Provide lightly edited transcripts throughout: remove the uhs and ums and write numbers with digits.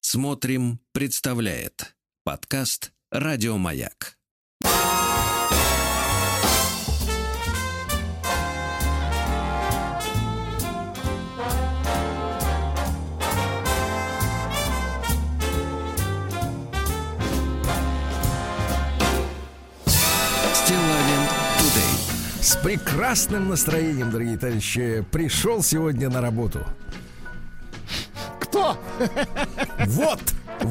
Смотрим, представляет подкаст «Радиомаяк». С прекрасным настроением, дорогие товарищи, пришел сегодня на работу. Кто? Вот!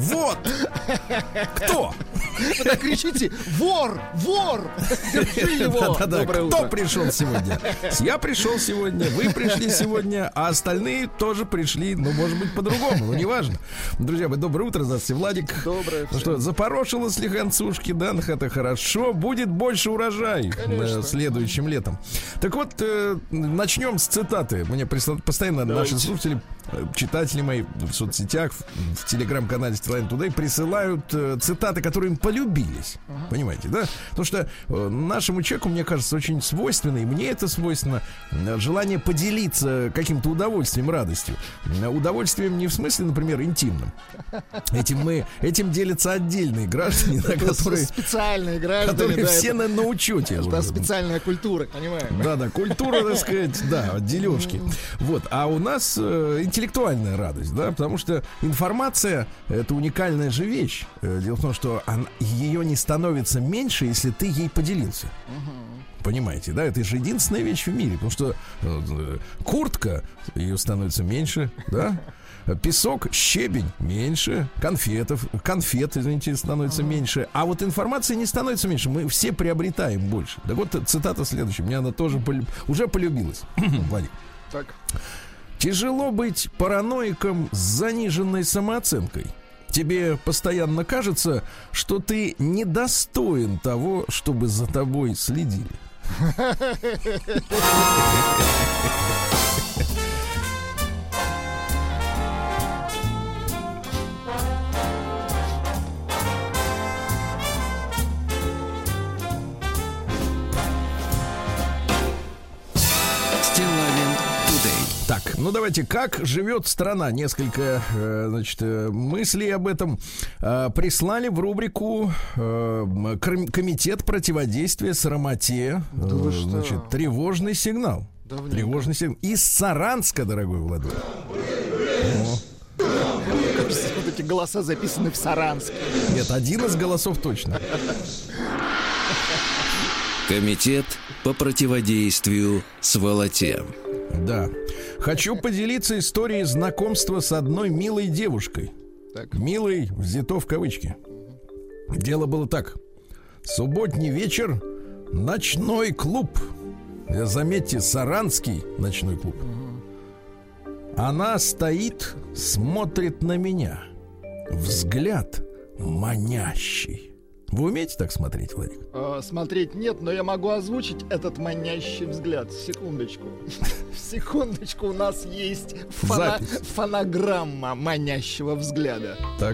Кто? Вы так кричите: вор! Держи его! Да-да-да, кто пришел сегодня? Я пришел сегодня, вы пришли сегодня, а остальные тоже пришли, ну, может быть, по-другому, но неважно. Друзья мои, доброе утро, здравствуйте, Владик. Доброе. Ну что, запорошило слегонцушки, да, это хорошо, будет больше урожай следующим летом. Так вот, начнем с цитаты. Мне постоянно наши слушатели, читатели мои в соцсетях, в телеграм-канале Stylane Today присылают цитаты, которые им полюбились. Понимаете, да? Потому что нашему человеку, мне кажется, очень свойственно, и мне это свойственно, желание поделиться каким-то удовольствием, радостью. Удовольствием не в смысле, например, интимным. Этим делятся отдельные граждане, которые... Специальные граждане. Которые все на учете. Да, специальная культура, понимаешь? Да, культура, так сказать, да, дележки. Вот, а у нас интеллектуальная радость, да, потому что информация — это уникальная же вещь. Дело в том, что ее не становится меньше, если ты ей поделился. Понимаете, да? Это же единственная вещь в мире. Потому что куртка, ее становится меньше, да? Песок, щебень меньше, конфет, извините, становится меньше. А вот информация не становится меньше. Мы все приобретаем больше. Так вот, цитата следующая. Мне она тоже уже полюбилась. Владик. Так. Тяжело быть параноиком с заниженной самооценкой. Тебе постоянно кажется, что ты недостоин того, чтобы за тобой следили. Так, ну давайте, как живет страна? Несколько, мыслей об этом прислали в рубрику «Комитет противодействия сарамоте». Тревожный сигнал. Тревожный сигнал. Из Саранска, дорогой Владимир. Кажется, вот эти голоса записаны в Саранске. Нет, один из голосов точно. Комитет по противодействию сволоте. Да. Хочу поделиться историей знакомства с одной милой девушкой. Так. Милой взято в кавычки. Дело было так. Субботний вечер, ночной клуб. Заметьте, саранский ночной клуб. Она стоит, смотрит на меня. Взгляд манящий. Вы умеете так смотреть, Владик? Смотреть нет, но я могу озвучить этот манящий взгляд. Секундочку. Секундочку, у нас есть фонограмма манящего взгляда. Так.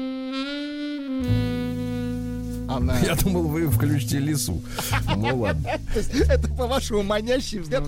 Она... Я думал, вы включите лису. Ну ладно. То есть это, по-вашему, манящий взгляд?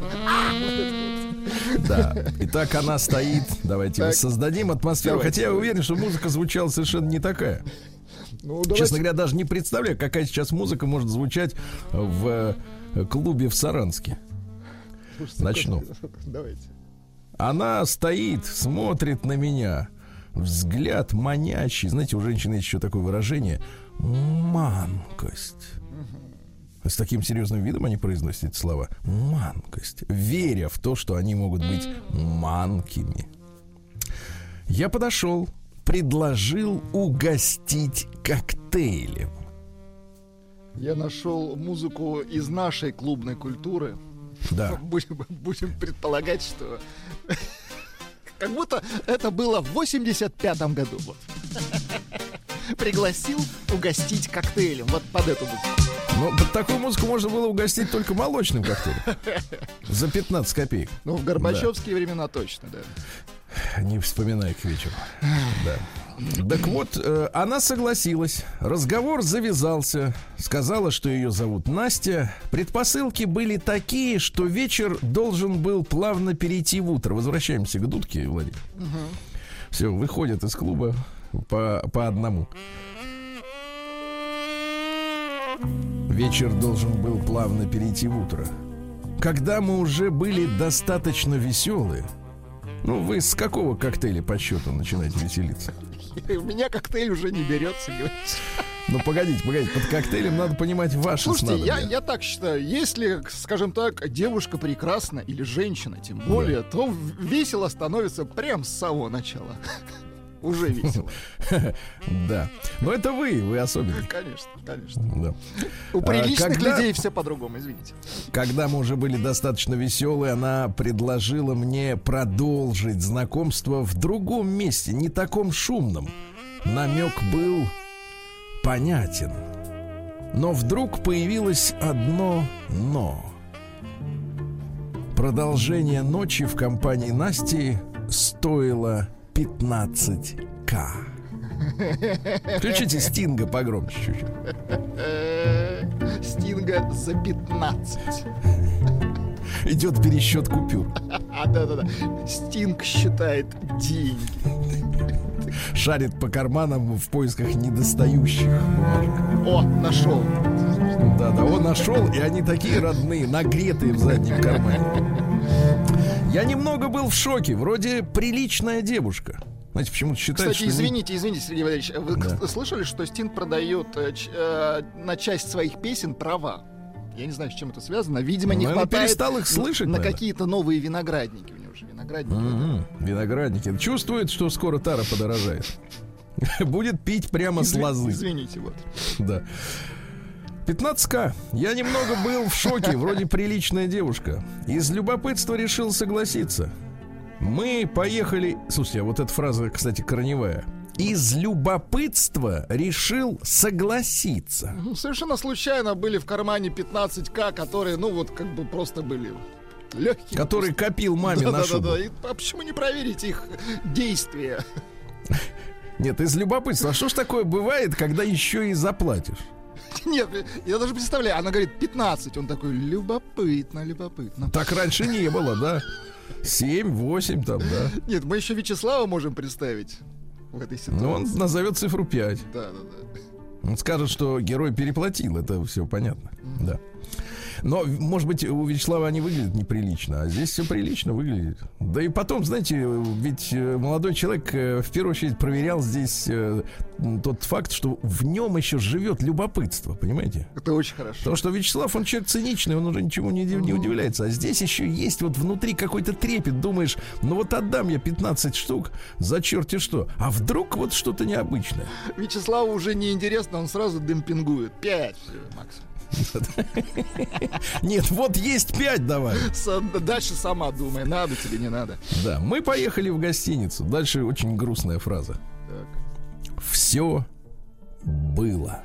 Да. Итак, она стоит. Давайте создадим атмосферу. Хотя я уверен, что музыка звучала совершенно не такая. Честно говоря, даже не представляю, какая сейчас музыка может звучать в клубе в Саранске. Начну. Давайте. Она стоит, смотрит на меня. Взгляд манящий. Знаете, у женщины есть еще такое выражение: манкость. С таким серьезным видом они произносят эти слова. Манкость. Веря в то, что они могут быть манкими. Я подошел, предложил угостить коктейлем. Я нашел музыку из нашей клубной культуры. Да. Будем предполагать, что как будто это было в 85-м году. Вот. Пригласил угостить коктейлем. Вот под эту музыку. Ну, под такую музыку можно было угостить только молочным коктейлем. За 15 копеек. Ну, в горбачевские времена точно, да. Не вспоминай к вечеру. Да. Так вот, она согласилась. Разговор завязался. Сказала, что ее зовут Настя. Предпосылки были такие, что вечер должен был плавно перейти в утро. Возвращаемся к дудке, Владимир. Все, выходят из клуба. по одному. Вечер должен был плавно перейти в утро. Когда мы уже были достаточно веселы. Ну, вы с какого коктейля по счету начинаете веселиться? У меня коктейль уже не берется, говорите. Ну, погодите, под коктейлем надо понимать ваши снадобья. Слушайте, я так считаю, если, скажем так, девушка прекрасна или женщина, тем более, то весело становится прям с самого начала. Уже весело. Да. Но это вы особенный. Конечно. Да. У приличных людей все по-другому, извините. Когда мы уже были достаточно веселые, она предложила мне продолжить знакомство в другом месте, не таком шумном. Намек был понятен. Но вдруг появилось одно «но». Продолжение ночи в компании Насти стоило 15К. Включите Стинга погромче чуть-чуть. Стинга за 15. Идет пересчет купюр. Да. Стинг считает деньги. Шарит по карманам в поисках недостающих. О, нашел. Да, он нашел, и они такие родные, нагретые в заднем кармане. Я немного был в шоке. Вроде приличная девушка. Знаете, почему-то считают, кстати, что... извините, Сергей Валерьевич. Вы слышали, что Стинг продает на часть своих песен права? Я не знаю, с чем это связано. Видимо, не хватает перестал их слышать, на какие-то новые виноградники. У него же виноградники. Виноградники. Чувствует, что скоро тара подорожает. Будет пить прямо с лозы. Извините, вот. Да. 15К. Я немного был в шоке, вроде приличная девушка. Из любопытства решил согласиться. Мы поехали... Слушайте, а вот эта фраза, кстати, корневая. Из любопытства решил согласиться. Совершенно случайно были в кармане 15К, которые, как бы просто были легкие. Который копил маме на шубу. Да. А почему не проверить их действия? Нет, из любопытства. А что ж такое бывает, когда еще и заплатишь? Нет, я даже представляю, она говорит 15, он такой, любопытно. Так раньше не было, да? 7, 8 там, да? Нет, мы еще Вячеслава можем представить в этой ситуации. Но он назовет цифру 5. Да. Он скажет, что герой переплатил, это все понятно, да. Но, может быть, у Вячеслава они выглядят неприлично, а здесь все прилично выглядит. Да и потом, знаете, ведь молодой человек в первую очередь проверял здесь тот факт, что в нем еще живет любопытство, понимаете? Это очень хорошо. Потому что Вячеслав, он человек циничный, он уже ничему не удивляется. А здесь еще есть вот внутри какой-то трепет. Думаешь, вот отдам я 15 штук за черти что. А вдруг вот что-то необычное? Вячеславу уже неинтересно, он сразу демпингует. 5, максимум. Нет, вот есть 5, давай. Дальше сама думай, надо тебе, не надо. Да, мы поехали в гостиницу. Дальше очень грустная фраза. Так. Все было.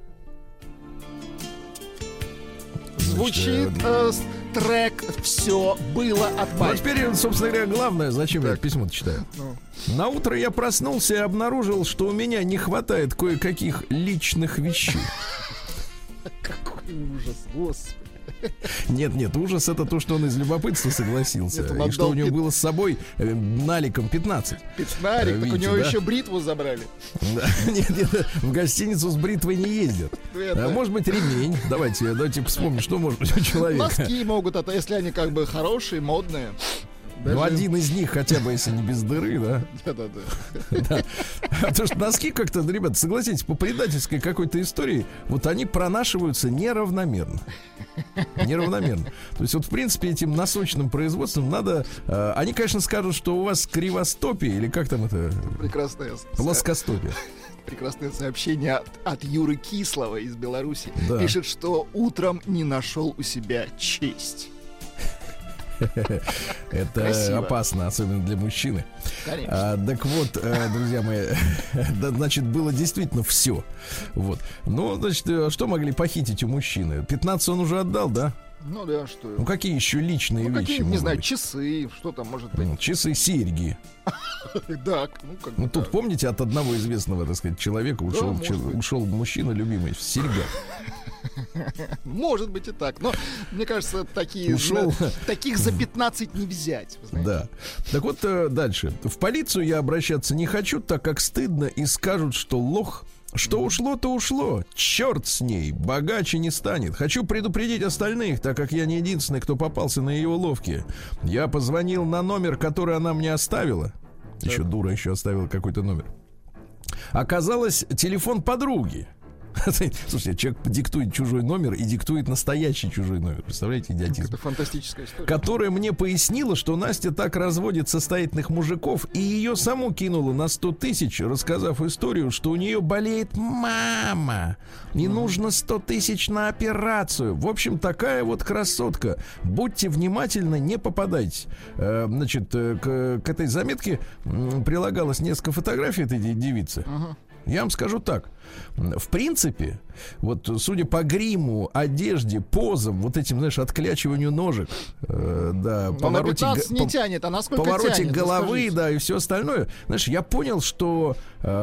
Звучит трек «Все было» от Майка. Ну, теперь, собственно говоря, главное, зачем я письмо-то читаю. На утро я проснулся и обнаружил, что у меня не хватает кое-каких личных вещей. Какой ужас, господи. Нет, ужас это то, что он из любопытства согласился. Нет, и что у него было с собой наликом 15. Пятнарик, так у него еще бритву забрали. Нет, в гостиницу с бритвой не ездят. Может быть, ремень. Давайте вспомним, что может быть у человека. Носки могут, если они как бы хорошие, модные. Ну, один из них хотя бы, если не без дыры, да? Да. Потому что носки как-то, ребята, согласитесь, по предательской какой-то истории, вот они пронашиваются неравномерно. То есть вот, в принципе, этим носочным производством надо... Они, конечно, скажут, что у вас кривостопие, или как там это? Прекрасное. Плоскостопие. Прекрасное сообщение от Юры Кислова из Беларуси. Да. Пишет, что утром не нашел у себя честь. Это красиво. Опасно, особенно для мужчины. Конечно. Так вот, друзья мои, значит, было действительно все. Вот. Ну, значит, что могли похитить у мужчины? 15 он уже отдал, да? Ну да, что? Ну какие еще личные вещи? Не знаю, часы, что там может быть? Часы, серьги. Да, ну тут помните, от одного известного, так сказать, человека ушел мужчина любимый в серьгах. Может быть и так. Но, мне кажется, таких за 15 не взять. Да. Так вот, дальше. В полицию я обращаться не хочу, так как стыдно, и скажут, что лох. Что ушло, то ушло. Черт с ней, богаче не станет. Хочу предупредить остальных, так как я не единственный, кто попался на ее уловки. Я позвонил на номер, который она мне оставила. Еще дура еще оставила какой-то номер. Оказалось, телефон подруги. Слушайте, человек диктует чужой номер и диктует настоящий чужой номер. Представляете, идиотизм? Это фантастическая история. Которая мне пояснила, что Настя так разводит состоятельных мужиков, и ее саму кинула на 100 тысяч, рассказав историю, что у нее болеет мама, и нужно 100 тысяч на операцию. В общем, такая вот красотка. Будьте внимательны, не попадайтесь. Значит, к этой заметке прилагалось несколько фотографий этой девицы. Я вам скажу так. В принципе, вот судя по гриму, одежде, позам, вот этим, знаешь, отклячиванию ножек, да, повороте головы, да, и все остальное, знаешь, я понял, что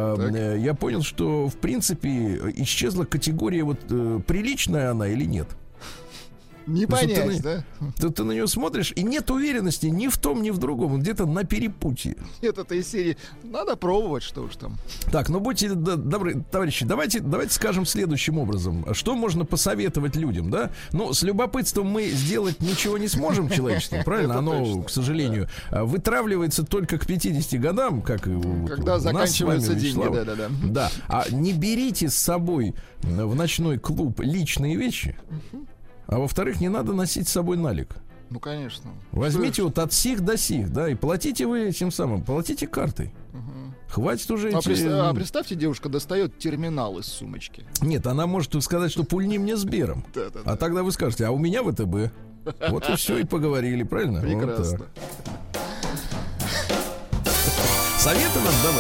в принципе исчезла категория вот приличная она или нет. Не понять, да? Ты на нее смотришь, и нет уверенности ни в том, ни в другом. Где-то на перепутье. Это из серии надо пробовать, что уж там. Так, ну будьте добры, товарищи, давайте скажем следующим образом. Что можно посоветовать людям, да? Ну, с любопытством мы сделать ничего не сможем человечеством, правильно? Оно, к сожалению, вытравливается только к 50 годам, как и когда заканчиваются деньги, да. Да, а не берите с собой в ночной клуб личные вещи. А во-вторых, не надо носить с собой налик. Ну, конечно. Возьмите вот от сих до сих, да, и платите вы тем самым, платите картой. Хватит уже представьте, девушка достает терминал из сумочки. Нет, она может сказать, что пульни мне Сбером. А тогда вы скажете, а у меня ВТБ. Вот и все, и поговорили, правильно? Прекрасно. Вот советы нам давать.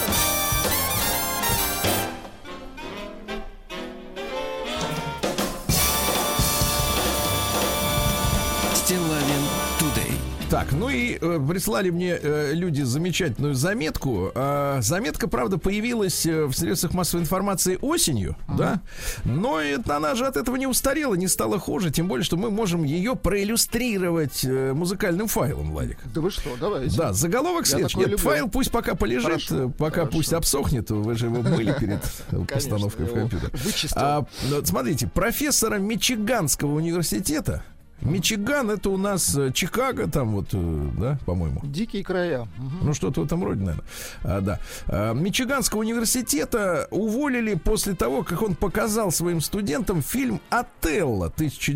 Так, ну и прислали мне люди замечательную заметку. Заметка, правда, появилась в средствах массовой информации осенью, да? Но она же от этого не устарела, не стала хуже. Тем более, что мы можем ее проиллюстрировать музыкальным файлом, Владик. Да вы что, давайте. Да, заголовок следующий. Нет, файл пусть пока полежит, пусть обсохнет. Вы же его мыли перед постановкой в компьютер. Смотрите, профессора Мичиганского университета. Мичиган — это у нас Чикаго, там вот, да, по-моему. Дикие края. Ну, что-то в этом роде, наверное. Да. Мичиганского университета уволили после того, как он показал своим студентам фильм «Отелло»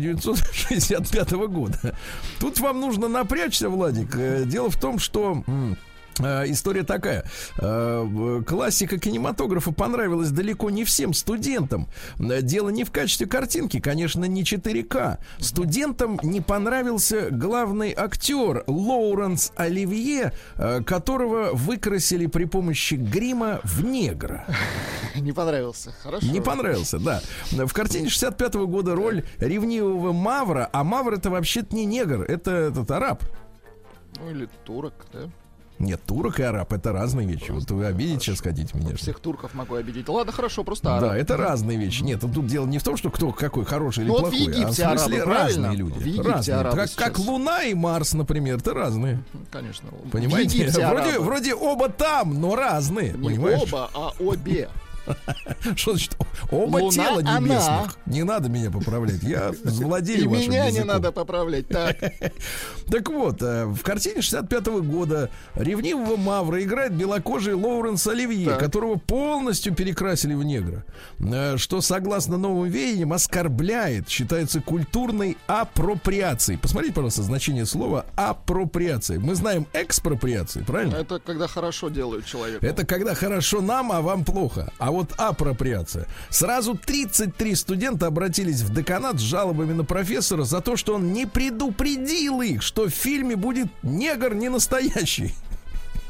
1965 года. Тут вам нужно напрячься, Владик. Дело в том, что... История такая. Классика кинематографа понравилась далеко не всем студентам. Дело не в качестве картинки, конечно, не 4К. Студентам не понравился главный актер Лоуренс Оливье, которого выкрасили при помощи грима в негра. Не понравился, хорошо. Не понравился, да. В картине 65-го года роль ревнивого мавра, а мавр — это вообще-то не негр, это этот араб. Ну или турок, да? Нет, турок и араб — это разные вещи. Просто вот вы обидеть сейчас хотите меня. Всех турков могу обидеть. Ладно, хорошо, просто араб. Да, это разные вещи. Нет, тут дело не в том, что кто какой хороший или плохой, в Египте а в смысле арабы, разные люди. В Египте разные. Арабы как Луна и Марс, например, это разные. Конечно. Понимаете? Вроде оба там, но разные. Не понимаешь? Оба, а обе. Что значит? Оба Луна, тела небесных. она. Не надо меня поправлять. Я владею И вашим меня языком. не надо поправлять. Так. Так вот, в картине 65-го года ревнивого мавра играет белокожий Лоуренс Оливье, Так. которого полностью перекрасили в негра. Что, согласно новым веяниям, оскорбляет, считается культурной апроприацией. Посмотрите, пожалуйста, значение слова апроприация. Мы знаем экспроприации, правильно? Это когда хорошо делают человеку. Это когда хорошо нам, а вам плохо. А вот апроприация. Сразу 33 студента обратились в деканат с жалобами на профессора за то, что он не предупредил их, что в фильме будет негр не настоящий.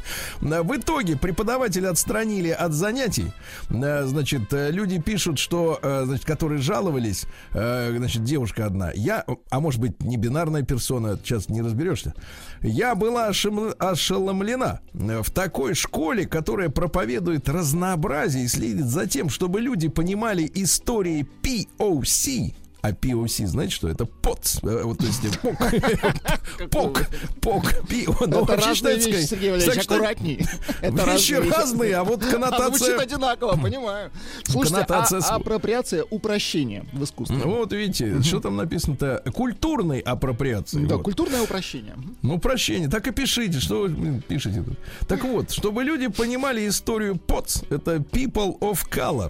В итоге преподавателя отстранили от занятий. Значит, люди пишут, что, значит, которые жаловались, значит, девушка одна. А может быть, не бинарная персона, сейчас не разберешься. Я была ошеломлена. В такой школе, которая проповедует разнообразие и следит за тем, чтобы люди понимали истории POC. А POC, знаете что? Это ПОЦ. Вот, то есть ПОК. Это разные вещи, Сергей Валерьевич, аккуратней. Вещи разные, а вот коннотация... Звучит одинаково, понимаю. Слушайте, апроприация, упрощение в искусстве. Вот видите, что там написано-то? Культурной апроприации. Да, культурное упрощение. Ну, упрощение. Так и пишите. Что вы пишете тут? Так вот, чтобы люди понимали историю ПОЦ, это People of Color.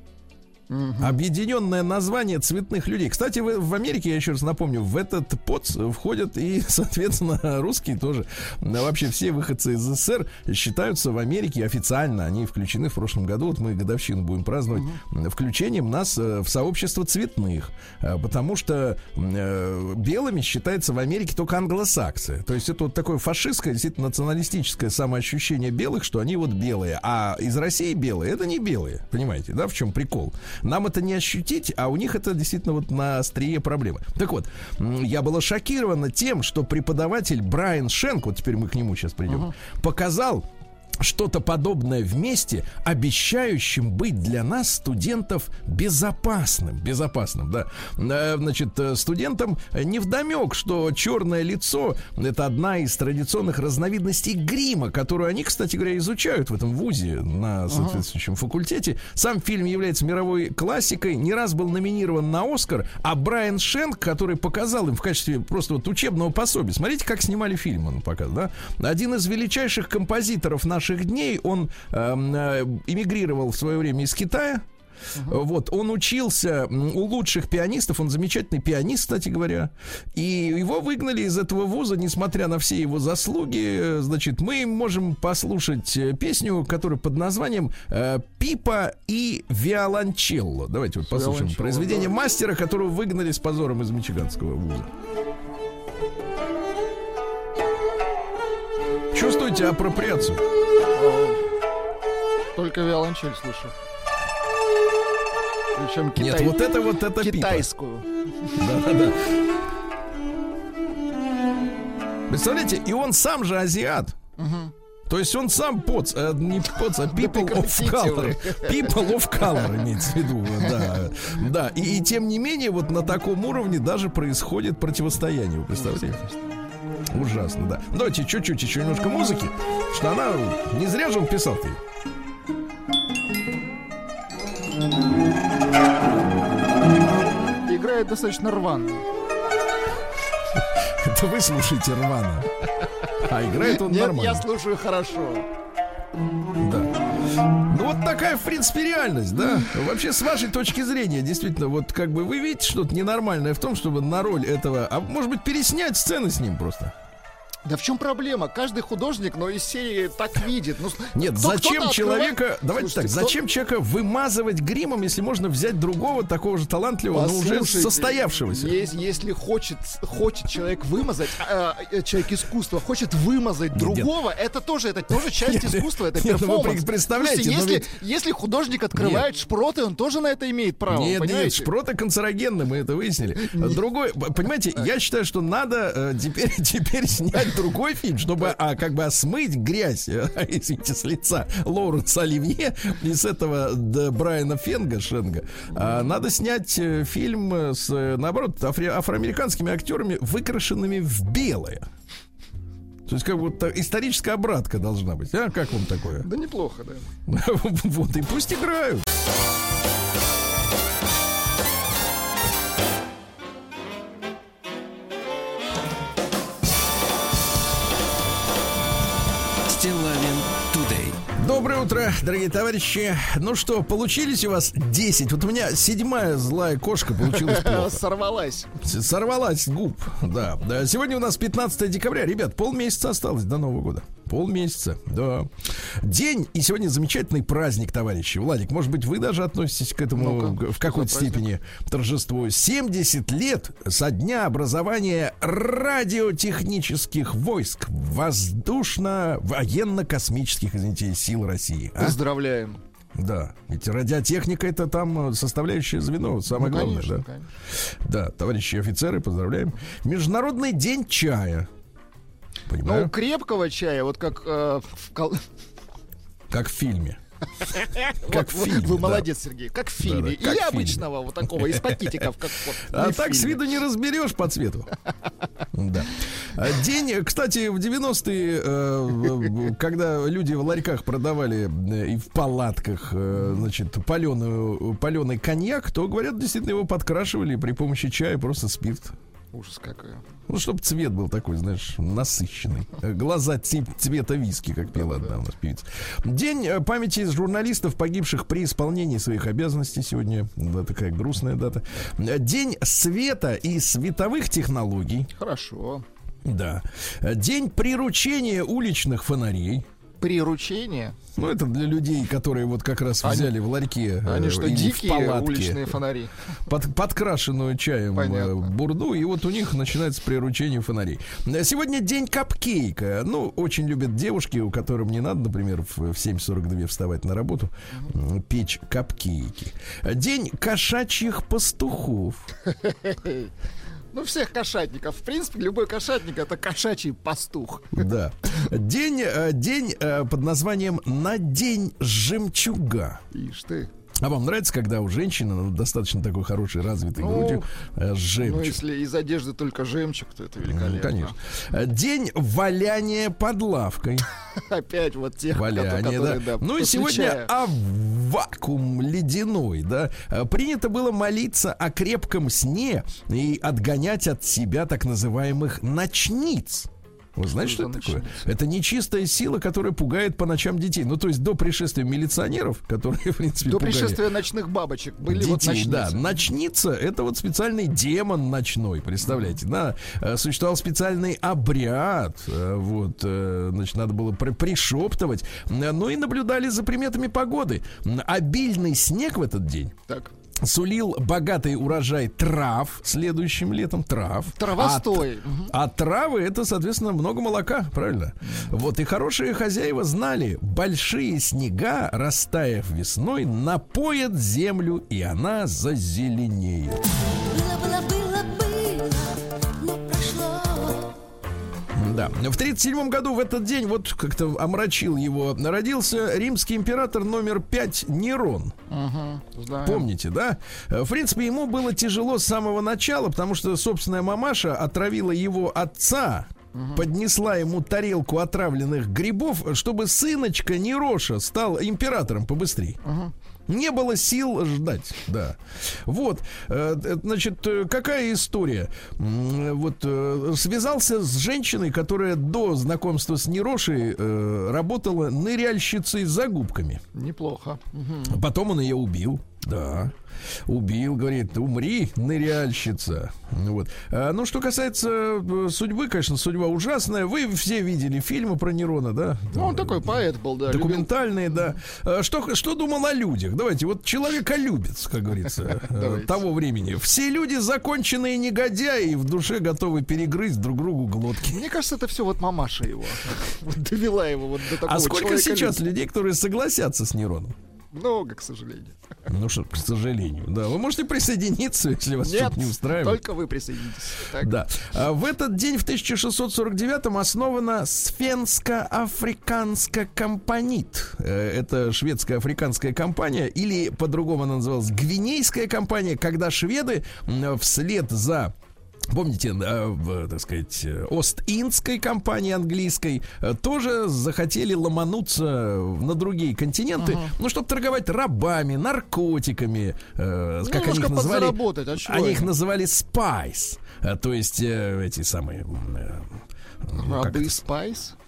Объединенное название цветных людей. Кстати, в Америке, я еще раз напомню, в этот ПОЦ входят и, соответственно, русские тоже. Вообще все выходцы из СССР считаются в Америке официально. Они включены в прошлом году. Вот мы годовщину будем праздновать включением нас в сообщество цветных. Потому что белыми считается в Америке только англосаксы. То есть это вот такое фашистское, действительно националистическое самоощущение белых, что они вот белые. А из России белые — это не белые. Понимаете, да, в чем прикол? Нам это не ощутить, а у них это действительно вот на острие проблемы. Так вот, я была шокирована тем, что преподаватель Брайан Шенк, вот теперь мы к нему сейчас придем, показал что-то подобное вместе, обещающим быть для нас, студентов, безопасным, да. Значит, студентам невдомек, что черное лицо — это одна из традиционных разновидностей грима, которую они, кстати говоря, изучают в этом вузе на соответствующем факультете. Сам фильм является мировой классикой, не раз был номинирован на Оскар, а Брайан Шенк, который показал им в качестве просто вот учебного пособия, смотрите, как снимали фильм, он показал, да, один из величайших композиторов наших дней, он эмигрировал в свое время из Китая. Вот, он учился у лучших пианистов, он замечательный пианист, кстати говоря, и его выгнали из этого вуза, несмотря на все его заслуги. Значит, мы можем послушать песню, которая под названием «Пипа и виолончелло». Давайте вот послушаем произведение мастера, которого выгнали с позором из Мичиганского вуза. Чувствуете апроприацию? Только виолончель слышу. Причем нет, вот это китайскую. Да. Представляете, и он сам же азиат. То есть он сам ПОЦ, не ПОЦ, а People of Color. People of Color имеется в виду, да. Да, и тем не менее, вот на таком уровне даже происходит противостояние, вы представляете? Ужасно, да. Давайте чуть-чуть еще немножко музыки, что она... Не зря же он писал-то. Играет достаточно рвано. Это вы слушаете рвано. А играет он нормально. Нет, я слушаю хорошо. Да. Ну вот такая, в принципе, реальность, да. Вообще, с вашей точки зрения, действительно, вот как бы вы видите что-то ненормальное в том, чтобы на роль этого, а может быть, переснять сцены с ним просто. Да в чем проблема? Каждый художник, но из серии так видит. Ну, нет, зачем человека... Давайте слушайте, так, зачем человека вымазывать гримом, если можно взять другого, такого же талантливого, но уже состоявшегося? Если хочет человек вымазать, человек искусства хочет вымазать другого, это тоже часть искусства, это перформанс. Представляете, если художник открывает шпроты, он тоже на это имеет право. Нет, шпроты канцерогенны, мы это выяснили. Другой, понимаете, я считаю, что надо теперь снять другой фильм, чтобы как бы смыть грязь, извините, с лица Лоуренса Оливье и с этого Брайана Шенга. Надо снять фильм с, наоборот, афроамериканскими актерами, выкрашенными в белое. То есть как будто историческая обратка должна быть. А как вам такое? Да неплохо, да. Вот, и пусть играют. Доброе утро, дорогие товарищи. Ну что, получились у вас 10? Вот у меня 7-я злая кошка получилась плохо. Сорвалась с губ, да. Сегодня у нас 15 декабря. Ребят, полмесяца осталось до Нового года. Полмесяца, да. День, и сегодня замечательный праздник, товарищи. Владик, может быть, вы даже относитесь к этому в какой-то степени торжеству. 70 лет со дня образования радиотехнических войск военно-космических, извините, сил России. Поздравляем. Да, ведь радиотехника — это там составляющее звено, самое главное, конечно, да? конечно. Да, товарищи офицеры, поздравляем. Международный день чая. Понимаю? Ну, крепкого чая, вот как Как в фильме. Как в фильме, Вы да. молодец, Сергей. Как в фильме. Да, как Или в фильме. обычного вот такого, из пакетиков. Как вот А не в так с фильме. виду не разберешь по цвету. Да. День, кстати, в 90-е, когда люди в ларьках продавали и в палатках, значит, паленый коньяк, то, говорят, действительно его подкрашивали при помощи чая, просто спирт. Ужас какой. Ну, чтобы цвет был такой, знаешь, насыщенный. Глаза цвета виски, как пела одна у нас певица. День памяти журналистов, погибших при исполнении своих обязанностей сегодня. Да, такая грустная дата. День света и световых технологий. Хорошо. Да. День приручения уличных фонарей. Приручение. Ну, это для людей, которые вот как раз взяли в ларьке Они что, или в дикие палатке уличные фонари? подкрашенную чаем Понятно. бурду, и вот у них начинается приручение фонарей. Сегодня день капкейка. Ну, очень любят девушки, у которых не надо, например, в 7:42 вставать на работу, печь капкейки. День кошачьих пастухов. Ну, всех кошатников. В принципе, любой кошатник — это кошачий пастух. Да. День под названием «На день жемчуга». Ишь ты. А вам нравится, когда у женщины достаточно такой хорошей, развитой грудью жемчуг? Ну, если из одежды только жемчуг, то это великолепно. Конечно. День валяния под лавкой. Опять вот тех, Валяние, которые, да. да, Ну и сегодня вакуум ледяной, да. Принято было молиться о крепком сне и отгонять от себя так называемых ночниц. Вы знаете, что это такое? Это нечистая сила, которая пугает по ночам детей. Ну, то есть до пришествия милиционеров, которые, в принципе, до пугали пришествия ночных бабочек были детей, вот ночницы. да. Ночница — это вот специальный демон ночной, представляете? Да, существовал специальный обряд, вот, значит, надо было пришептывать. Ну и наблюдали за приметами погоды. Обильный снег в этот день. Так. Сулил богатый урожай трав следующим летом. Травостой. А травы — это, соответственно, много молока, правильно? Вот, и хорошие хозяева знали, большие снега, растаяв весной, напоят землю, и она зазеленеет. Да. В 1937 году в этот день, вот как-то омрачил его, родился римский император номер 5 Нерон. Помните, да? В принципе, ему было тяжело с самого начала, потому что собственная мамаша отравила его отца, поднесла ему тарелку отравленных грибов, чтобы сыночка Нероша стал императором побыстрее. Не было сил ждать, да. Вот, значит, какая история? Вот, связался с женщиной, которая до знакомства с Нерошей работала ныряльщицей с загубками. Неплохо. Потом он ее убил. Да, убил, говорит, умри, ныряльщица. Вот. Ну, что касается судьбы, конечно, судьба ужасная. Вы все видели фильмы про Нерона, да? Ну, он такой поэт был, да. Документальные, да. Что думал о людях? Давайте, вот человеколюбец, как говорится, того времени. Все люди законченные негодяи и в душе готовы перегрызть друг другу глотки. Мне кажется, это все вот мамаша его довела его вот до такого. А сколько сейчас людей, которые согласятся с Нероном? Много, к сожалению. Ну что, к сожалению, да. Вы можете присоединиться, если вас что-то не устраивает. Только вы присоединитесь. Так. Да. В этот день, в 1649-м, основана Свенско-Африканская компанит. Это шведско-африканская компания, или по-другому она называлась Гвинейская компания, когда шведы вслед за... Помните, так сказать, Ост-Индской компании английской тоже захотели ломануться на другие континенты, ну, чтобы торговать рабами, наркотиками, как они их называли. Они их называли спайс, то есть эти самые... Рабы спайс?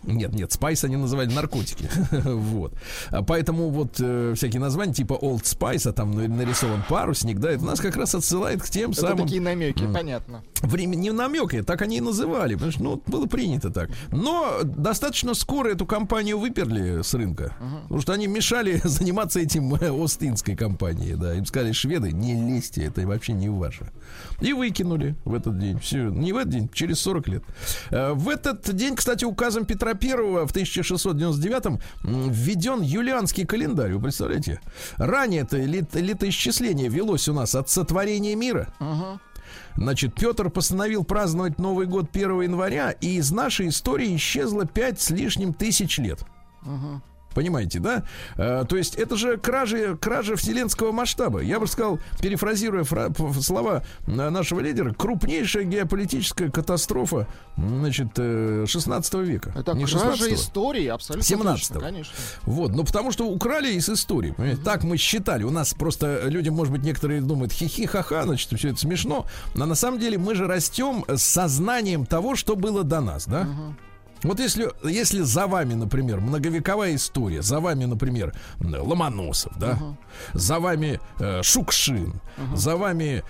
Нет, спайс они называли наркотики. Вот. Поэтому вот всякие названия типа Old Spice, а там нарисован парусник, да, это нас как раз отсылает к тем это самым... такие намеки, понятно. Не намеки, так они и называли, потому что, ну, было принято так. Но достаточно скоро эту компанию выперли с рынка, потому что они мешали заниматься этим Остинской компанией, да. Им сказали: шведы, не лезьте, это вообще не ваше. И выкинули в этот день. Все, не в этот день, через 40 лет. В этот день, кстати, указом Петра I в 1699-м введен юлианский календарь. Вы представляете? Ранее это летоисчисление велось у нас от сотворения мира. Значит, Петр постановил праздновать Новый год 1 января, и из нашей истории исчезло 5 с лишним тысяч лет. Понимаете, да? То есть это же кража вселенского масштаба. Я бы сказал, перефразируя слова нашего лидера, крупнейшая геополитическая катастрофа, значит, 16 века. Это не кража истории, абсолютно 17-го. Конечно. Вот, ну потому что украли из истории. Понимаете? Так мы считали. У нас просто люди, может быть, некоторые думают, хихи-ха-ха, значит, все это смешно. Но на самом деле мы же растем с сознанием того, что было до нас, да? Вот если за вами, например, многовековая история, за вами, например, Ломоносов, да, за вами Шукшин, за вами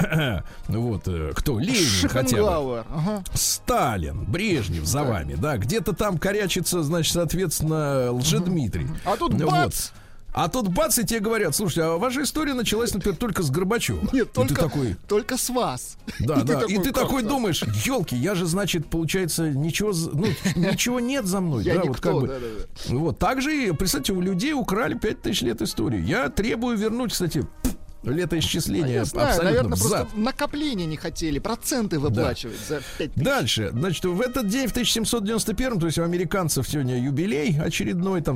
кто, Ленин хотя бы, Сталин, Брежнев за вами, да, где-то там корячится, значит, соответственно, Лжедмитрий. А тут бац! А тут бац, и тебе говорят: слушайте, а ваша история началась, например, только с Горбачева. Нет, только с вас. Да, и ты такой думаешь: елки, я же, значит, получается, ничего нет за мной. Я да, никто, вот как бы. Да. Вот, так же и, представьте, у людей украли 5000 лет истории. Я требую вернуть, кстати, летоисчисление. Я знаю, абсолютно наверное, взад. просто накопления не хотели, проценты выплачивать за 5000. Дальше, значит, в этот день, в 1791, то есть у американцев сегодня юбилей очередной, там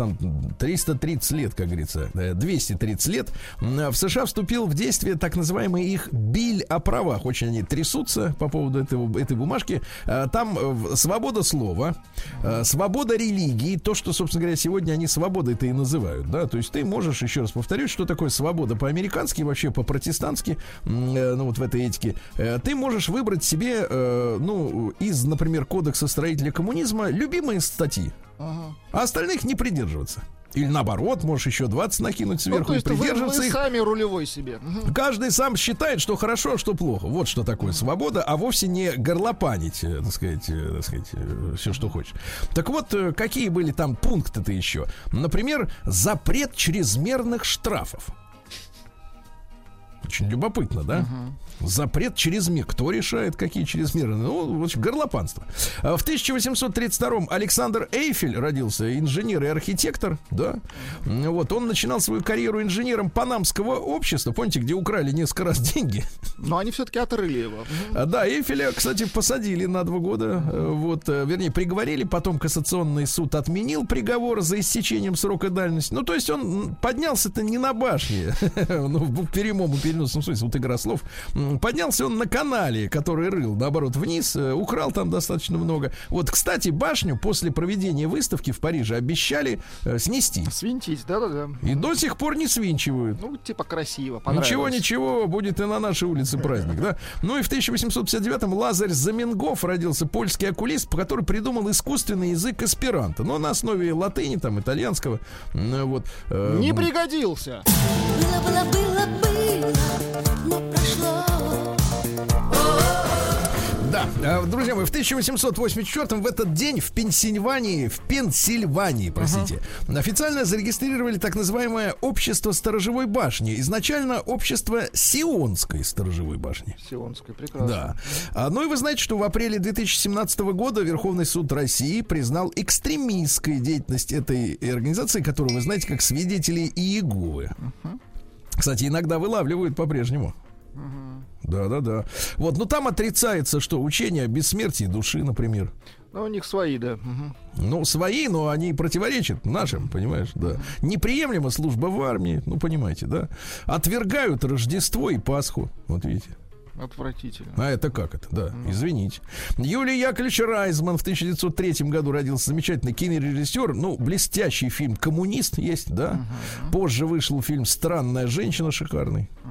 330 лет, как говорится, 230 лет, в США вступил в действие так называемый их биль о правах. Очень они трясутся по поводу этой бумажки. Там свобода слова, свобода религии, то, что, собственно говоря, сегодня они свободой-то и называют, да, то есть ты можешь, еще раз повторюсь, что такое свобода по-американски, вообще по-протестантски, ну вот в этой этике, ты можешь выбрать себе, из, например, кодекса строителя коммунизма любимые статьи, а остальных не придерживаться. Или наоборот, можешь еще 20 накинуть сверху и придерживаться их. Вы сами рулевой себе. Каждый сам считает, что хорошо, а что плохо. Вот что такое свобода, а вовсе не горлопанить, так сказать, все, что хочешь. Так вот, какие были там пункты-то еще? Например, запрет чрезмерных штрафов. Очень любопытно, да? Запрет чрезмер. Кто решает, какие чрезмерные? Ну, горлопанство. В 1832-м Александр Эйфель родился, инженер и архитектор, да? Вот, он начинал свою карьеру инженером Панамского общества, помните, где украли несколько раз деньги? Но они все-таки отрыли его. Да, Эйфеля, кстати, посадили на 2 года, вот, вернее, приговорили, потом кассационный суд отменил приговор за истечением срока давности. Ну, то есть он поднялся-то не на башне, ну, в прямом и переносном смысле, вот игра слов. Поднялся он на канале, который рыл, наоборот, вниз, украл там достаточно много. Вот, кстати, башню после проведения выставки в Париже обещали снести. Свинтить, да-да-да. И до сих пор не свинчивают. Ну, типа красиво, понравилось. Ничего, будет и на нашей улице праздник, да? Ну и в 1859-м Лазарь Заменгоф родился, польский окулист, который придумал искусственный язык эсперанто, но на основе латыни, там, итальянского. Вот. Не пригодился. Было, но прошло. Да, друзья мои, в 1884-м в этот день в Пенсильвании, простите, официально зарегистрировали так называемое общество сторожевой башни. Изначально общество Сионской сторожевой башни. Сионской, прекрасно. Да. Ну и вы знаете, что в апреле 2017 года Верховный суд России признал экстремистской деятельность этой организации, которую вы знаете как свидетели Иеговы. Кстати, иногда вылавливают по-прежнему. Да. Вот, но там отрицается, что учение о бессмертии души, например. Ну, у них свои, да. Ну, свои, но они противоречат нашим, понимаешь, да. Неприемлема служба в армии, ну, понимаете, да. Отвергают Рождество и Пасху, вот видите. Отвратительно. А это как это? Да, извините. Юлий Яковлевич Райзман в 1903 году родился, замечательный кинорежиссер. Ну, блестящий фильм «Коммунист» есть, да. Позже вышел фильм «Странная женщина», шикарный.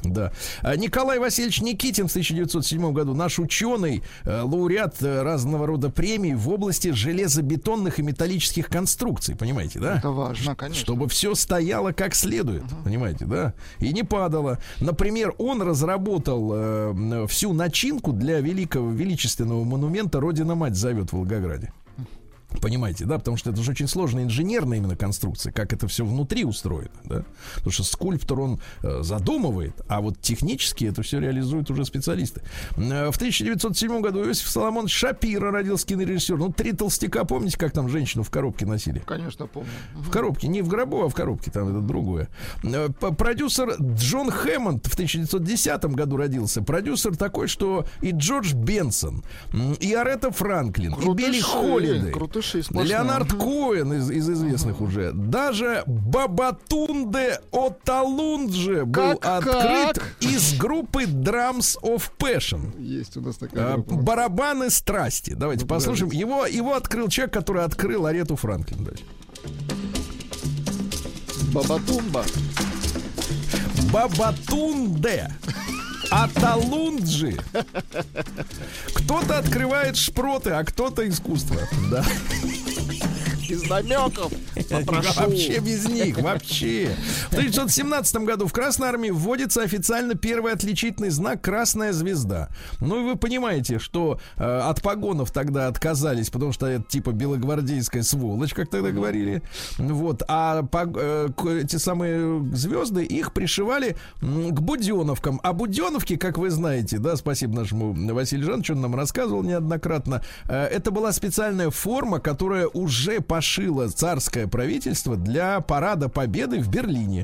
Да. Николай Васильевич Никитин в 1907 году, наш ученый, лауреат разного рода премий в области железобетонных и металлических конструкций, понимаете, да? Это важно, конечно. Чтобы все стояло как следует, понимаете, да? И не падало. Например, он разработал всю начинку для величественного монумента «Родина-мать зовет» в Волгограде. Понимаете, да? Потому что это же очень сложная инженерная именно конструкция, как это все внутри устроено, да? Потому что скульптор, он задумывает, а вот технически это все реализуют уже специалисты. В 1907 году Иосиф Соломонович Шапира родился, кинорежиссер. Ну, «Три толстяка», помните, как там женщину в коробке носили? Конечно, помню. В коробке, не в гробу, а в коробке, там это другое. Продюсер Джон Хэммонд в 1910 году родился. Продюсер такой, что и Джордж Бенсон, и Аретта Франклин, и Билли Холлидей, Леонард Коэн из известных уже. Даже Бабатунде Оталунджи был открыт из группы Drums of Passion. Есть у нас такая группа. Барабаны страсти. Давайте послушаем. Его открыл человек, который открыл Аретту Франклин. Дальше. Бабатумба. Бабатунде Аталунджи. Кто-то открывает шпроты, а кто-то искусство. Да. Из намеков. Вообще без них, вообще. В 1917 году в Красной Армии вводится официально первый отличительный знак «Красная звезда». Ну и вы понимаете, что от погонов тогда отказались, потому что это типа белогвардейская сволочь, как тогда говорили. Вот. А эти самые звезды, их пришивали к буденовкам. А буденовки, как вы знаете, да, спасибо нашему Василию Жановичу, он нам рассказывал неоднократно, это была специальная форма, которая уже пошило царское правительство для парада Победы в Берлине.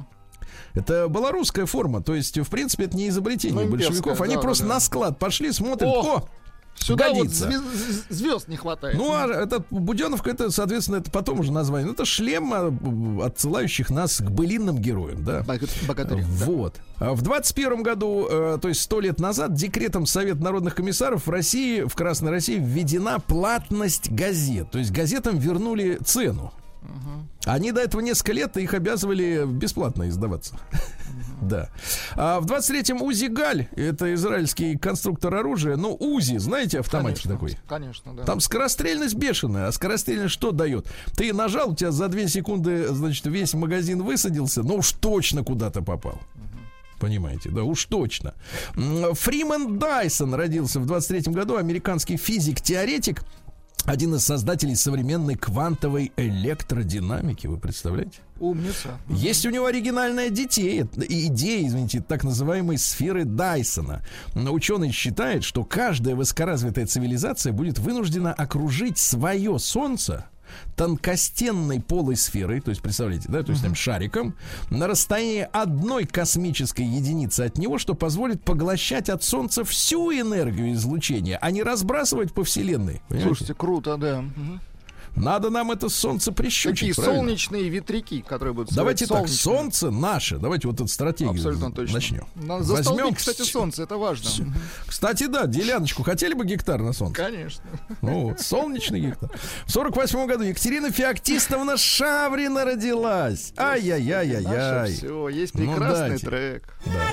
Это была русская форма, то есть, в принципе, это не изобретение большевиков. Они просто на склад пошли, смотрят, сюда годится. Вот звезд не хватает. Ну, а это буденовка, это, соответственно, это потом уже название. Ну, это шлем, отсылающих нас к былинным героям, да. Богатырям. Вот. Да. В 21 году, то есть 100 лет назад, декретом Совета народных комиссаров в России, в Красной России, введена платность газет. То есть газетам вернули цену. Они до этого несколько лет их обязывали бесплатно издаваться. Да. А в 23-м УЗИ Галь, это израильский конструктор оружия, ну, УЗИ, знаете, автоматик такой? Конечно, да. Там скорострельность бешеная. А скорострельность что дает? Ты нажал, у тебя за 2 секунды, значит, весь магазин высадился, но уж точно куда-то попал. Понимаете, да, уж точно. Фриман Дайсон родился в 23-м году, американский физик-теоретик, один из создателей современной квантовой электродинамики, вы представляете? Умница. Есть у него оригинальная идея, так называемой сферы Дайсона. Но ученый считает, что каждая высокоразвитая цивилизация будет вынуждена окружить свое Солнце тонкостенной полой сферой, то есть, представляете, да, то есть там шариком, на расстоянии одной космической единицы от него, что позволит поглощать от Солнца всю энергию излучения, а не разбрасывать по Вселенной. Понимаете? Слушайте, круто, да. Надо нам это солнце прищучить. Такие солнечные ветряки, которые будут... Давайте так, солнце наше. Давайте вот эту стратегию абсолютно точно начнем. Застолбить, кстати, солнце, это важно. Кстати, да, деляночку. Хотели бы гектар на солнце? Конечно. Ну, вот, солнечный гектар. В 48 году Екатерина Феоктистовна Шаврина родилась. Ай-яй-яй-яй-яй. Все, есть прекрасный трек.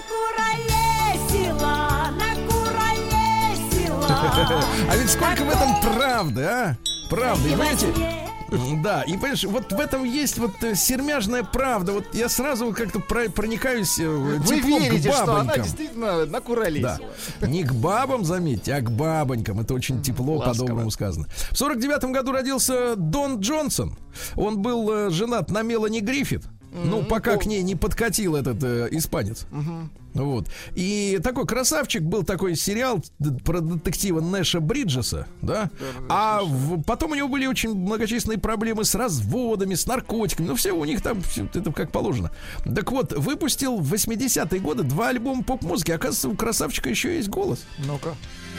Да. А ведь сколько в этом правды, а? Правда, понимаете? Да, и понимаешь, вот в этом есть вот сермяжная правда. Вот я сразу как-то проникаюсь теплом Вы верите, к бабонькам. что она действительно накуролесила. Да. Не к бабам, заметьте, а к бабонькам. Это очень тепло, по-доброму сказано. В 49-м году родился Дон Джонсон. Он был женат на Мелани Гриффит. Ну, пока к ней не подкатил этот испанец. Вот. И такой красавчик, был такой сериал про детектива Нэша Бриджеса, да? Потом у него были очень многочисленные проблемы с разводами, с наркотиками. Ну, все у них там, все это как положено. Так вот, выпустил в 80-е годы 2 альбома поп-музыки. Оказывается, у красавчика еще есть голос. Ну-ка.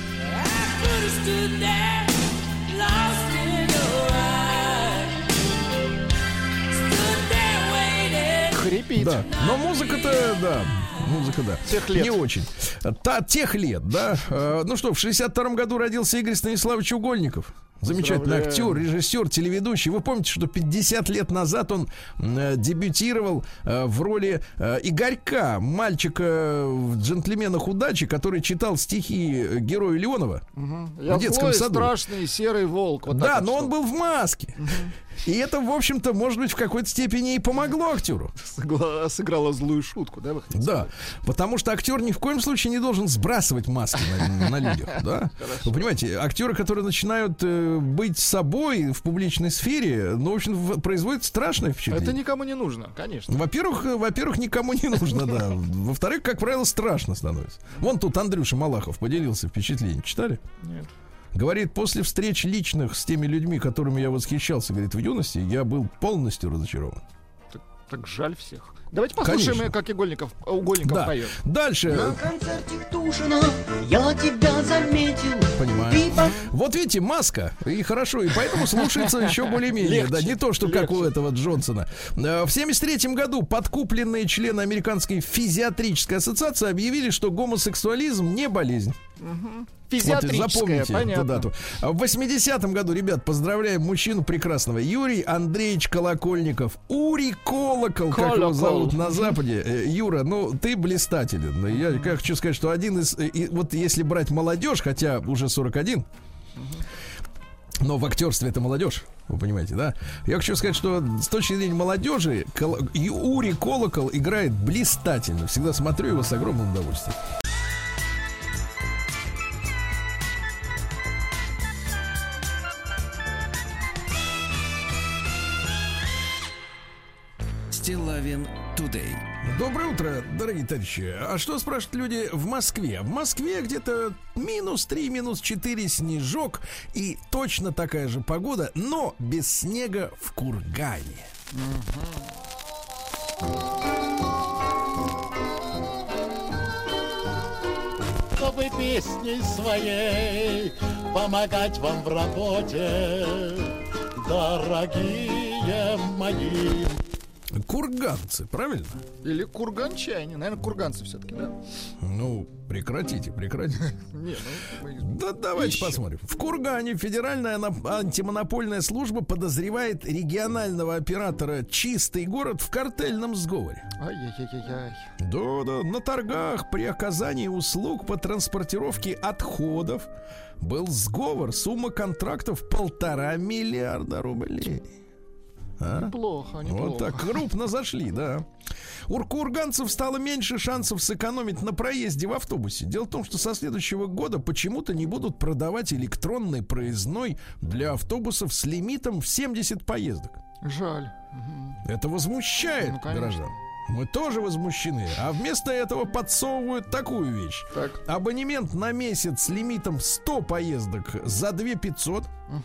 Хрипит. Да, но музыка-то, да. Музыка, да. Тех лет. Не очень. Тех лет, да. Ну что, в 62-м году родился Игорь Станиславович Угольников. Замечательный актер, режиссер, телеведущий. Вы помните, что 50 лет назад он дебютировал в роли Игорька, мальчика в «Джентльменах удачи», который читал стихи героя Леонова в детском саду. Страшный серый волк. Вот да, но он был в маске. И это, в общем-то, может быть, в какой-то степени и помогло актеру. Сыграла злую шутку, да? Да, потому что актер ни в коем случае не должен сбрасывать маски на людях, да? Вы понимаете, актеры, которые начинают быть собой в публичной сфере, ну, в общем, производят страшное впечатление. Это никому не нужно, конечно. Во-первых, никому не нужно, да. Во-вторых, как правило, страшно становится. Вон тут Андрюша Малахов поделился впечатлением. Читали? Нет. Говорит, после встреч личных с теми людьми, которыми я восхищался, говорит, в юности, я был полностью разочарован. Так жаль всех. Давайте послушаем, Конечно. как Угольников поет. Дальше. На концерте Ктушина я тебя заметил. Понимаю. Вот видите, маска, и хорошо, и поэтому слушается еще более-менее. Да, не то, что как у этого Джонсона. В 1973 году подкупленные члены Американской физиатрической ассоциации объявили, что гомосексуализм не болезнь. Физиатрическая, вот, запомните понятно. эту дату. В 80-м году, ребят, поздравляем мужчину прекрасного. Юрий Андреевич Колокольников. Ури Колокол, как его зовут на Западе. Юра, ну, ты блистателен. Я хочу сказать, что один из... вот если брать молодежь, хотя уже 41, но в актерстве это молодежь, вы понимаете, да? Я хочу сказать, что с точки зрения молодежи Ури Колокол играет блистательно. Всегда смотрю его с огромным удовольствием. Стиллавин Today. Доброе утро, дорогие товарищи. А что спрашивают люди в Москве? В Москве где-то -3, -4 снежок и точно такая же погода, но без снега в Кургане. Чтобы песней своей помогать вам в работе, дорогие мои. Курганцы, правильно? Или курганчане. Наверное, курганцы все-таки, да? Ну, прекратите. Да, давайте посмотрим. В Кургане Федеральная антимонопольная служба подозревает регионального оператора «Чистый город» в картельном сговоре. Ай-яй-яй-яй. Да, на торгах при оказании услуг по транспортировке отходов был сговор, сумма контрактов 1,5 миллиарда рублей. Неплохо. Вот так крупно зашли, да. У курганцев стало меньше шансов сэкономить на проезде в автобусе. Дело в том, что со следующего года почему-то не будут продавать электронный проездной для автобусов с лимитом в 70 поездок. Жаль. Это возмущает граждан. Мы тоже возмущены. А вместо этого подсовывают такую вещь. Так. Абонемент на месяц с лимитом 100 поездок за 2500.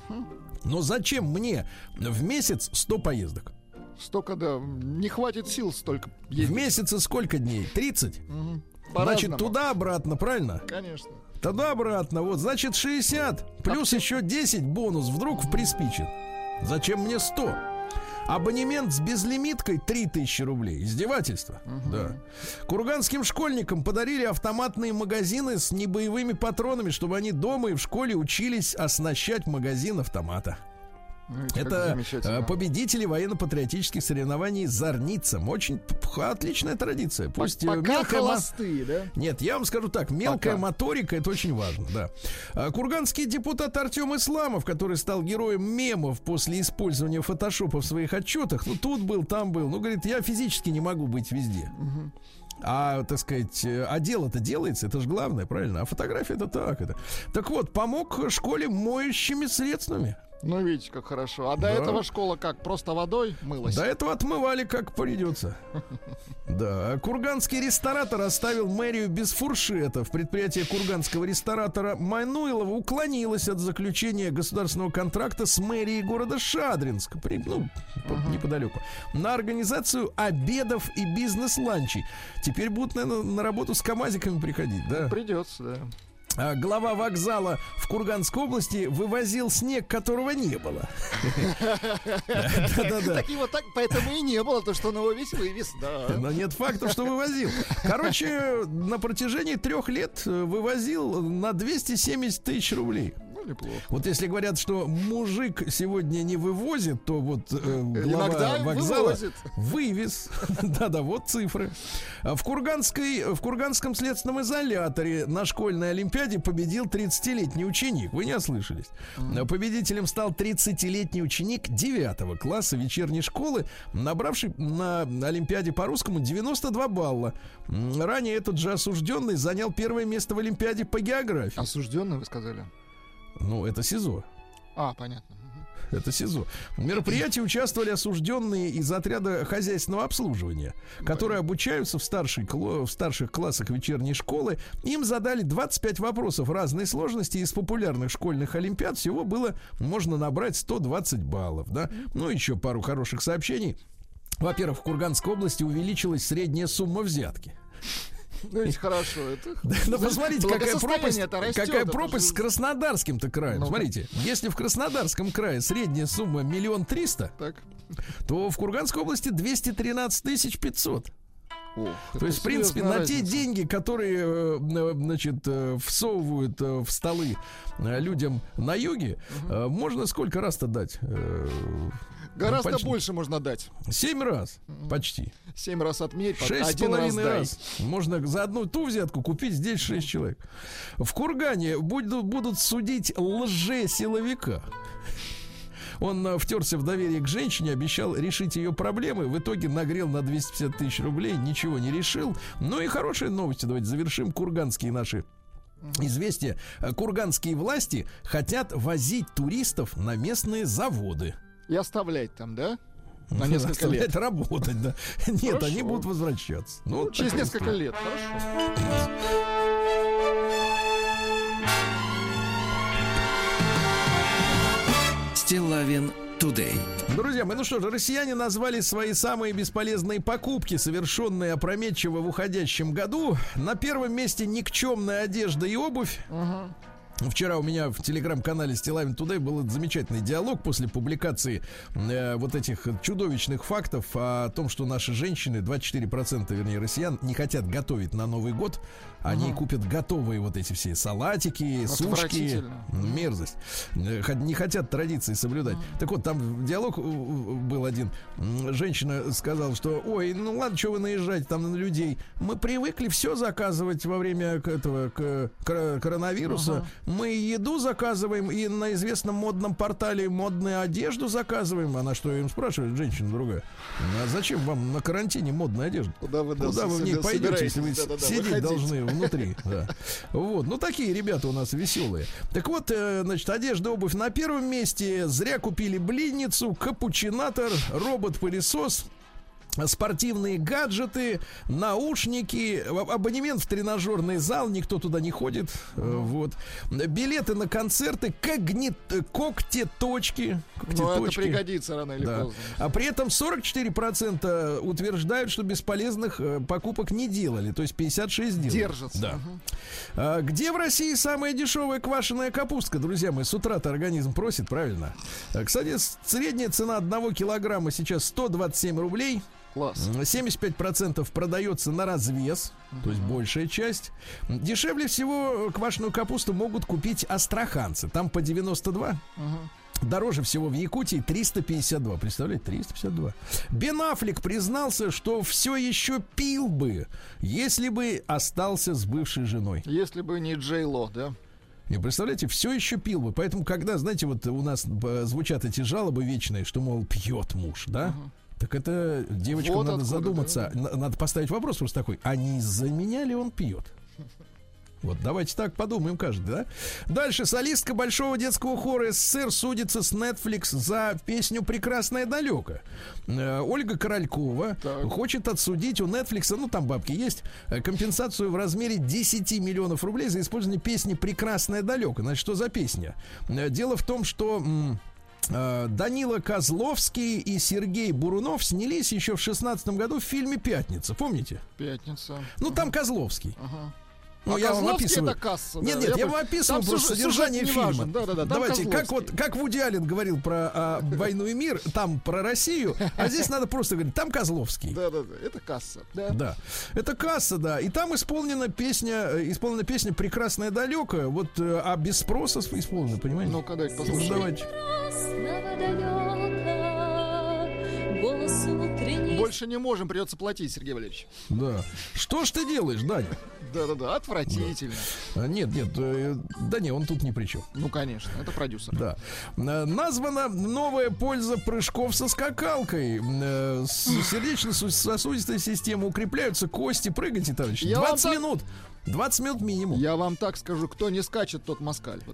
Но зачем мне в месяц 100 поездок? Столько, да. Не хватит сил столько ездить. В месяце сколько дней? 30? По-разному. Значит, туда-обратно, правильно? Конечно. Туда-обратно. Вот, значит, 60. Плюс еще 10 бонус. Вдруг приспичит. Зачем мне 100? Абонемент с безлимиткой 3000 рублей. Издевательство. Да. Курганским школьникам подарили автоматные магазины с небоевыми патронами, чтобы они дома и в школе учились оснащать магазин автомата. Это победители военно-патриотических соревнований «Зорницам». Очень отличная традиция. Пусть пока холостые, да? Нет, я вам скажу так, мелкая моторика — это очень важно, да. Курганский депутат Артем Исламов, который стал героем мемов после использования фотошопа в своих отчетах, ну тут был, там был, ну говорит, я физически не могу быть везде. А, так сказать, а дело-то делается, это же главное, правильно? А фотография — это так, это. Так вот, помог школе моющими средствами. Ну, видите, как хорошо. А до этого школа как? Просто водой мылась? До этого отмывали как придется. Да. Курганский ресторатор оставил мэрию без фуршетов. Предприятие курганского ресторатора Мануилова уклонилось от заключения государственного контракта с мэрией города Шадринск, неподалеку, на организацию обедов и бизнес-ланчей. Теперь будут, наверное, на работу с камазиками приходить, да? Придется, да. Глава вокзала в Курганской области вывозил снег, которого не было. Так его так, поэтому и не было, то что он его весь вывез, да. Но нет факта, что вывозил. Короче, на протяжении 3 лет вывозил на 270 тысяч рублей. Ну, неплохо. Вот если говорят, что мужик сегодня не вывозит, то вот глава Иногда вокзала вывозит. вывез. Да-да, вот цифры. В Курганском следственном изоляторе на школьной олимпиаде победил 30-летний ученик. Вы не ослышались. Победителем стал 30-летний ученик 9 класса вечерней школы, набравший на олимпиаде по русскому 92 балла. Ранее этот же осужденный занял первое место в олимпиаде по географии. Осужденный, вы сказали? Ну, это СИЗО. Понятно. Это СИЗО. В мероприятии участвовали осужденные из отряда хозяйственного обслуживания, которые обучаются в старших классах вечерней школы. Им задали 25 вопросов разной сложности. Из популярных школьных олимпиад всего было можно набрать 120 баллов. Да? Ну, еще пару хороших сообщений. Во-первых, в Курганской области увеличилась средняя сумма взятки. Ну, ведь хорошо. Это... Ну, посмотрите, какая растет, пропасть с Краснодарским-то краем. Ну, смотрите, если в Краснодарском крае средняя сумма 1 300 000, то в Курганской области 213 500. То есть, в принципе, на те деньги, которые, значит, всовывают в столы людям на юге, можно сколько раз-то дать? Гораздо больше можно дать. 7 раз почти. 7 раз отметь, 6,5 раз. Можно за одну ту взятку купить здесь 6 человек. В Кургане будут судить лже-силовика. Он втерся в доверие к женщине, обещал решить ее проблемы. В итоге нагрел на 250 000 рублей, ничего не решил. Ну и хорошие новости. Давайте завершим курганские наши известия. Курганские власти хотят возить туристов на местные заводы. И оставлять там, да? На несколько лет. Работать, да. Нет, хорошо. Они будут возвращаться. Ну, через несколько лет, хорошо. Стиллавин Today. Друзья мои, ну что же, россияне назвали свои самые бесполезные покупки, совершенные опрометчиво в уходящем году. На первом месте никчемная одежда и обувь. Вчера у меня в телеграм-канале Стиллавин Today был замечательный диалог после публикации вот этих чудовищных фактов о том, что наши женщины, 24%, вернее, россиян, не хотят готовить на Новый год. Они купят готовые вот эти все салатики, сушки. Мерзость. Не хотят традиции соблюдать. Так вот, там диалог был один. Женщина сказала, что ой, ну ладно, что вы наезжаете там на людей. Мы привыкли все заказывать во время этого коронавируса. Мы еду заказываем и на известном модном портале модную одежду заказываем. Она что им спрашивает, женщина другая? А зачем вам на карантине модная одежда? Куда вы в ней пойдете, если вы сидеть должны внутри? Да. Вот, ну такие ребята у нас веселые. Так вот, значит, одежда, обувь на первом месте. Зря купили блинницу, капучинатор, робот-пылесос, спортивные гаджеты, наушники, абонемент в тренажерный зал, никто туда не ходит. Вот. Билеты на концерты, когтеточки. Ну, это пригодится рано или поздно. А при этом 44% утверждают, что бесполезных покупок не делали. То есть 56 делали. Держатся. Да. Где в России самая дешевая квашеная капустка, друзья мои? С утра-то организм просит, правильно? Кстати, средняя цена 1 килограмма сейчас 127 рублей. Класс. 75% продается на развес, то есть большая часть. Дешевле всего квашеную капусту могут купить астраханцы. Там по 92. Дороже всего в Якутии 352. Представляете, 352. Бен Аффлек признался, что все еще пил бы, если бы остался с бывшей женой. Если бы не Джей Ло, да? И представляете, все еще пил бы. Поэтому, когда, знаете, вот у нас звучат эти жалобы вечные, что, мол, пьет муж, да? Так это девочкам вот надо задуматься, да? Надо поставить вопрос просто такой: а не из-за меня ли он пьет? Вот давайте так подумаем каждый, да? Дальше. Солистка Большого детского хора СССР судится с Netflix за песню «Прекрасное далеко». Ольга Королькова хочет отсудить у Netflix, ну там бабки есть, компенсацию в размере 10 миллионов рублей за использование песни «Прекрасное далеко». Значит, что за песня? Дело в том, что Данила Козловский и Сергей Бурунов снялись еще в 2016 году в фильме «Пятница». Помните? «Пятница». Ну, там Козловский. Ну, я вам описываю. Это касса. Нет, я вам описываю просто содержание фильма. Да, давайте, как Вуди Аллен говорил про «Войну и мир», там про Россию, а здесь надо просто говорить, там Козловский. Да, это касса. Да, это касса, да. И там исполнена песня «Прекрасная далекая», вот, а без спроса исполнена, понимаете? Ну-ка, дайте послушаем. Давайте. Больше не можем, придется платить, Сергей Валерьевич. Да. Что ж ты делаешь, Даня? Да, отвратительно. Нет, да не, он тут ни при чем. Ну, конечно, это продюсер. Да. Названа новая польза прыжков со скакалкой. Сердечно-сосудистая система, укрепляются кости. Прыгайте, товарищи. 20 минут. 20 минут минимум. Я вам так скажу, кто не скачет, тот москаль. Вот.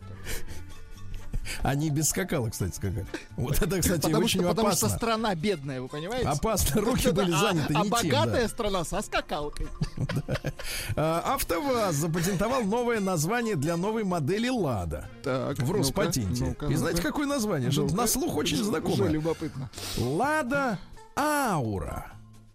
Они без скакалок, кстати, скакали. Вот это, кстати, очень опасно. Потому что страна бедная, вы понимаете? Опасно, руки были заняты не тем. А богатая страна со скакалкой. АвтоВАЗ запатентовал новое название для новой модели «Лада» в Роспатенте. И знаете, какое название? Что на слух очень знакомое. Уже любопытно. «Лада Аура».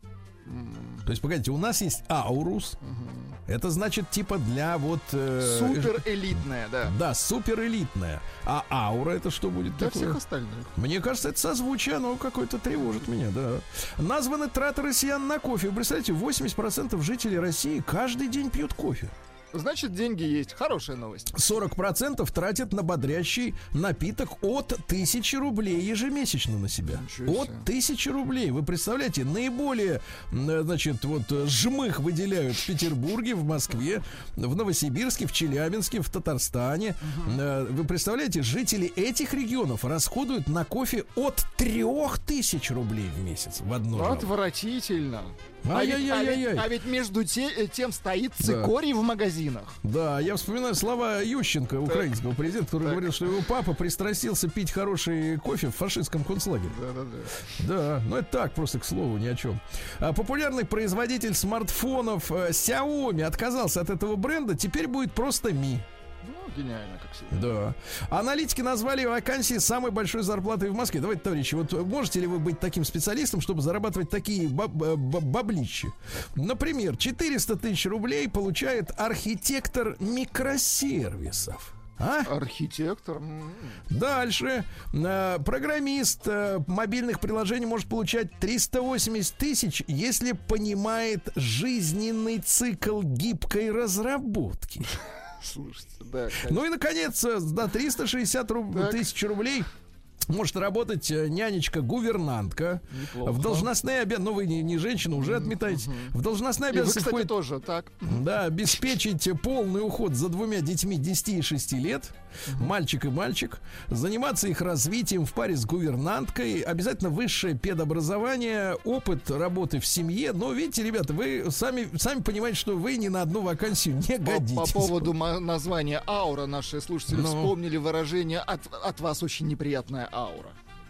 То есть, погодите, у нас есть Аурус. Это значит, типа, для вот... суперэлитная, да. Да, суперэлитная. А аура это что будет для такое? Всех остальных. Мне кажется, это созвучие, оно какое-то тревожит меня, да. Названы траты россиян на кофе. Вы представляете, 80% жителей России каждый день пьют кофе. Значит, деньги есть. Хорошая новость. 40% тратят на бодрящий напиток от 1000 рублей ежемесячно на себя. От 1000 рублей. Вы представляете, наиболее, значит, вот жмых выделяют в Петербурге, в Москве, в Новосибирске, в Челябинске, в Татарстане. Вы представляете, жители этих регионов расходуют на кофе от 3000 рублей в месяц в одно жало. Отвратительно. А ведь между тем стоит цикорий в магазинах. Да, я вспоминаю слова Ющенко, украинского президента, который говорил, что его папа пристрастился пить хороший кофе в фашистском концлагере. Да, ну это так, просто к слову, ни о чем. Популярный производитель смартфонов Xiaomi отказался от этого бренда, теперь будет просто Mi. Ну, гениально, как всегда. Да. Аналитики назвали вакансии самой большой зарплатой в Москве. Давайте, товарищи, вот можете ли вы быть таким специалистом, чтобы зарабатывать такие баблищи? Например, 400 тысяч рублей получает архитектор микросервисов. Архитектор. Дальше. Программист мобильных приложений может получать 380 тысяч, если понимает жизненный цикл гибкой разработки. Слушайте, да. Ну и, наконец, за 360 тысяч рублей может работать нянечка-гувернантка. В должностные обязанности, ну вы не женщина, уже отметаете. В должностные обязанности входит тоже, так. Да, обеспечить полный уход за 2 детьми 10 и 6 лет. Мальчик и мальчик. Заниматься их развитием в паре с гувернанткой. Обязательно высшее педобразование, опыт работы в семье. Но видите, ребята, вы сами понимаете, что вы ни на одну вакансию не годитесь. По поводу названия «Аура» наши слушатели вспомнили выражение «от вас очень неприятная аура».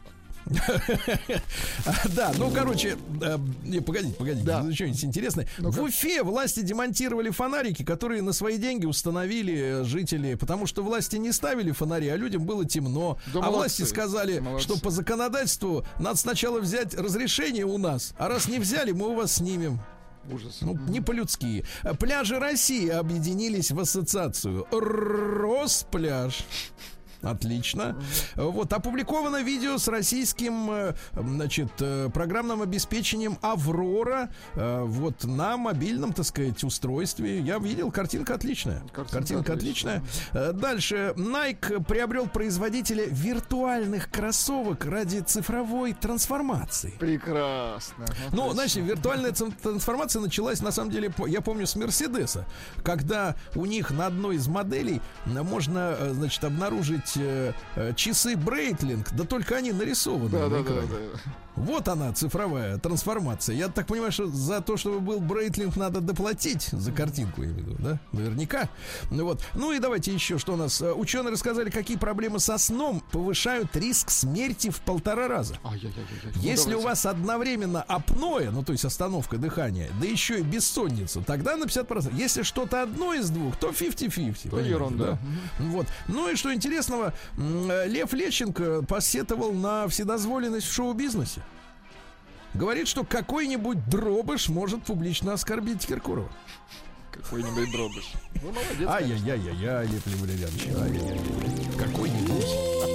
Да, ну, короче, погодите, что-нибудь интересное. В Уфе власти демонтировали фонарики, которые на свои деньги установили жители, потому что власти не ставили фонари, а людям было темно. А власти сказали, что по законодательству надо сначала взять разрешение у нас, а раз не взяли, мы у вас снимем. Ужас. Ну, не по-людски. Пляжи России объединились в ассоциацию Роспляж. Отлично. Вот, опубликовано видео с российским, значит, программным обеспечением «Аврора», вот, на мобильном, так сказать, устройстве. Я видел, картинка отличная. Картинка отличная. Дальше. Nike приобрел производителя виртуальных кроссовок ради цифровой трансформации. Прекрасно. Ну, значит, виртуальная трансформация началась, на самом деле, я помню, с Мерседеса, когда у них на одной из моделей можно, значит, обнаружить часы Брейтлинг, да только они нарисованы на экране. Вот она, цифровая трансформация. Я так понимаю, что за то, чтобы был Брейтлинг, надо доплатить за картинку, я имею в виду, да? Наверняка. Вот. Ну и давайте еще, что у нас. Ученые рассказали, какие проблемы со сном повышают риск смерти в 1,5 раза. Если у вас одновременно апноэ, ну то есть остановка дыхания, да еще и бессонница, тогда на 50%. Если что-то одно из двух, то 50-50. То ерунда. Да? Вот. Ну и что интересного, Лев Лещенко посетовал на вседозволенность в шоу-бизнесе. Говорит, что какой-нибудь дробыш может публично оскорбить Киркорова. какой-нибудь Дробыш. Вы молодец, конечно. Ай-яй-яй-яй, Лепель Валерьянович. Ай-яй-яй-яй. Какой-нибудь.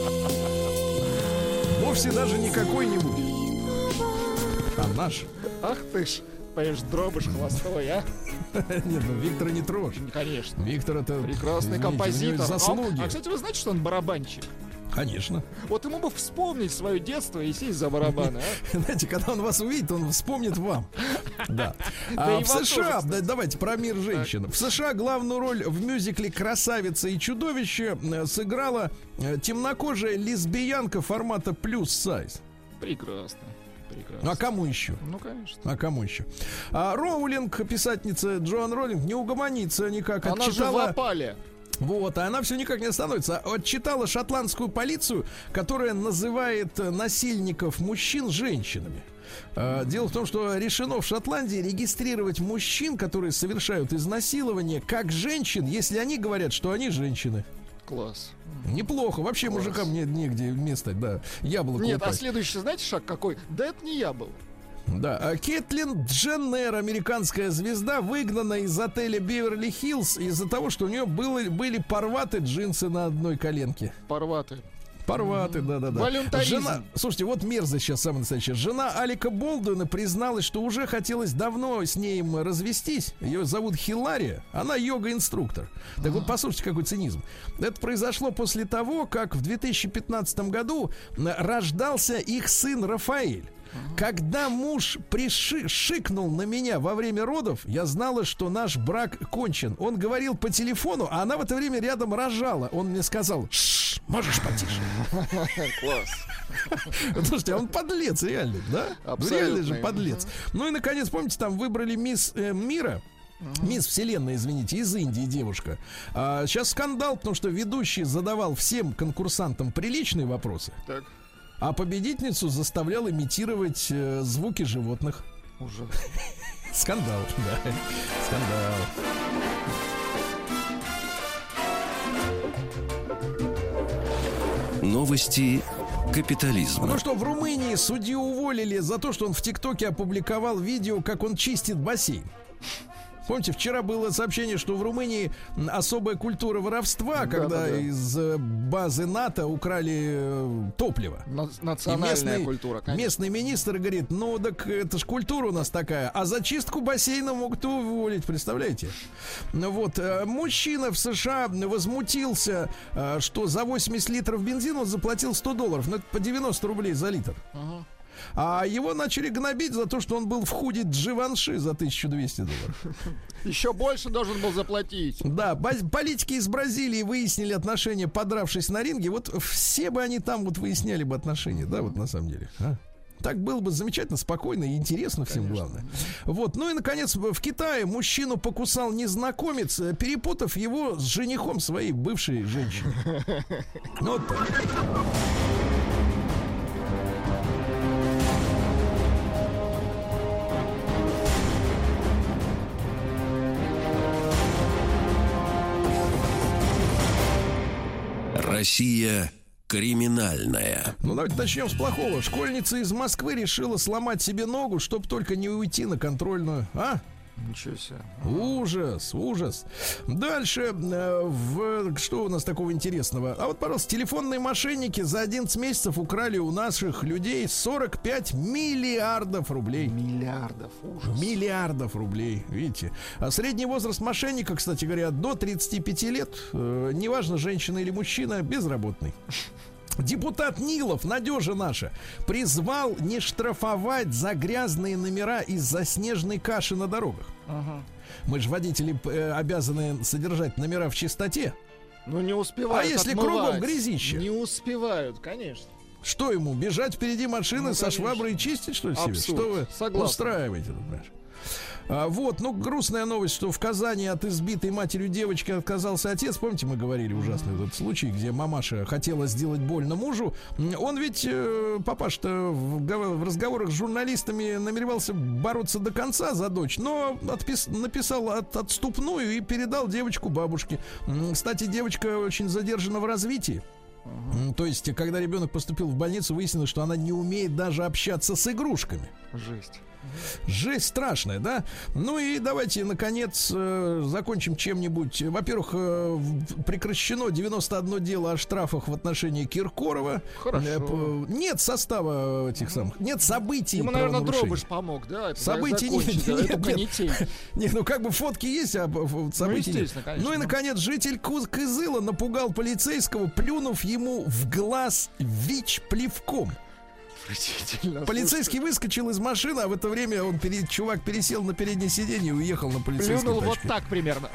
Вовсе даже не какой-нибудь, а наш. Ах ты ж, понимаешь, Дробыш холостой, а? Нет, ну Виктора не трожь. Конечно. Виктор это Прекрасный извините, у него композитор. есть заслуги. А, кстати, вы знаете, что он барабанщик? Конечно. Вот ему бы вспомнить свое детство и сесть за барабаны, а? Знаете, когда он вас увидит, он вспомнит вам. Да. Да и В вам США, тоже, давайте про мир женщин. В США главную роль в мюзикле «Красавица и чудовище» сыграла темнокожая лесбиянка формата плюс сайз. Прекрасно. А кому еще? Ну, конечно. А кому еще? Роулинг, писательница Джоан Роулинг, не угомонится никак. Она же в опале. Вот, а она все никак не остановится. Отчитала шотландскую полицию, которая называет насильников мужчин женщинами. Дело в том, что решено в Шотландии регистрировать мужчин, которые совершают изнасилование, как женщин, если они говорят, что они женщины. Класс. Неплохо. Вообще Класс. мужикам негде место, да. Яблоко Нет, упасть. а следующий, знаете, шаг какой? Да это не я был. Да, Кэтлин Дженнер, американская звезда, выгнана из отеля Беверли-Хиллз из-за того, что у нее были порваты джинсы на одной коленке. Порваты. Порваты, да-да-да. Волюнтаризм. Жена, слушайте, вот мерзость сейчас самая настоящая. Жена Алика Болдуина призналась, что уже хотелось давно с ней развестись. Ее зовут Хилария. Она йога-инструктор. Так вот, послушайте, какой цинизм. Это произошло после того, как в 2015 году рождался их сын Рафаэль. Когда муж шикнул на меня во время родов, я знала, что наш брак кончен. Он говорил по телефону, а она в это время рядом рожала. Он мне сказал: «Шш, можешь потише». Класс. Слушайте, а он подлец, реально, да? Абсолютно. Реально же подлец. Ну и, наконец, помните, там выбрали мисс мира. Мисс Вселенная, извините, из Индии девушка. Сейчас скандал, потому что ведущий задавал всем конкурсантам приличные вопросы. Так. А победительницу заставлял имитировать звуки животных. Ужас. Скандал, да. Скандал. Новости капитализма. Ну что, в Румынии судью уволили за то, что он в ТикТоке опубликовал видео, как он чистит бассейн. Помните, вчера было сообщение, что в Румынии особая культура воровства, когда из базы НАТО украли топливо. Национальная культура, конечно. Местный министр говорит: ну так это ж культура у нас такая, а за чистку бассейна могут уволить, представляете? Вот, мужчина в США возмутился, что за 80 литров бензина он заплатил $100, ну это по 90 рублей за литр. А его начали гнобить за то, что он был в худи Дживанши за $1200. Еще больше должен был заплатить. Да, политики из Бразилии выяснили отношения, подравшись на ринге. Вот все бы они там вот выясняли бы отношения, да, вот на самом деле. Так было бы замечательно, спокойно и интересно всем, конечно, главное. Вот, ну и, наконец, в Китае мужчину покусал незнакомец, перепутав его с женихом своей бывшей женщины. Вот так. Россия криминальная. Ну, давайте начнем с плохого. Школьница из Москвы решила сломать себе ногу, чтобы только не уйти на контрольную. Ничего себе. Ужас, ужас. Дальше, что у нас такого интересного? А вот, пожалуйста, телефонные мошенники за 11 месяцев украли у наших людей 45 миллиардов рублей. Миллиардов, ужас. Миллиардов рублей, видите. А средний возраст мошенника, кстати говоря, до 35 лет, неважно, женщина или мужчина, безработный. Депутат Нилов, надежа наша, призвал не штрафовать за грязные номера из-за снежной каши на дорогах. Мы же, водители, обязаны содержать номера в чистоте. Ну не успевают. А если отмывать. кругом грязище? Не успевают, конечно. Что ему, бежать впереди машины, со шваброй и чистить, что ли, себе? Абсурд. Что вы Согласен. устраиваете, понимаешь? Вот, ну, грустная новость, что в Казани от избитой матерью девочки отказался отец. Помните, мы говорили ужасный этот случай, где мамаша хотела сделать больно мужу. Он ведь, папаша-то, в разговорах с журналистами намеревался бороться до конца за дочь, но написал отступную и передал девочку бабушке. Кстати, девочка очень задержана в развитии. То есть, когда ребенок поступил в больницу, выяснилось, что она не умеет даже общаться с игрушками. Жесть. Жесть страшная, да? Ну и давайте, наконец, закончим чем-нибудь. Во-первых, прекращено 91 дело о штрафах в отношении Киркорова. Хорошо. Нет состава этих самых, нет событий. Ему, наверное, Дробыш помог, да? Событий нет. Нет, ну как бы фотки есть, а событий нет. Ну и, наконец, житель Кызыла напугал полицейского, плюнув ему в глаз ВИЧ-плевком. Полицейский выскочил из машины, а в это время чувак пересел на переднее сиденье и уехал на полицейском тачке. Плюнул вот так примерно.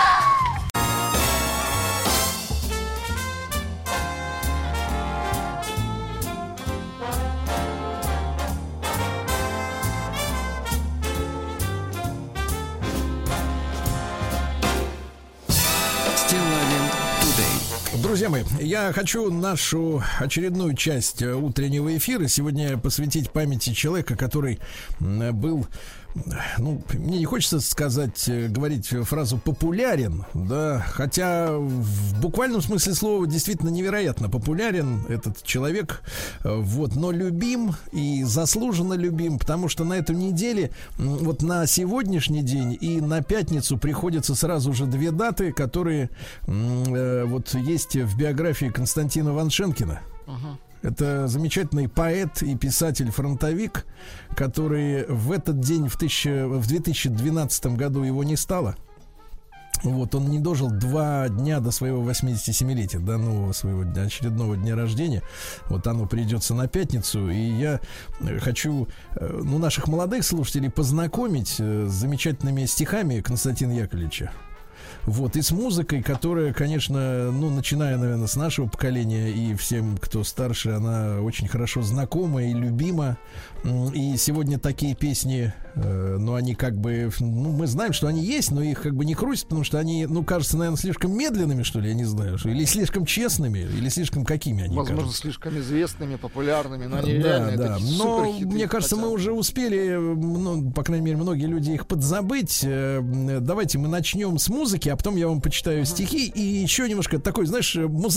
Друзья мои, я хочу нашу очередную часть утреннего эфира сегодня посвятить памяти человека, который был, ну, мне не хочется говорить фразу популярен, да, хотя в буквальном смысле слова действительно невероятно популярен этот человек, вот, но любим и заслуженно любим, потому что на этой неделе, вот на сегодняшний день и на пятницу приходится сразу же две даты, которые вот есть в биографии Константина Ваншенкина. Это замечательный поэт и писатель-фронтовик, который в этот день, в 2012 году его не стало. Вот, он не дожил 2 дня до своего 87-летия, до нового своего очередного дня рождения. Вот оно придется на пятницу. И я хочу, наших молодых слушателей познакомить с замечательными стихами Константина Яковлевича. Вот, и с музыкой, которая, конечно, начиная, наверное, с нашего поколения и всем, кто старше, она очень хорошо знакома и любима. И сегодня такие песни, они как бы, мы знаем, что они есть, но их как бы не крутят, потому что они, кажутся, наверное, слишком медленными, что ли, я не знаю, или слишком честными, или слишком какими они возможно, кажутся. Слишком известными, популярными, но они реально такие но суперхиты. Мне кажется, мы уже успели, по крайней мере, многие люди их подзабыть. Давайте мы начнем с музыки, а потом я вам почитаю стихи и еще немножко такой, знаешь,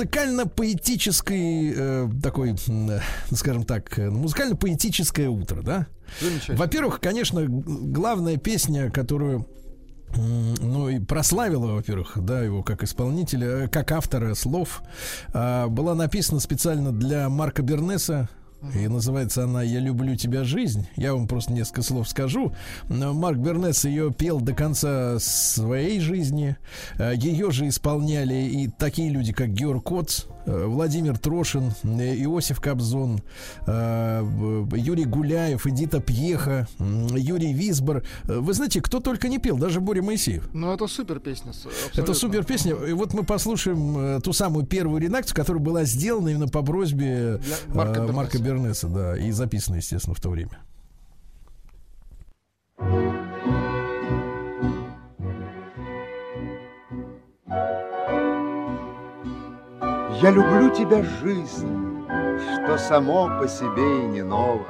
музыкально-поэтической такой, скажем так, музыкально-поэтическое утро, да? Во-первых, конечно, главная песня, которую и прославила, во-первых, да, его как исполнителя, как автора слов, была написана специально для Марка Бернеса. И называется она «Я люблю тебя, жизнь». Я вам просто несколько слов скажу. Марк Бернес ее пел до конца своей жизни. Ее же исполняли и такие люди, как Георг Коц, Владимир Трошин, Иосиф Кобзон, Юрий Гуляев, Эдита Пьеха, Юрий Висбор. Вы знаете, кто только не пел, даже Боря Моисеев. Ну, это супер песня. Абсолютно. Это супер песня. И вот мы послушаем ту самую первую редакцию, которая была сделана именно по просьбе Марка Бернеса, да, и записана, естественно, в то время. Я люблю тебя, жизнь, что само по себе и не ново.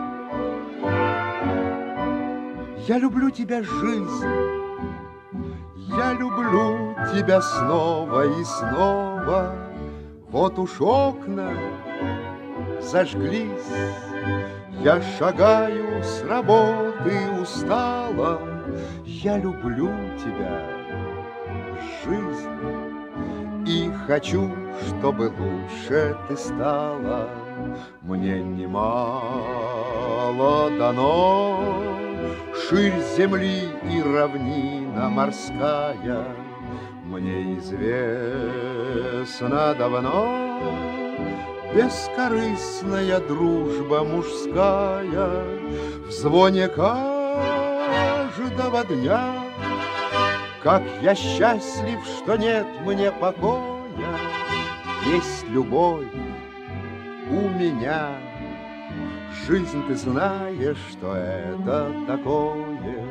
Я люблю тебя, жизнь, я люблю тебя снова и снова. Вот уж окна зажглись, я шагаю с работы устала. Я люблю тебя, жизнь, и хочу, чтобы лучше ты стала. Мне немало дано, ширь земли и равнина морская. Мне известно давно бескорыстная дружба мужская. В звоне каждого дня, как я счастлив, что нет мне покоя. Есть любовь у меня, жизнь, ты знаешь, что это такое.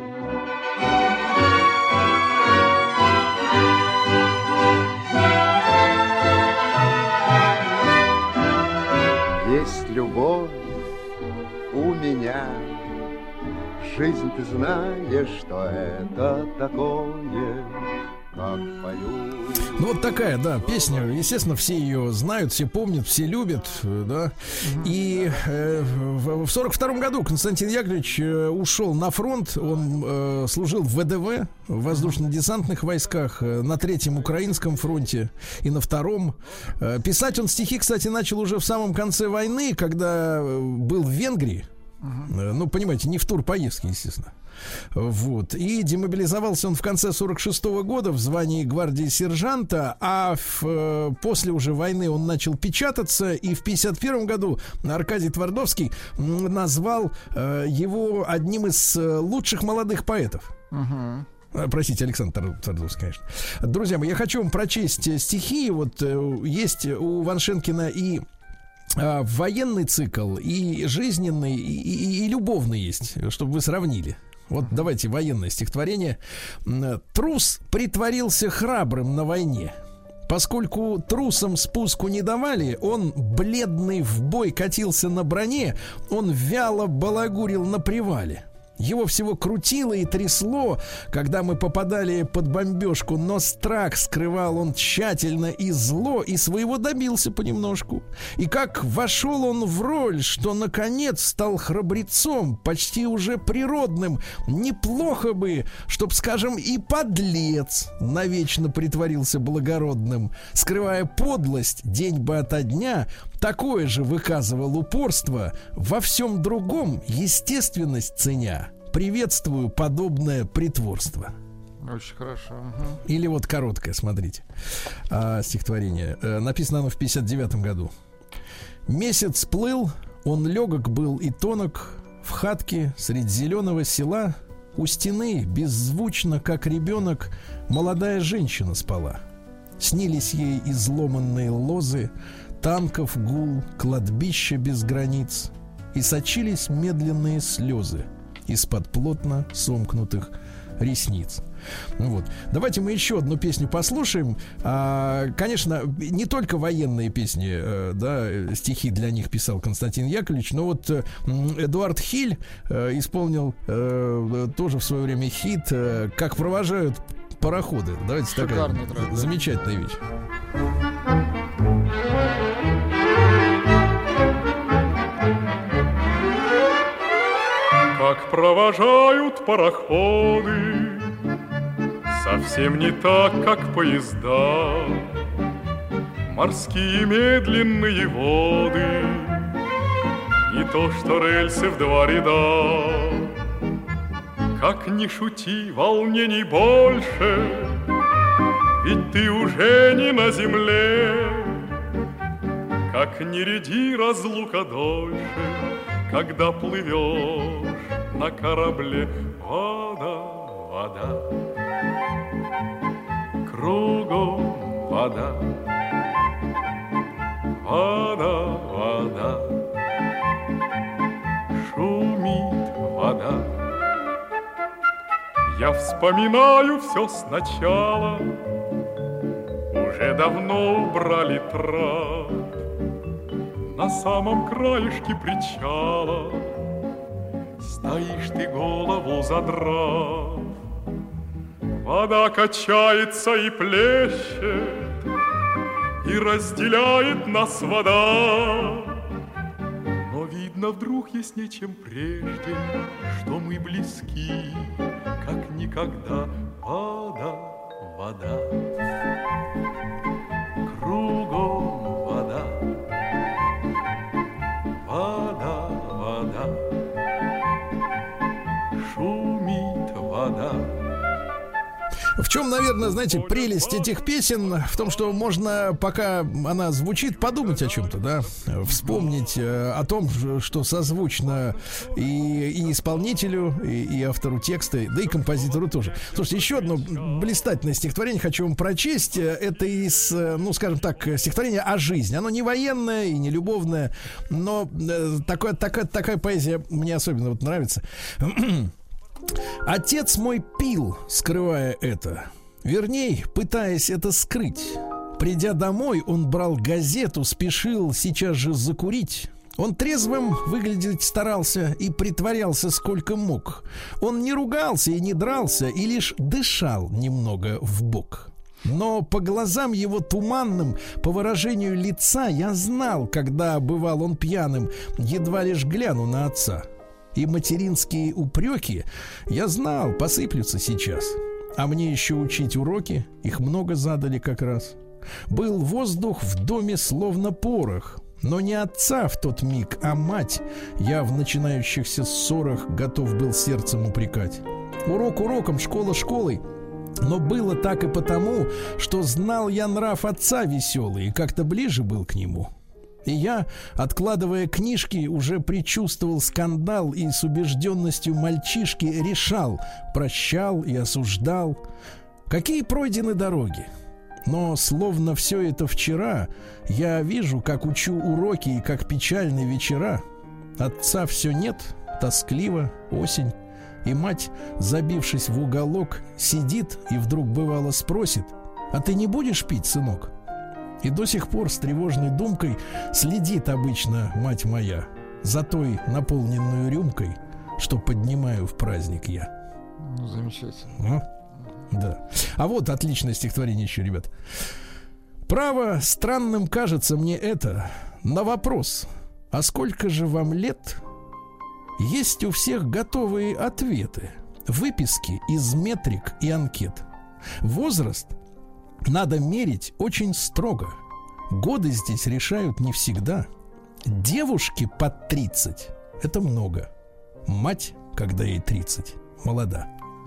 Есть любовь у меня, жизнь, ты знаешь, что это такое. как пою. Ну вот такая, да, песня. Естественно, все ее знают, все помнят, все любят, да. И в 42-м году Константин Яковлевич ушел на фронт. Он служил в ВДВ, в воздушно-десантных войсках, на 3-м Украинском фронте и на 2-м. Писать он стихи, кстати, начал уже в самом конце войны, когда был в Венгрии. Ну, понимаете, не в турпоездке, естественно. Вот. И демобилизовался он в конце 46-го года в звании гвардии сержанта, а после уже войны он начал печататься, и в 51-м году Аркадий Твардовский назвал его одним из лучших молодых поэтов. Простите, Александр Твардовский, конечно. Друзья мои, я хочу вам прочесть стихи. Вот есть у Ваншенкина и военный цикл, и жизненный, и любовный есть, чтобы вы сравнили. Вот давайте военное стихотворение. «Трус притворился храбрым на войне. Поскольку трусам спуску не давали, он, бледный, в бой катился на броне, он вяло балагурил на привале. Его всего крутило и трясло, когда мы попадали под бомбежку, но страх скрывал он тщательно и зло, и своего добился понемножку. И как вошел он в роль, что наконец стал храбрецом, почти уже природным, неплохо бы, чтоб, скажем, и подлец навечно притворился благородным, скрывая подлость день бы ото дня, такое же выказывал упорство, во всем другом естественность ценя. Приветствую подобное притворство». Очень хорошо. Или вот короткое, смотрите, стихотворение. Написано оно в 59-м году. «Месяц плыл, он легок был и тонок, в хатке средь зеленого села у стены беззвучно, как ребенок, молодая женщина спала. Снились ей изломанные лозы, танков гул, кладбище без границ, и сочились медленные слезы из-под плотно сомкнутых ресниц». Вот. Давайте мы еще одну песню послушаем. Конечно, не только военные песни, да, стихи для них писал Константин Яковлевич, но вот Эдуард Хиль исполнил тоже в свое время хит «Как провожают пароходы». Давайте такая замечательная вещь. Как провожают пароходы, совсем не так, как поезда. Морские медленные воды, не то что рельсы в 2 ряда. Как ни шути, волнений больше, ведь ты уже не на земле. Как ни ряди, разлука дольше, когда плывешь на корабле. Вода, вода, кругом вода, вода, вода, шумит вода. Я вспоминаю все сначала, уже давно убрали трап. На самом краешке причала стоишь ты, голову задрав. Вода качается и плещет, и разделяет нас вода. Но видно, вдруг яснее, чем прежде, что мы близки, как никогда. Вода, вода, кругом вода, вода, вода, шумит вода. В чем, наверное, знаете, прелесть этих песен в том, что можно, пока она звучит, подумать о чем-то, да, вспомнить о том, что созвучно и исполнителю, и автору текста, да и композитору тоже. Слушайте, еще одно блистательное стихотворение хочу вам прочесть. Это из, ну, скажем так, стихотворение о жизни. Оно не военное и не любовное, но такая поэзия мне особенно вот нравится. Отец мой пил, скрывая это, верней, пытаясь это скрыть. Придя домой, он брал газету, спешил сейчас же закурить. Он трезвым выглядеть старался и притворялся сколько мог. Он не ругался и не дрался, и лишь дышал немного вбок. Но по глазам его туманным, по выражению лица, я знал, когда бывал он пьяным, едва лишь гляну на отца. И материнские упреки, я знал, посыплются сейчас. А мне еще учить уроки, их много задали как раз. Был воздух в доме словно порох. Но не отца в тот миг, а мать я в начинающихся ссорах готов был сердцем упрекать. Урок уроком, школа школой. Но было так и потому, что знал я нрав отца веселый и как-то ближе был к нему. И я, откладывая книжки, уже предчувствовал скандал и с убежденностью мальчишки решал, прощал и осуждал. Какие пройдены дороги? Но словно все это вчера, я вижу, как учу уроки и как печальны вечера. Отца все нет, тоскливо, осень. И мать, забившись в уголок, сидит и вдруг бывало спросит: «А ты не будешь пить, сынок?» И до сих пор с тревожной думкой следит обычно мать моя за той наполненную рюмкой, что поднимаю в праздник я. Ну, замечательно. Да. А вот отличное стихотворение еще, ребят. Право, странным кажется мне это. На вопрос: а сколько же вам лет? Есть у всех готовые ответы, выписки из метрик и анкет. Возраст надо мерить очень строго. Годы здесь решают не всегда. Девушки под 30 — это много. Мать, когда ей 30, молода.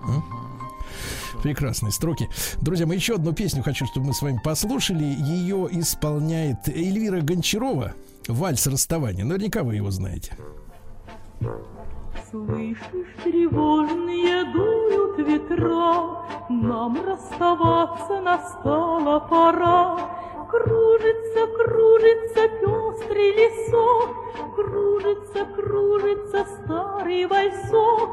Прекрасные строки. Друзья, мы еще одну песню хочу, чтобы мы с вами послушали. Ее исполняет Эльвира Гончарова. «Вальс расставания». Наверняка вы его знаете. Слышишь, тревожные дуют ветра, нам расставаться настала пора. Кружится, кружится пестрый лесок, кружится, кружится старый вальсок,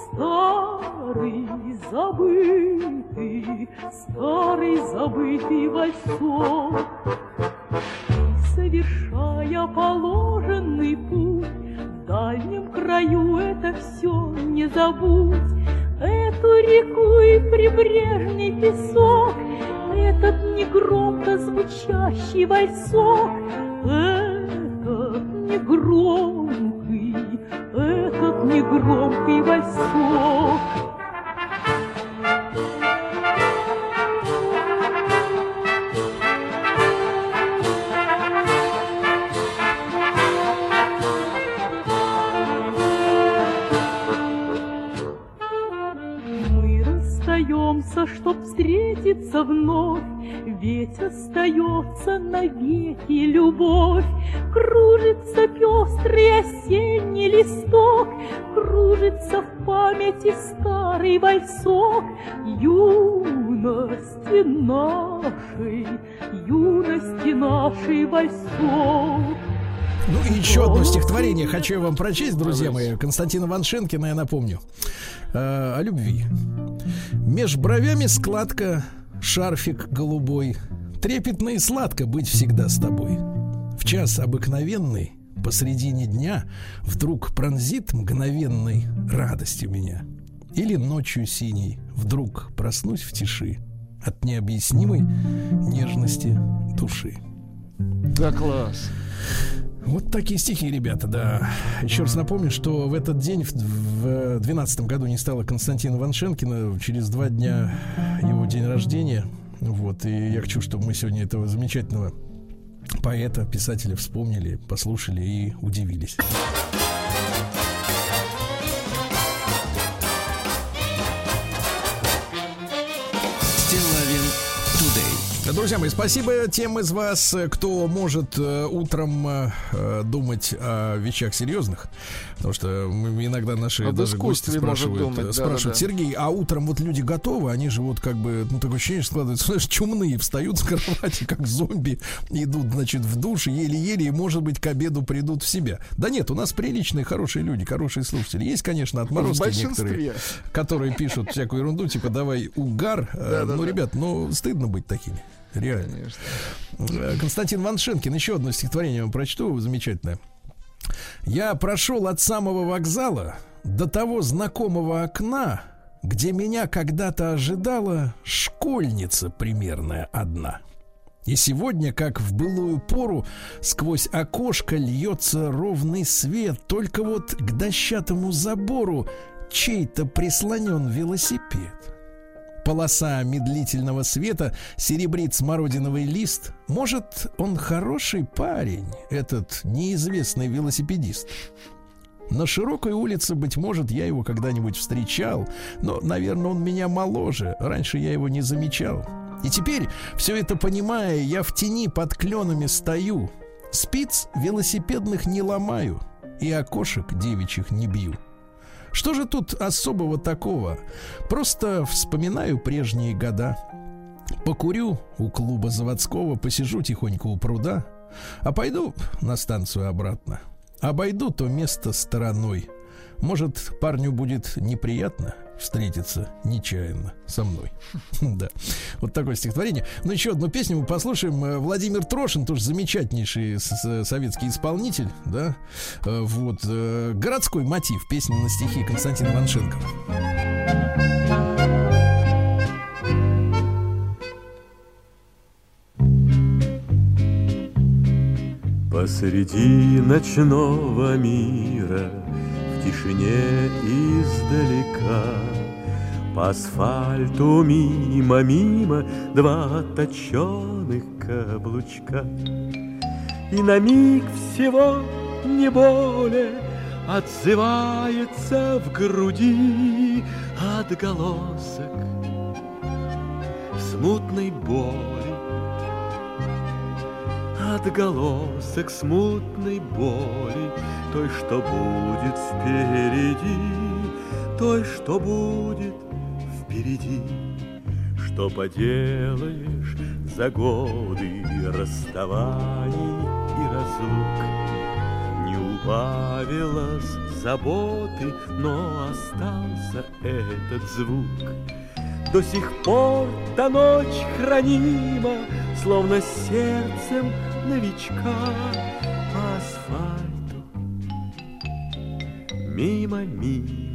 старый забытый вальсок. И, совершая положенный путь, в дальнем краю это все не забудь. Эту реку и прибрежный песок, этот негромко звучащий вальсок, этот негромкий вальсок. Чтоб встретиться вновь, ведь остается навеки любовь. Кружится пестрый осенний листок, кружится в памяти старый вальсок юности нашей вальсок. Ну и еще одно стихотворение хочу я вам прочесть, друзья мои. Константина Ваншенкина, я напомню, о любви. Меж бровями складка, шарфик голубой, трепетно и сладко быть всегда с тобой. В час обыкновенный, посредине дня, вдруг пронзит мгновенной радостью меня. Или ночью синей вдруг проснусь в тиши от необъяснимой нежности души. Да, класс. Вот такие стихи, ребята, да. Еще раз напомню, что в этот день, в 2012 году, не стало Константина Ваншенкина. Через 2 дня его день рождения. Вот, и я хочу, чтобы мы сегодня этого замечательного поэта, писателя вспомнили, послушали и удивились. Друзья мои, спасибо тем из вас, кто может утром думать о вещах серьезных. Потому что иногда наши даже гости спрашивают, Сергей, а утром вот люди готовы, они же вот как бы, ну, такое ощущение складывается, знаешь, чумные, встают с кровати, как зомби, идут, значит, в душ, еле-еле, и, может быть, к обеду придут в себя. Да нет, у нас приличные, хорошие люди, хорошие слушатели. Есть, конечно, отморозки некоторые, которые пишут всякую ерунду, типа, давай угар. Ну, ребят, ну, стыдно быть такими. Реально. Конечно. Константин Ваншенкин, еще одно стихотворение вам прочту, замечательное. Я прошел от самого вокзала до того знакомого окна, где меня когда-то ожидала школьница примерная одна. И сегодня, как в былую пору, сквозь окошко льется ровный свет. Только вот к дощатому забору чей-то прислонен велосипед. Полоса медлительного света серебрит смородиновый лист. Может, он хороший парень, этот неизвестный велосипедист. На широкой улице, быть может, я его когда-нибудь встречал, но, наверное, он меня моложе. Раньше я его не замечал. И теперь, все это понимая, я в тени под кленами стою. Спиц велосипедных не ломаю и окошек девичьих не бью. Что же тут особого такого? Просто вспоминаю прежние года. Покурю у клуба заводского, посижу тихонько у пруда, а пойду на станцию обратно. Обойду то место стороной. Может, парню будет неприятно встретиться нечаянно со мной. Да, вот такое стихотворение. Ну, еще одну песню мы послушаем. Владимир Трошин, тоже замечательнейший советский исполнитель, да. Вот, городской мотив, песня на стихи Константина Иваншенкова. Посреди ночного мира, в тишине издалека, по асфальту мимо два точеных каблучка. И на миг всего не более отзывается в груди отголосок смутной боли. Отголосок смутной боли, той, что будет впереди, той, что будет впереди. Что поделаешь за годы расставаний и разлук? Не убавилось заботы, но остался этот звук. До сих пор та ночь хранима, словно сердцем новичка, по асфальту мимо,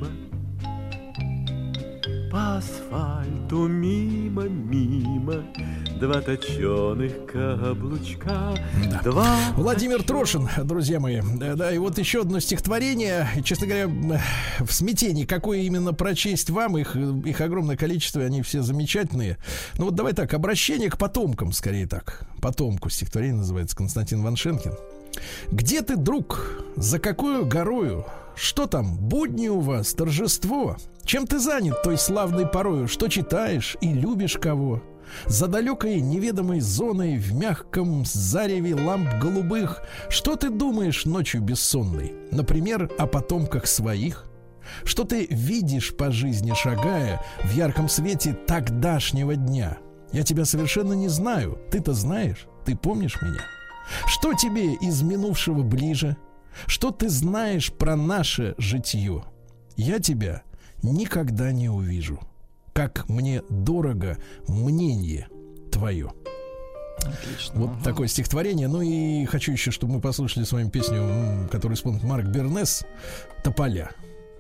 по асфальту мимо, два точеных каблучка. Да. Владимир Трошин, друзья мои. Да, и вот еще одно стихотворение. Честно говоря, в смятении, какое именно прочесть вам. Их огромное количество, они все замечательные. Ну вот давай так, обращение к потомкам, скорее так. Потомку стихотворение называется, Константин Иваншенкин. Где ты, друг? За какую горою? Что там, будни у вас, торжество? Чем ты занят той славной порою? Что читаешь и любишь кого? За далекой неведомой зоной, в мягком зареве ламп голубых, что ты думаешь ночью бессонной? Например, о потомках своих? Что ты видишь по жизни шагая в ярком свете тогдашнего дня? Я тебя совершенно не знаю, ты-то знаешь, ты помнишь меня? Что тебе из минувшего ближе? Что ты знаешь про наше житье? Я тебя никогда не увижу. Как мне дорого мнение твое. Отлично. Вот такое стихотворение. Ну и хочу еще, чтобы мы послушали с вами песню, которую исполнит Марк Бернес, «Тополя».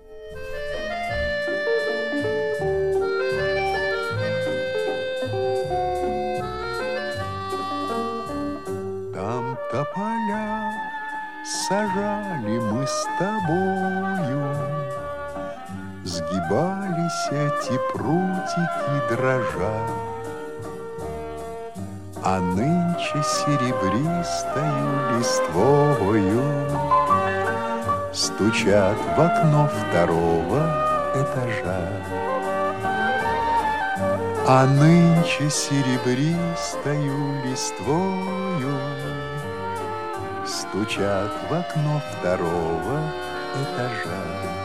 Там тополя сажали мы с тобою, сгибались эти прутики дрожа, а нынче серебристою листвою стучат в окно второго этажа. А нынче серебристою листвою стучат в окно второго этажа.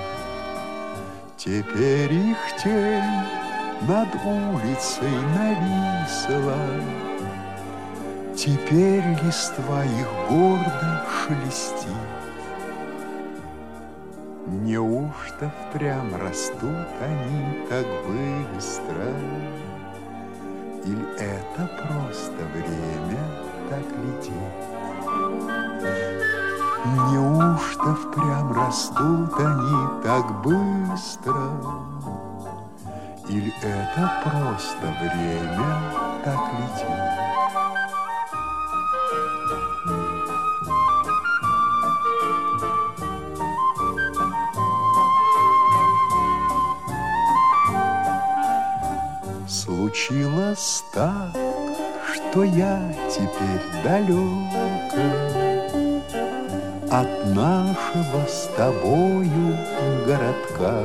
Теперь их тень над улицей нависла, теперь листва их гордо шелестит. Неужто впрямь растут они так быстро? Или это просто время так летит? Неужто впрямь растут они так быстро? Или это просто время так летит? Случилось так, что я теперь далеко от нашего с тобою городка.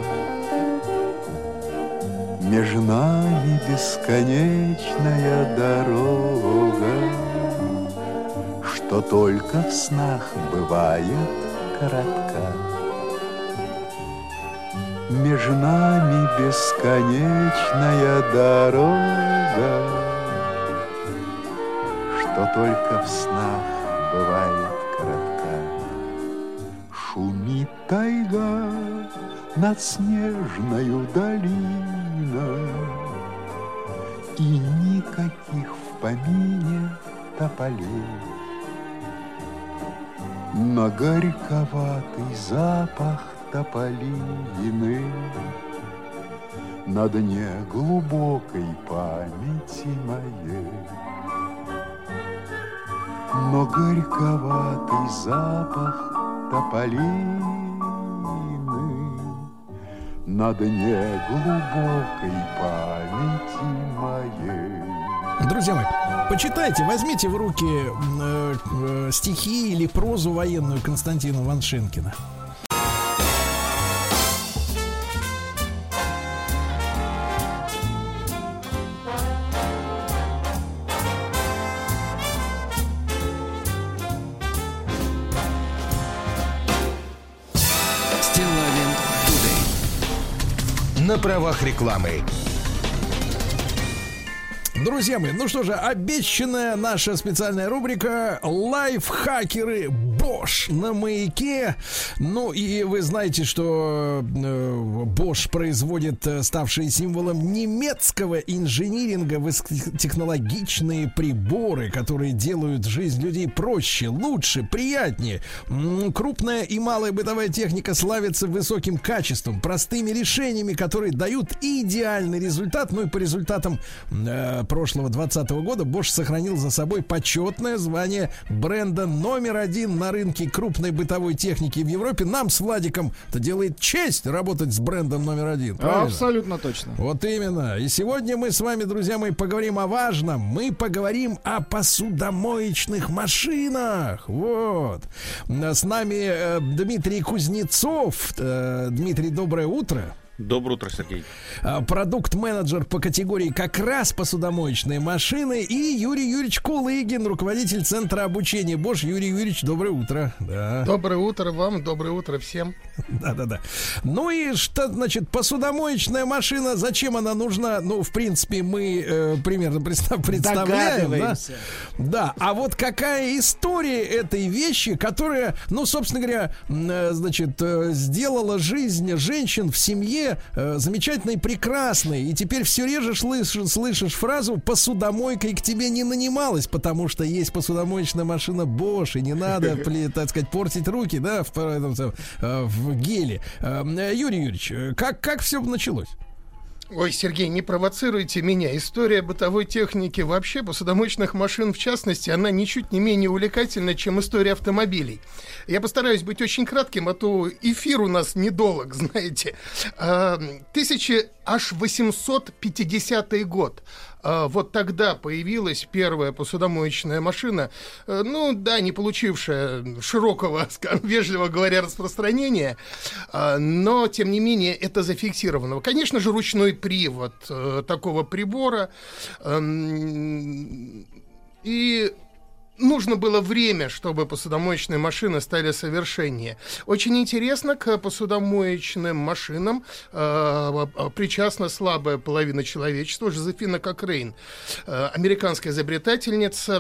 Между нами бесконечная дорога, что только в снах бывает коротка. Между нами бесконечная дорога, что только в снах бывает коротка. Шумит тайга над снежною долиной, и никаких в помине тополей. Но горьковатый запах тополины на дне глубокой памяти моей. Но горьковатый запах тополины на дне глубокой памяти моей. Друзья мои, почитайте, возьмите в руки стихи или прозу военную Константина Ваншинкина. На правах рекламы. Друзья мои, ну что же, обещанная наша специальная рубрика «Лайфхакеры Bosch» на Маяке. Ну и вы знаете, что Bosch производит ставшие символом немецкого инжиниринга высокотехнологичные приборы, которые делают жизнь людей проще, лучше, приятнее. Крупная и малая бытовая техника славится высоким качеством, простыми решениями, которые дают идеальный результат. Ну и по результатам прошлого 2020 года Bosch сохранил за собой почетное звание бренда номер один на рынке крупной бытовой техники в Европе. Нам с Владиком это делает честь работать с брендом номер один. Правильно? Абсолютно точно. Вот именно. И сегодня мы с вами, друзья мои, поговорим о важном. Мы поговорим о посудомоечных машинах. Вот. С нами Дмитрий Кузнецов. Дмитрий, доброе утро. Доброе утро, Сергей. Продукт-менеджер по категории как раз посудомоечные машины. И Юрий Юрьевич Кулыгин, руководитель центра обучения Bosch. Юрий Юрьевич, доброе утро. Да. Доброе утро вам, доброе утро всем. Да-да-да. Ну и что, значит, посудомоечная машина, зачем она нужна? Ну, в принципе, мы примерно представляем. Да? А вот какая история этой вещи, которая, ну, собственно говоря, значит, сделала жизнь женщин в семье замечательной, прекрасной. И теперь все реже слышишь фразу «посудомойкой к тебе не нанималась», потому что есть посудомоечная машина Bosch, и не надо, так сказать, портить руки, да, в геле. Юрий Юрьевич, как все началось? Ой, Сергей, не провоцируйте меня. История бытовой техники, вообще посудомоечных машин в частности, она ничуть не менее увлекательна, чем история автомобилей. Я постараюсь быть очень кратким, а то эфир у нас недолг, знаете. 1850 год. Вот тогда появилась первая посудомоечная машина, ну да, не получившая широкого, вежливо говоря, распространения, но, тем не менее, это зафиксировано. Конечно же, ручной привод такого прибора, и нужно было время, чтобы посудомоечные машины стали совершеннее. Очень интересно, к посудомоечным машинам причастна слабая половина человечества, Жозефина Кокрейн, американская изобретательница,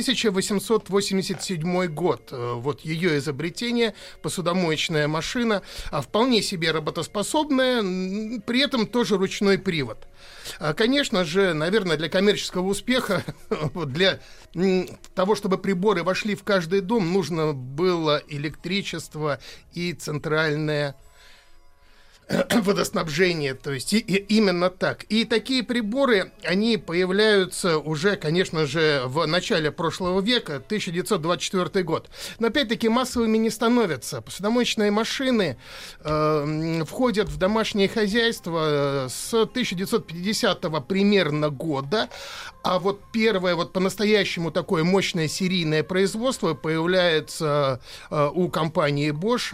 1887 год. Вот ее изобретение, посудомоечная машина, вполне себе работоспособная, при этом тоже ручной привод. Конечно же, наверное, для коммерческого успеха, для того, чтобы приборы вошли в каждый дом, нужно было электричество и центральное водоснабжение, то есть и именно так. И такие приборы, они появляются уже, конечно же, в начале прошлого века, 1924 год. Но опять-таки массовыми не становятся. Посудомоечные машины входят в домашнее хозяйство с 1950 примерно года, а вот первое вот по-настоящему такое мощное серийное производство появляется у компании Bosch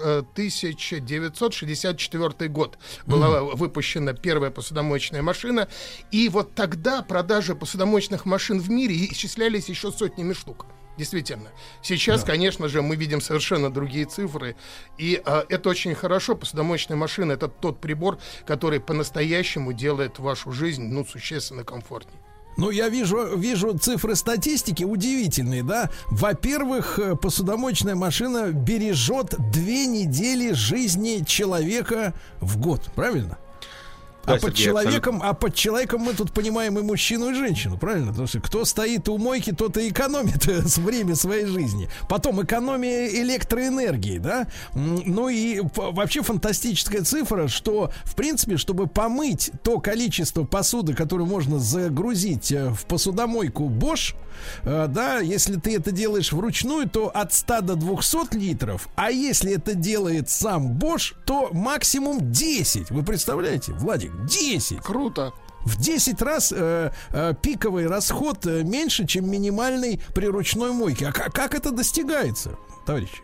1964 год. Была выпущена первая посудомоечная машина, и вот тогда продажи посудомоечных машин в мире исчислялись еще сотнями штук. Действительно. Сейчас, конечно же, мы видим совершенно другие цифры, и это очень хорошо. Посудомоечная машина — это тот прибор, который по-настоящему делает вашу жизнь, ну, существенно комфортнее. Ну, я вижу цифры статистики удивительные, да. Во-первых, посудомоечная машина бережет 2 недели жизни человека в год, правильно? Да, под человеком мы тут понимаем и мужчину, и женщину, правильно? Потому что кто стоит у мойки, тот и экономит время своей жизни. Потом экономия электроэнергии, да? Ну и вообще фантастическая цифра, что, в принципе, чтобы помыть то количество посуды, которое можно загрузить в посудомойку Bosch, да, если ты это делаешь вручную, то от 100 до 200 литров, а если это делает сам Bosch, то максимум 10. Вы представляете, Владик? 10. Круто. В 10 раз пиковый расход меньше, чем минимальный при ручной мойке. А как это достигается, товарищи?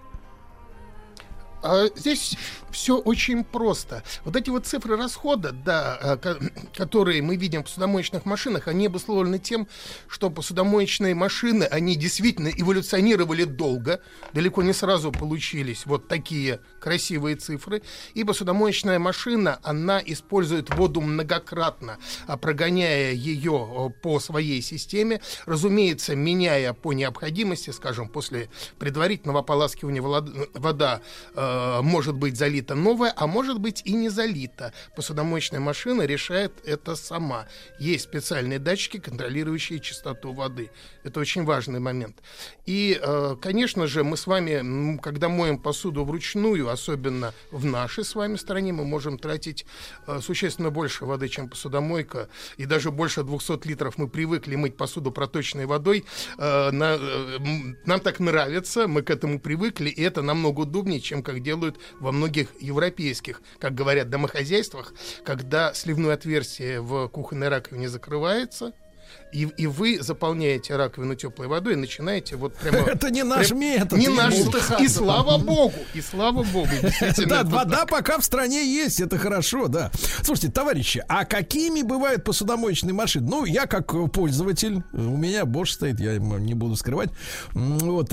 Здесь все очень просто. Вот эти вот цифры расхода, да, которые мы видим в посудомоечных машинах, они обусловлены тем, что посудомоечные машины, они действительно эволюционировали долго, далеко не сразу получились вот такие красивые цифры. И посудомоечная машина, она использует воду многократно, прогоняя ее по своей системе, разумеется, меняя по необходимости, скажем, после предварительного ополаскивания вода может быть залита новая, а может быть и не залита. Посудомоечная машина решает это сама. Есть специальные датчики, контролирующие чистоту воды. Это очень важный момент. И, конечно же, мы с вами, когда моем посуду вручную, особенно в нашей с вами стране, мы можем тратить существенно больше воды, чем посудомойка. И даже больше 200 литров мы привыкли мыть посуду проточной водой. Нам так нравится, мы к этому привыкли, и это намного удобнее, чем как делают во многих европейских, как говорят, домохозяйствах, когда сливное отверстие в кухонной раковине закрывается, и вы заполняете раковину теплой водой и начинаете вот прямо... Это не наш метод. Не наш. И слава богу. Да, вода пока в стране есть, это хорошо, да. Слушайте, товарищи, а какими бывают посудомоечные машины? Ну, я как пользователь, у меня Bosch стоит, я не буду скрывать. Вот,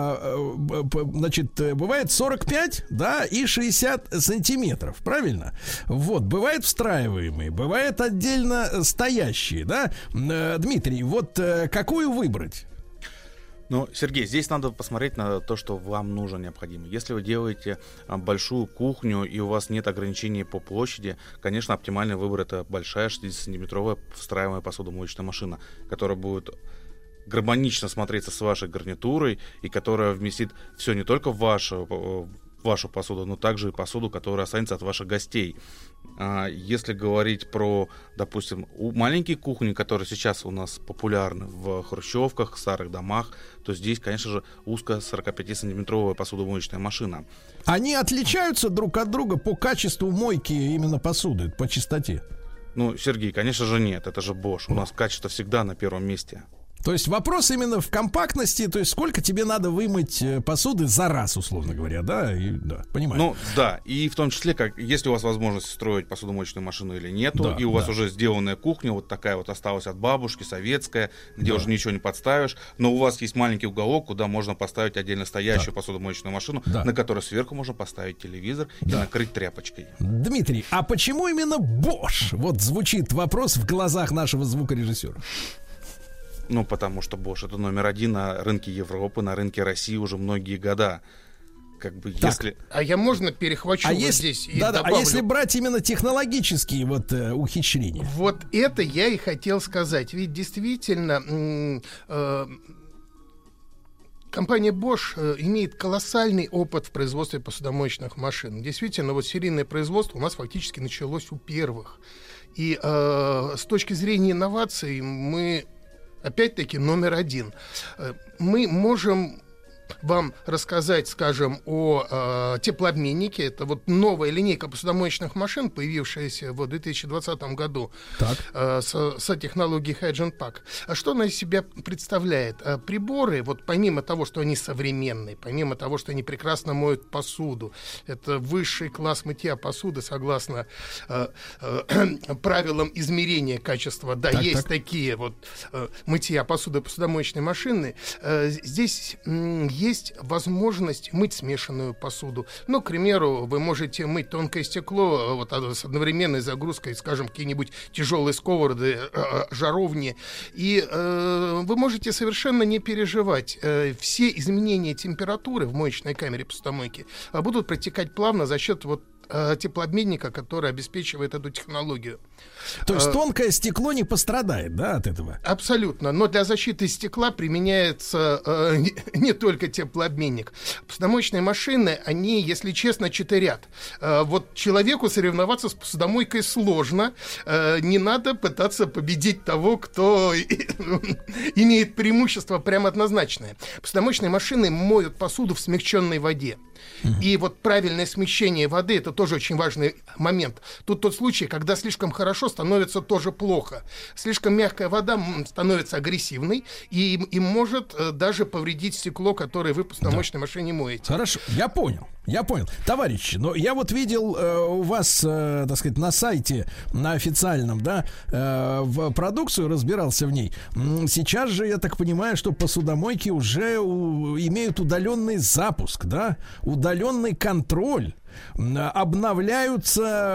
значит, бывает 45, да, и 60 сантиметров, правильно? Вот, бывает встраиваемые, бывает отдельно стоящие, да. Дмитрий, вот какую выбрать? Ну, Сергей, здесь надо посмотреть на то, что вам нужно, необходимо. Если вы делаете большую кухню и у вас нет ограничений по площади, конечно, оптимальный выбор — это большая 60-сантиметровая встраиваемая посудомоечная машина, которая будет гармонично смотреться с вашей гарнитурой и которая вместит все не только в вашу посуду, но также и посуду, которая останется от ваших гостей. Если говорить про, допустим, маленькие кухни, которые сейчас у нас популярны в хрущевках, старых домах, то здесь, конечно же, узкая 45-сантиметровая посудомоечная машина. Они отличаются друг от друга по качеству мойки именно посуды, по чистоте? Ну, Сергей, конечно же, нет. Это же Bosch. У нас качество всегда на первом месте. То есть вопрос именно в компактности, то есть сколько тебе надо вымыть посуды за раз, условно говоря, да? Да, понимаю. Ну, да, и в том числе, как, если у вас возможность строить посудомоечную машину или нету, да, и у вас уже сделанная кухня, вот такая вот осталась от бабушки, советская, где уже ничего не подставишь, но у вас есть маленький уголок, куда можно поставить отдельно стоящую посудомоечную машину, на которой сверху можно поставить телевизор и накрыть тряпочкой. Дмитрий, а почему именно Bosch? Вот звучит вопрос в глазах нашего звукорежиссера. Ну, потому что Bosch — это номер один на рынке Европы, на рынке России уже многие года. Как бы, если... А я можно перехвачу здесь и добавлю? А если брать именно технологические вот ухищрения? Вот это я и хотел сказать. Ведь действительно... Компания Bosch имеет колоссальный опыт в производстве посудомоечных машин. Действительно, вот серийное производство у нас фактически началось у первых. И с точки зрения инноваций мы, опять-таки, номер один. Мы можем вам рассказать, скажем, о теплообменнике. Это вот новая линейка посудомоечных машин, появившаяся в 2020 году с технологией Hygiene Pack. А что она из себя представляет? Приборы, вот помимо того, что они современные, помимо того, что они прекрасно моют посуду, это высший класс мытья посуды, согласно правилам измерения качества. Да, есть такие вот мытья посуды посудомоечной машины. Здесь есть возможность мыть смешанную посуду. Ну, к примеру, вы можете мыть тонкое стекло вот, с одновременной загрузкой, скажем, какие-нибудь тяжелые сковороды, жаровни. И вы можете совершенно не переживать. Все изменения температуры в моечной камере посудомойки будут протекать плавно за счет вот теплообменника, который обеспечивает эту технологию. То есть тонкое стекло не пострадает, да, от этого? Абсолютно. Но для защиты стекла применяется не только теплообменник. Посудомоечные машины, они, если честно, читерят. Вот человеку соревноваться с посудомойкой сложно. Не надо пытаться победить того, кто имеет преимущество прямо однозначное. Посудомоечные машины моют посуду в смягченной воде. И вот правильное смещение воды — это тоже очень важный момент. Тут тот случай, когда слишком хорошо, становится тоже плохо. Слишком мягкая вода становится агрессивной и может даже повредить стекло, которое вы в посудомоечной машине моете. Хорошо, я понял. Товарищи, но я вот видел у вас, так сказать, на сайте, на официальном, да, в продукцию, разбирался в ней. Сейчас же, я так понимаю, что посудомойки уже имеют удаленный запуск, да, удаленный контроль. Обновляют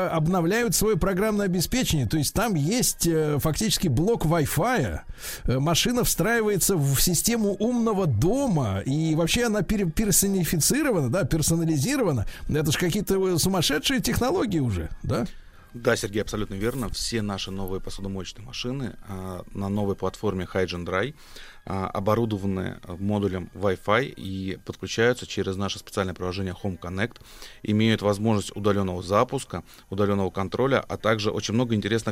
свое программное обеспечение. То есть там есть фактически блок Wi-Fi. Машина встраивается в систему умного дома. И вообще она персонифицирована, да, персонализирована. Это же какие-то сумасшедшие технологии уже, да? Да, Сергей, абсолютно верно. Все наши новые посудомоечные машины на новой платформе Hygiene Dry оборудованы модулем Wi-Fi и подключаются через наше специальное приложение Home Connect, имеют возможность удаленного запуска, удаленного контроля, а также очень много интересных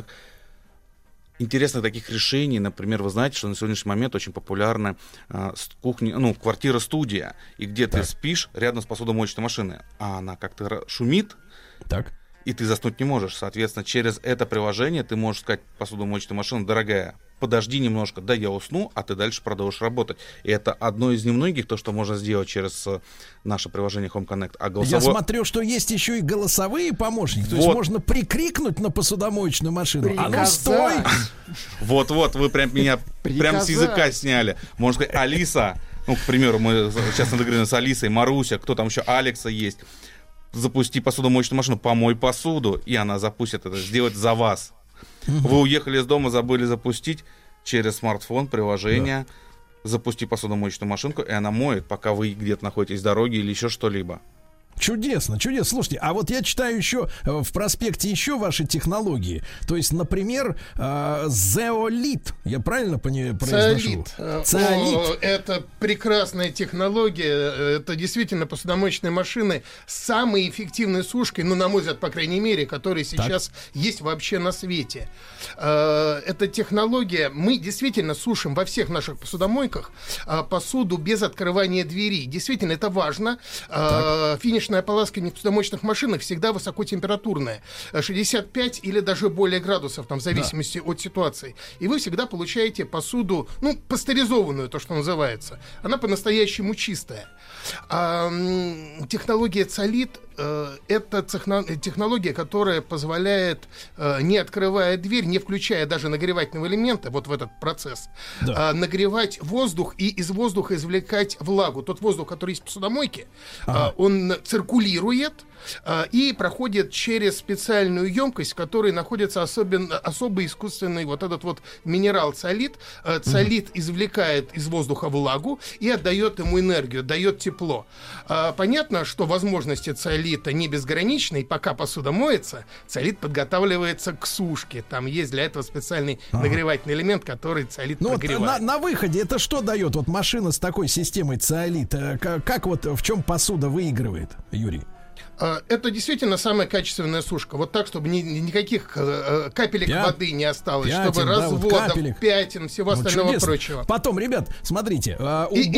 таких решений. Например, вы знаете, что на сегодняшний момент очень популярна квартира-студия, и где ты спишь рядом с посудомоечной машиной, а она как-то шумит. Так. И ты заснуть не можешь. Соответственно, через это приложение ты можешь сказать посудомоечной машине: дорогая, подожди немножко, да, я усну, а ты дальше продолжишь работать. И это одно из немногих, то, что можно сделать через наше приложение Home Connect. А Я смотрю, что есть еще и голосовые помощники. То есть можно прикрикнуть на посудомоечную машину. А ну стой! Вот, вы прям меня прям с языка сняли. Можно сказать: Алиса, к примеру, мы сейчас надо с Алисой, Маруся, кто там еще, Алекса есть. Запусти посудомоечную машину, помой посуду, и она запустит это, сделает за вас. Вы уехали из дома, забыли запустить, через смартфон, приложение, запусти посудомоечную машинку, и она моет, пока вы где-то находитесь в дороге или еще что-либо. Чудесно. Слушайте, а вот я читаю еще в проспекте еще ваши технологии. То есть, например, Zeolit. Я правильно произношу? Zeolit. Это прекрасная технология. Это действительно посудомоечные машины с самой эффективной сушкой, на мой взгляд, по крайней мере, которая сейчас есть вообще на свете. Эта технология, мы действительно сушим во всех наших посудомойках посуду без открывания двери. Действительно, это важно. Финишная ополаскивание в посудомоечных машинах всегда высокотемпературное. 65 или даже более градусов, в зависимости от ситуации. И вы всегда получаете посуду, пастеризованную, то, что называется. Она по-настоящему чистая. Технология Zeolit — это технология, которая позволяет, не открывая дверь, не включая даже нагревательного элемента вот в этот процесс, нагревать воздух и из воздуха извлекать влагу. Тот воздух, который есть в посудомойке, он циркулирует и проходит через специальную емкость, в которой находится особый искусственный вот этот вот минерал Zeolit. Zeolit извлекает из воздуха влагу и отдает ему энергию, дает тепло. Понятно, что возможности Zeolit циолита не безгранична, и пока посуда моется, циолит подготавливается к сушке. Там есть для этого специальный нагревательный элемент, который циолит прогревает. На выходе это что дает? Вот машина с такой системой циолита, как вот в чем посуда выигрывает, Юрий? Это действительно самая качественная сушка. Вот так, чтобы никаких капелек воды не осталось, чтобы разводов, пятен, всего остального прочего. Потом, ребят, смотрите, у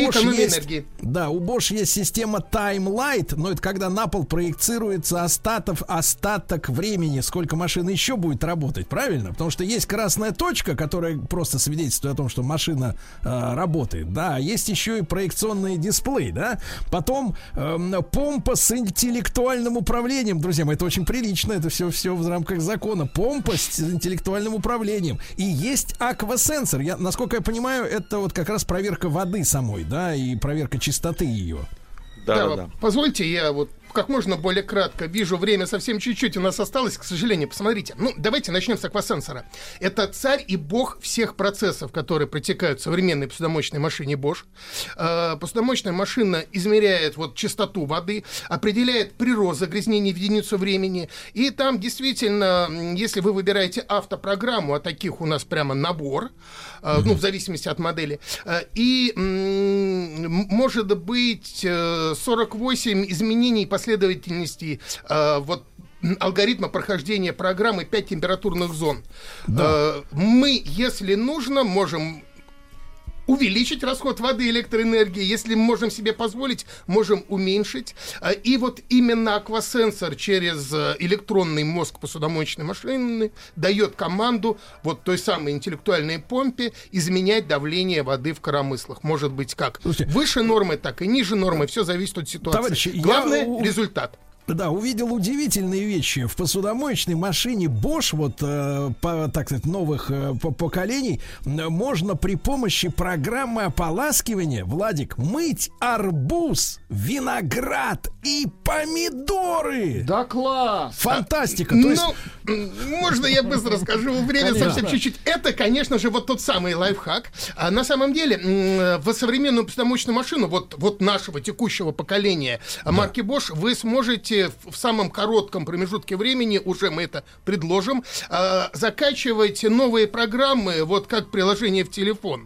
Bosch есть система Time Light, но это когда на пол проецируется остаток времени, сколько машина еще будет работать, правильно? Потому что есть красная точка, которая просто свидетельствует о том, что машина работает, да, есть еще и проекционный дисплей, да. Потом помпа с интеллектуальным управлением, друзья мои, это очень прилично, это все в рамках закона. Помпа с интеллектуальным управлением. И есть аквасенсор. Насколько я понимаю, это вот как раз проверка воды самой, да, и проверка чистоты ее. Да. Позвольте, я вот как можно более кратко. Вижу, время совсем чуть-чуть у нас осталось, к сожалению. Посмотрите. Давайте начнем с аквасенсора. Это царь и бог всех процессов, которые протекают в современной посудомоечной машине Bosch. Посудомоечная машина измеряет вот частоту воды, определяет прирост загрязнений в единицу времени. И там действительно, если вы выбираете автопрограмму, а таких у нас прямо набор, в зависимости от модели, и может быть 48 изменений последовательности алгоритма прохождения программы 5 температурных зон. Мы, если нужно, можем увеличить расход воды и электроэнергии, если можем себе позволить, можем уменьшить. И вот именно аквасенсор через электронный мозг посудомоечной машины дает команду вот той самой интеллектуальной помпе изменять давление воды в коромыслах. Может быть как выше нормы, так и ниже нормы. Все зависит от ситуации. Товарищи, главное — результат. Да, увидел удивительные вещи. В посудомоечной машине Bosch, вот так сказать, новых поколений, можно при помощи программы ополаскивания, Владик, мыть арбуз, виноград и помидоры. Да класс! Фантастика! То есть... можно я быстро скажу? Время совсем чуть-чуть. Это, конечно же, вот тот самый лайфхак. А на самом деле, в современную посудомоечную машину, вот нашего текущего поколения марки Bosch, вы сможете в самом коротком промежутке времени, уже мы это предложим, закачивать новые программы, вот как приложение в телефон.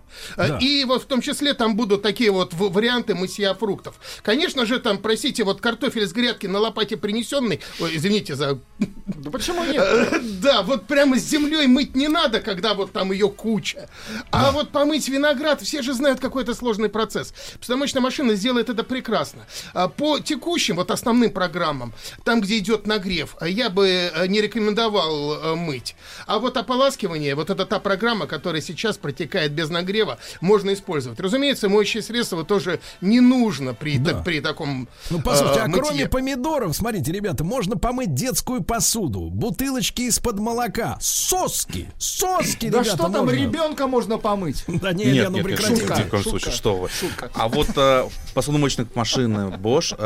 И вот в том числе там будут такие вот варианты мытья фруктов. Конечно же, там, простите, вот картофель с грядки на лопате принесенный, извините за... Да почему нет? Да, вот прямо с землей мыть не надо, когда вот там ее куча. А вот помыть виноград, все же знают, какой это сложный процесс. Посудомоечная машина сделает это прекрасно. По текущим вот основным программам, там, где идет нагрев, я бы не рекомендовал мыть. А вот ополаскивание, вот это та программа, которая сейчас протекает без нагрева, можно использовать. Разумеется, моющие средства тоже не нужно при таком послушайте, кроме помидоров, смотрите, ребята, можно помыть детскую посуду, бутылочки из-под молока, соски, да ребята, что там, ребенка можно помыть? Да нет, ну прекратите. Ни в коем случае, что вы. А вот в посудомоечных машинах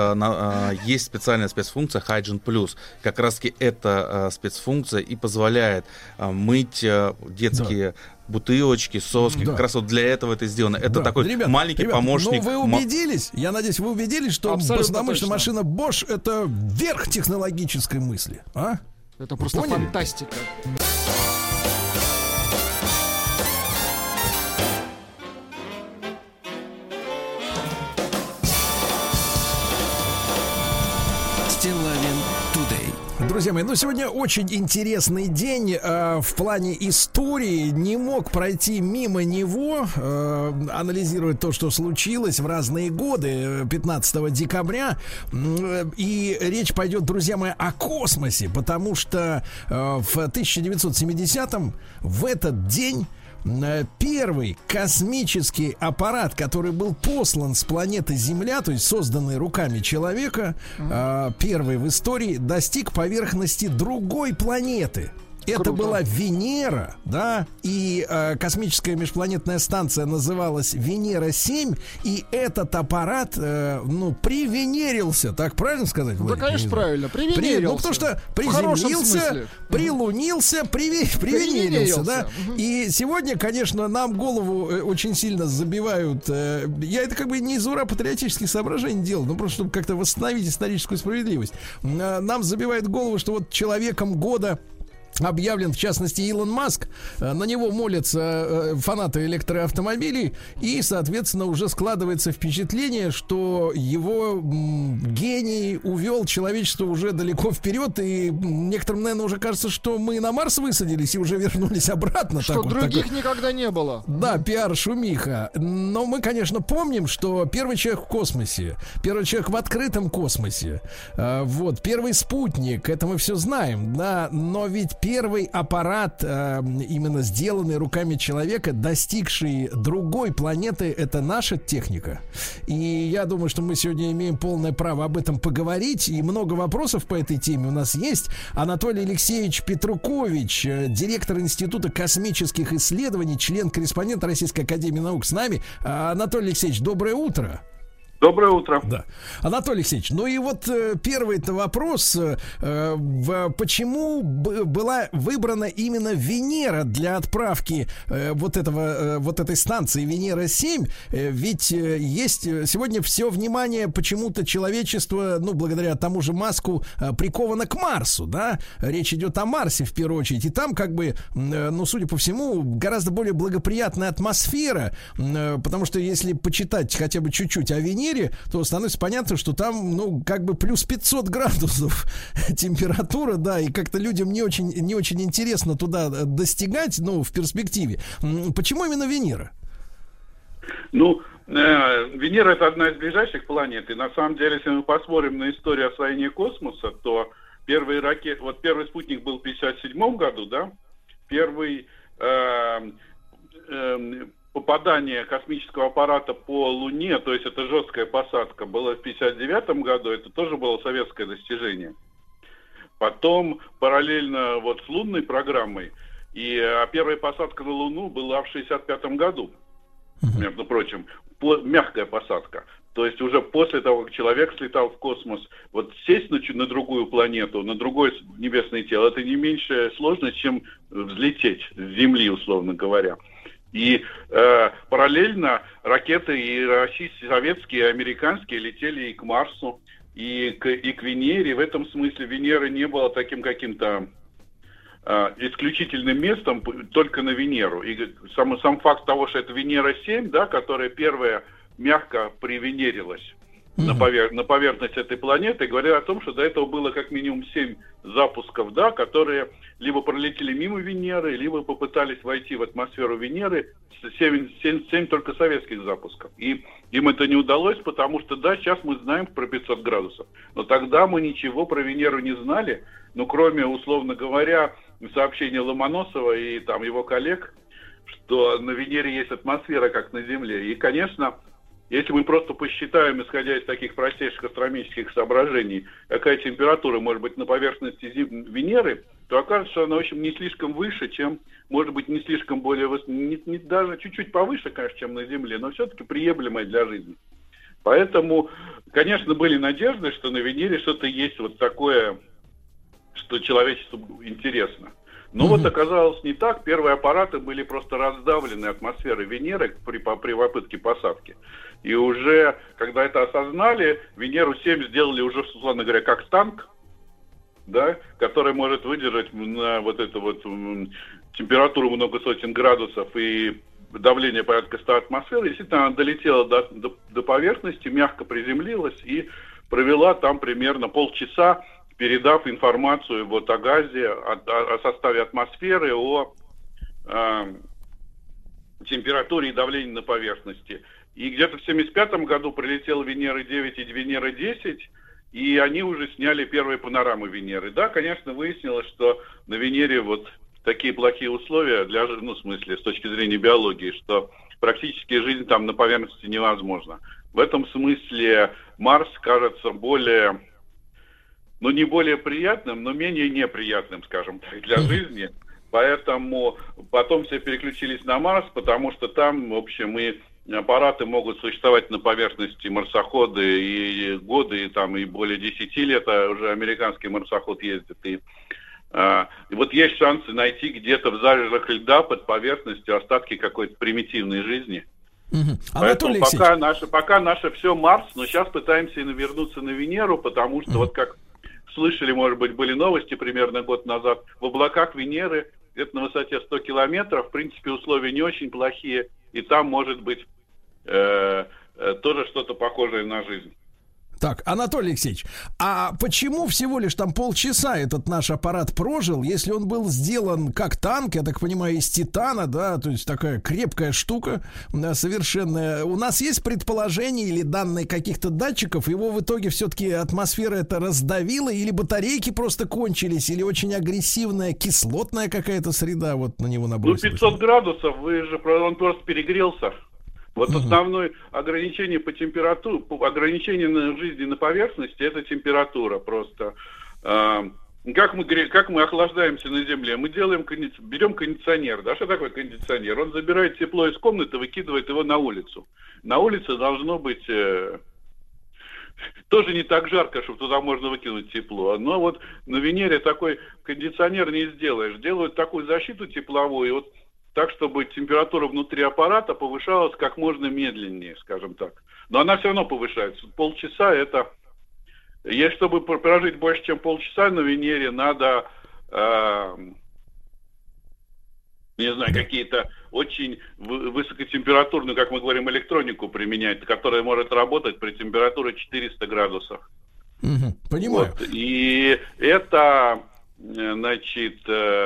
Bosch есть специальная спецфункция Hygiene Plus. Как раз-таки эта спецфункция и позволяет мыть детские бутылочки, соски. Как раз вот для этого это сделано. Это такой маленький помощник. Ну, вы убедились, я надеюсь, вы убедились, что посудомоечная машина Bosch — это верх технологической мысли. Это просто фантастика. Друзья мои, сегодня очень интересный день в плане истории. Не мог пройти мимо него, анализировать то, что случилось в разные годы, 15 декабря. И речь пойдет, друзья мои, о космосе, потому что в 1970-м в этот день первый космический аппарат, который был послан с планеты Земля, то есть созданный руками человека, первый в истории, достиг поверхности другой планеты. это была Венера, да, и космическая межпланетная станция называлась Венера-7, и этот аппарат, привенерился, так правильно сказать, Владик? Да, конечно, правильно, привенерился. Потому что приземлился, прилунился, привенерился, да. И сегодня, конечно, нам голову очень сильно забивают. Я это как бы не из ура патриотических соображений делал, но просто чтобы как-то восстановить историческую справедливость. Нам забивает голову, что вот человеком года объявлен, в частности, Илон Маск. На него молятся фанаты электроавтомобилей. И, соответственно, уже складывается впечатление, что его гений увел человечество уже далеко вперед. И некоторым, наверное, уже кажется, что мы на Марс высадились и уже вернулись обратно. Что других никогда не было. Да, пиар-шумиха. Но мы, конечно, помним, что первый человек в космосе, первый человек в открытом космосе, первый спутник, это мы все знаем, да, но ведь первый аппарат, именно сделанный руками человека, достигший другой планеты, это наша техника. И я думаю, что мы сегодня имеем полное право об этом поговорить. И много вопросов по этой теме у нас есть. Анатолий Алексеевич Петрукович, директор Института космических исследований, член-корреспондент Российской академии наук, с нами. Анатолий Алексеевич, доброе утро. Доброе утро. Да. Анатолий Алексеевич, первый-то вопрос. Почему была выбрана именно Венера для отправки этой станции Венера-7? Ведь есть сегодня все внимание почему-то человечества, благодаря тому же Маску, приковано к Марсу, да? Речь идет о Марсе в первую очередь. И там судя по всему, гораздо более благоприятная атмосфера, потому что если почитать хотя бы чуть-чуть о Венере, то становится понятно, что там, плюс 500 градусов температура, да, и как-то людям не очень интересно туда достигать, в перспективе. Почему именно Венера? Венера — это одна из ближайших планет, и на самом деле, если мы посмотрим на историю освоения космоса, то первый спутник был в 1957 году, да, первый попадание космического аппарата по Луне, то есть это жесткая посадка, было в 1959 году, это тоже было советское достижение. Потом параллельно с лунной программой, первая посадка на Луну была в 1965 году, между прочим, мягкая посадка. То есть уже после того, как человек слетал в космос, сесть на другую планету, на другое небесное тело, это не меньшая сложность, чем взлететь с Земли, условно говоря. И параллельно ракеты и российские, советские, и американские летели и к Марсу, и к Венере. В этом смысле Венера не была таким каким-то исключительным местом только на Венеру. И сам факт того, что это Венера-7, да, которая первая мягко привенерилась на поверхность этой планеты, говорят о том, что до этого было как минимум 7 запусков, да, которые либо пролетели мимо Венеры, либо попытались войти в атмосферу Венеры. 7 только советских запусков. И им это не удалось, потому что, да, сейчас мы знаем про 500 градусов. Но тогда мы ничего про Венеру не знали, кроме, условно говоря, сообщения Ломоносова и его коллег, что на Венере есть атмосфера, как на Земле. И, конечно, если мы просто посчитаем, исходя из таких простейших астрономических соображений, какая температура может быть на поверхности Венеры, то окажется, что она, в общем, не слишком выше, чем, может быть, не слишком более, даже чуть-чуть повыше, конечно, чем на Земле, но все-таки приемлемая для жизни. Поэтому, конечно, были надежды, что на Венере что-то есть такое, что человечеству интересно. Но оказалось не так. Первые аппараты были просто раздавлены атмосферой Венеры при попытке посадки. И уже, когда это осознали, Венеру-7 сделали уже, условно говоря, как танк, да, который может выдержать на температуру много сотен градусов и давление порядка 100 атмосфер. Действительно, она долетела до поверхности, мягко приземлилась и провела там примерно полчаса, передав информацию о газе, о составе атмосферы, о температуре и давлении на поверхности. И где-то в 1975 году прилетела Венера-9 и Венера-10, и они уже сняли первые панорамы Венеры. Да, конечно, выяснилось, что на Венере такие плохие условия с точки зрения биологии, что практически жизнь там на поверхности невозможна. В этом смысле Марс кажется более но не более приятным, но менее неприятным, скажем так, для жизни. Поэтому потом все переключились на Марс, потому что там, в общем, и аппараты могут существовать на поверхности марсоходы и годы, и там и более 10 лет, а уже американский марсоход ездит. И вот есть шансы найти где-то в залежах льда под поверхностью остатки какой-то примитивной жизни. Поэтому пока наше все Марс, но сейчас пытаемся вернуться на Венеру, потому что вот как слышали, может быть, были новости примерно год назад, в облаках Венеры, это на высоте 100 километров, в принципе, условия не очень плохие, и там может быть тоже что-то похожее на жизнь. Так, Анатолий Алексеевич, а почему всего лишь там полчаса этот наш аппарат прожил, если он был сделан как танк, я так понимаю, из титана, да, то есть такая крепкая штука, да, совершенная. У нас есть предположение или данные каких-то датчиков, его в итоге все-таки атмосфера это раздавила, или батарейки просто кончились, или очень агрессивная кислотная какая-то среда вот на него набросилась? 500 градусов, он просто перегрелся. Вот основное ограничение по температуре, ограничение на жизни на поверхности, это температура просто. Как мы охлаждаемся на Земле? Мы берем кондиционер. Да, что такое кондиционер? Он забирает тепло из комнаты, выкидывает его на улицу. На улице должно быть тоже не так жарко, чтобы туда можно выкинуть тепло. Но вот на Венере такой кондиционер не сделаешь. Делают такую защиту тепловую, вот так, чтобы температура внутри аппарата повышалась как можно медленнее, скажем так. Но она все равно повышается. Полчаса это... Чтобы прожить больше, чем полчаса на Венере, надо, не знаю, какие-то очень высокотемпературную, как мы говорим, электронику применять, которая может работать при температуре 400 градусов. Понимаю. Вот. И это, значит...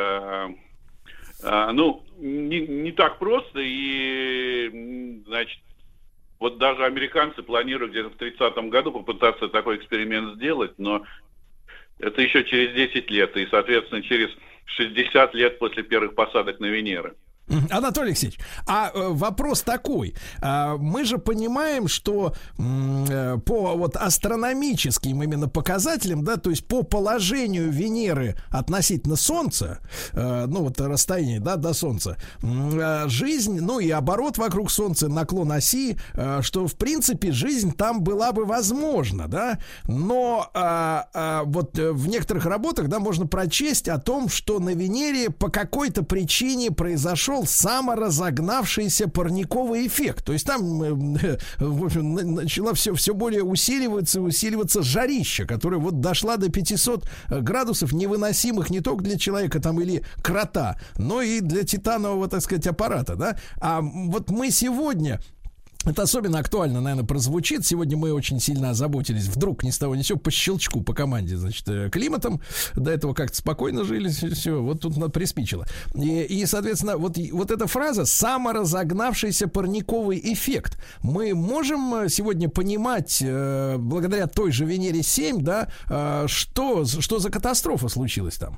не так просто, и, значит, вот даже американцы планируют где-то в 30-м году попытаться такой эксперимент сделать, но это еще через 10 лет, и, соответственно, через 60 лет после первых посадок на Венеру. Анатолий Алексеевич, а вопрос такой. Мы же понимаем, что по вот астрономическим именно показателям, да, то есть по положению Венеры относительно Солнца, ну вот расстояние, да, до Солнца, жизнь, ну и оборот вокруг Солнца, наклон оси, что в принципе жизнь там была бы возможна, да, но вот в некоторых работах, да, можно прочесть о том, что на Венере по какой-то причине произошел саморазогнавшийся парниковый эффект. То есть там, в общем, начала все более усиливаться жарища, которая вот дошла до 500 градусов, невыносимых не только для человека там или крота, но и для титанового, так сказать, аппарата, да. А вот мы сегодня... Это особенно актуально, наверное, прозвучит. Сегодня мы очень сильно озаботились, вдруг ни с того ни с сего, по щелчку, по команде, значит, климатом. До этого как-то спокойно жили, все, вот тут приспичило. И соответственно, вот эта фраза «саморазогнавшийся парниковый эффект». Мы можем сегодня понимать, благодаря той же Венере-7, да, что за катастрофа случилась там?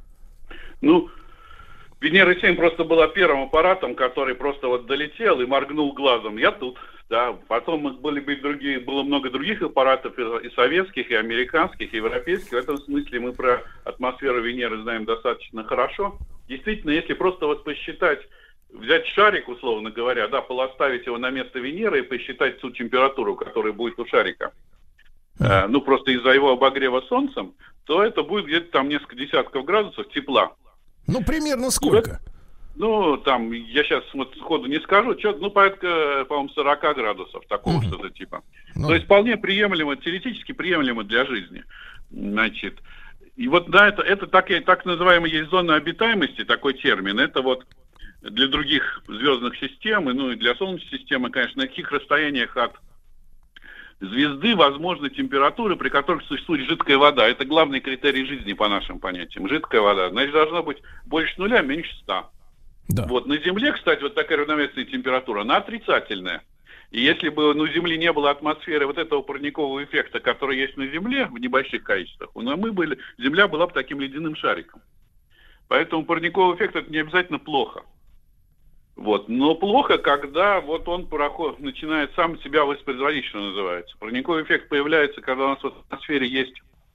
Венера-7 просто была первым аппаратом, который просто вот долетел и моргнул глазом. Я тут, да. Потом было много других аппаратов, и советских, и американских, и европейских. В этом смысле мы про атмосферу Венеры знаем достаточно хорошо. Действительно, если просто вот посчитать, взять шарик, условно говоря, да, поставить его на место Венеры и посчитать ту температуру, которая будет у шарика, просто из-за его обогрева Солнцем, то это будет где-то там несколько десятков градусов тепла. Примерно сколько? Там, я сейчас сходу не скажу, порядка, по-моему, 40 градусов, такого что-то типа. То есть вполне приемлемо, теоретически приемлемо для жизни. Значит, и вот, да, это так называемая есть зона обитаемости, такой термин. Это вот для других звездных систем, и для Солнечной системы, конечно, на каких расстояниях от звезды возможны температуры, при которых существует жидкая вода. Это главный критерий жизни по нашим понятиям. Жидкая вода. Значит, должна быть больше 0, меньше 100. Да. Вот на Земле, кстати, вот такая равновесная температура, она отрицательная. И если бы на Земле не было атмосферы вот этого парникового эффекта, который есть на Земле в небольших количествах, Земля была бы таким ледяным шариком. Поэтому парниковый эффект — это не обязательно плохо. Вот. Но плохо, когда вот он начинает сам себя воспроизводить, что называется. Парниковый эффект появляется, когда у нас в атмосфере есть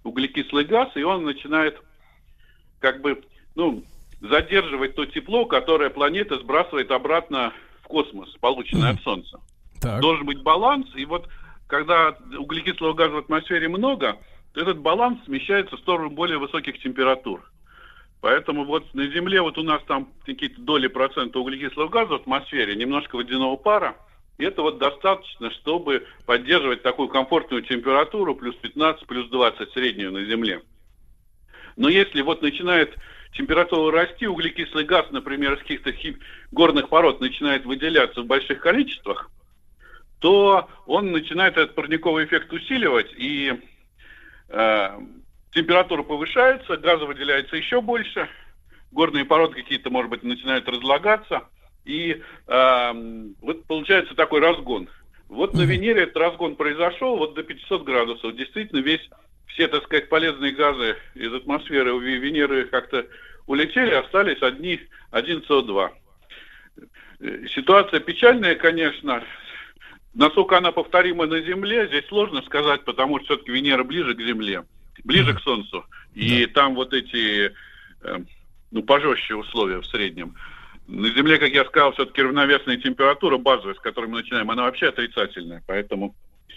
углекислый газ, и он начинает как бы, задерживать то тепло, которое планета сбрасывает обратно в космос, полученное от Солнца. Так. Должен быть баланс, и вот когда углекислого газа в атмосфере много, то этот баланс смещается в сторону более высоких температур. Поэтому вот на Земле вот у нас там какие-то доли процента углекислого газа в атмосфере, немножко водяного пара, и это вот достаточно, чтобы поддерживать такую комфортную температуру, плюс 15, плюс 20 среднюю на Земле. Но если вот начинает температура расти, углекислый газ, например, из каких-то горных пород начинает выделяться в больших количествах, то он начинает этот парниковый эффект усиливать, и температура повышается, газа выделяется еще больше, горные породы какие-то, может быть, начинают разлагаться, и вот получается такой разгон. Вот на Венере этот разгон произошел вот до 500 градусов. Действительно, все, так сказать, полезные газы из атмосферы у Венеры как-то улетели, остались один СО2. Ситуация печальная, конечно. Насколько она повторима на Земле, здесь сложно сказать, потому что все-таки Венера ближе к Земле, ближе к Солнцу. И там вот эти, пожестче условия в среднем. На Земле, как я сказал, все-таки равновесная температура базовая, с которой мы начинаем, она вообще отрицательная. Поэтому,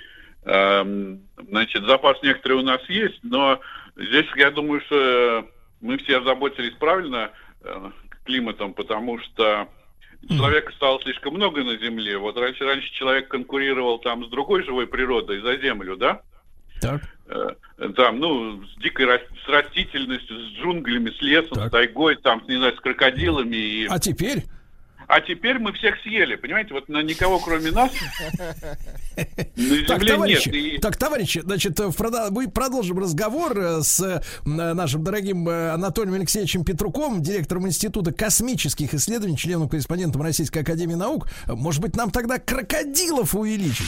запас некоторый у нас есть, но здесь, я думаю, что мы все озаботились правильно климатом, потому что человека стало слишком много на Земле. Вот раньше человек конкурировал там с другой живой природой за Землю, да? Так. С растительностью, с джунглями, с лесом, так, с тайгой, с крокодилами. А теперь? А теперь мы всех съели, понимаете? Вот никого, кроме нас, на Земле нет. Так, товарищи, значит, мы продолжим разговор с нашим дорогим Анатолием Алексеевичем Петруковым, директором Института космических исследований, членом-корреспондентом Российской академии наук. Может быть, нам тогда крокодилов увеличить?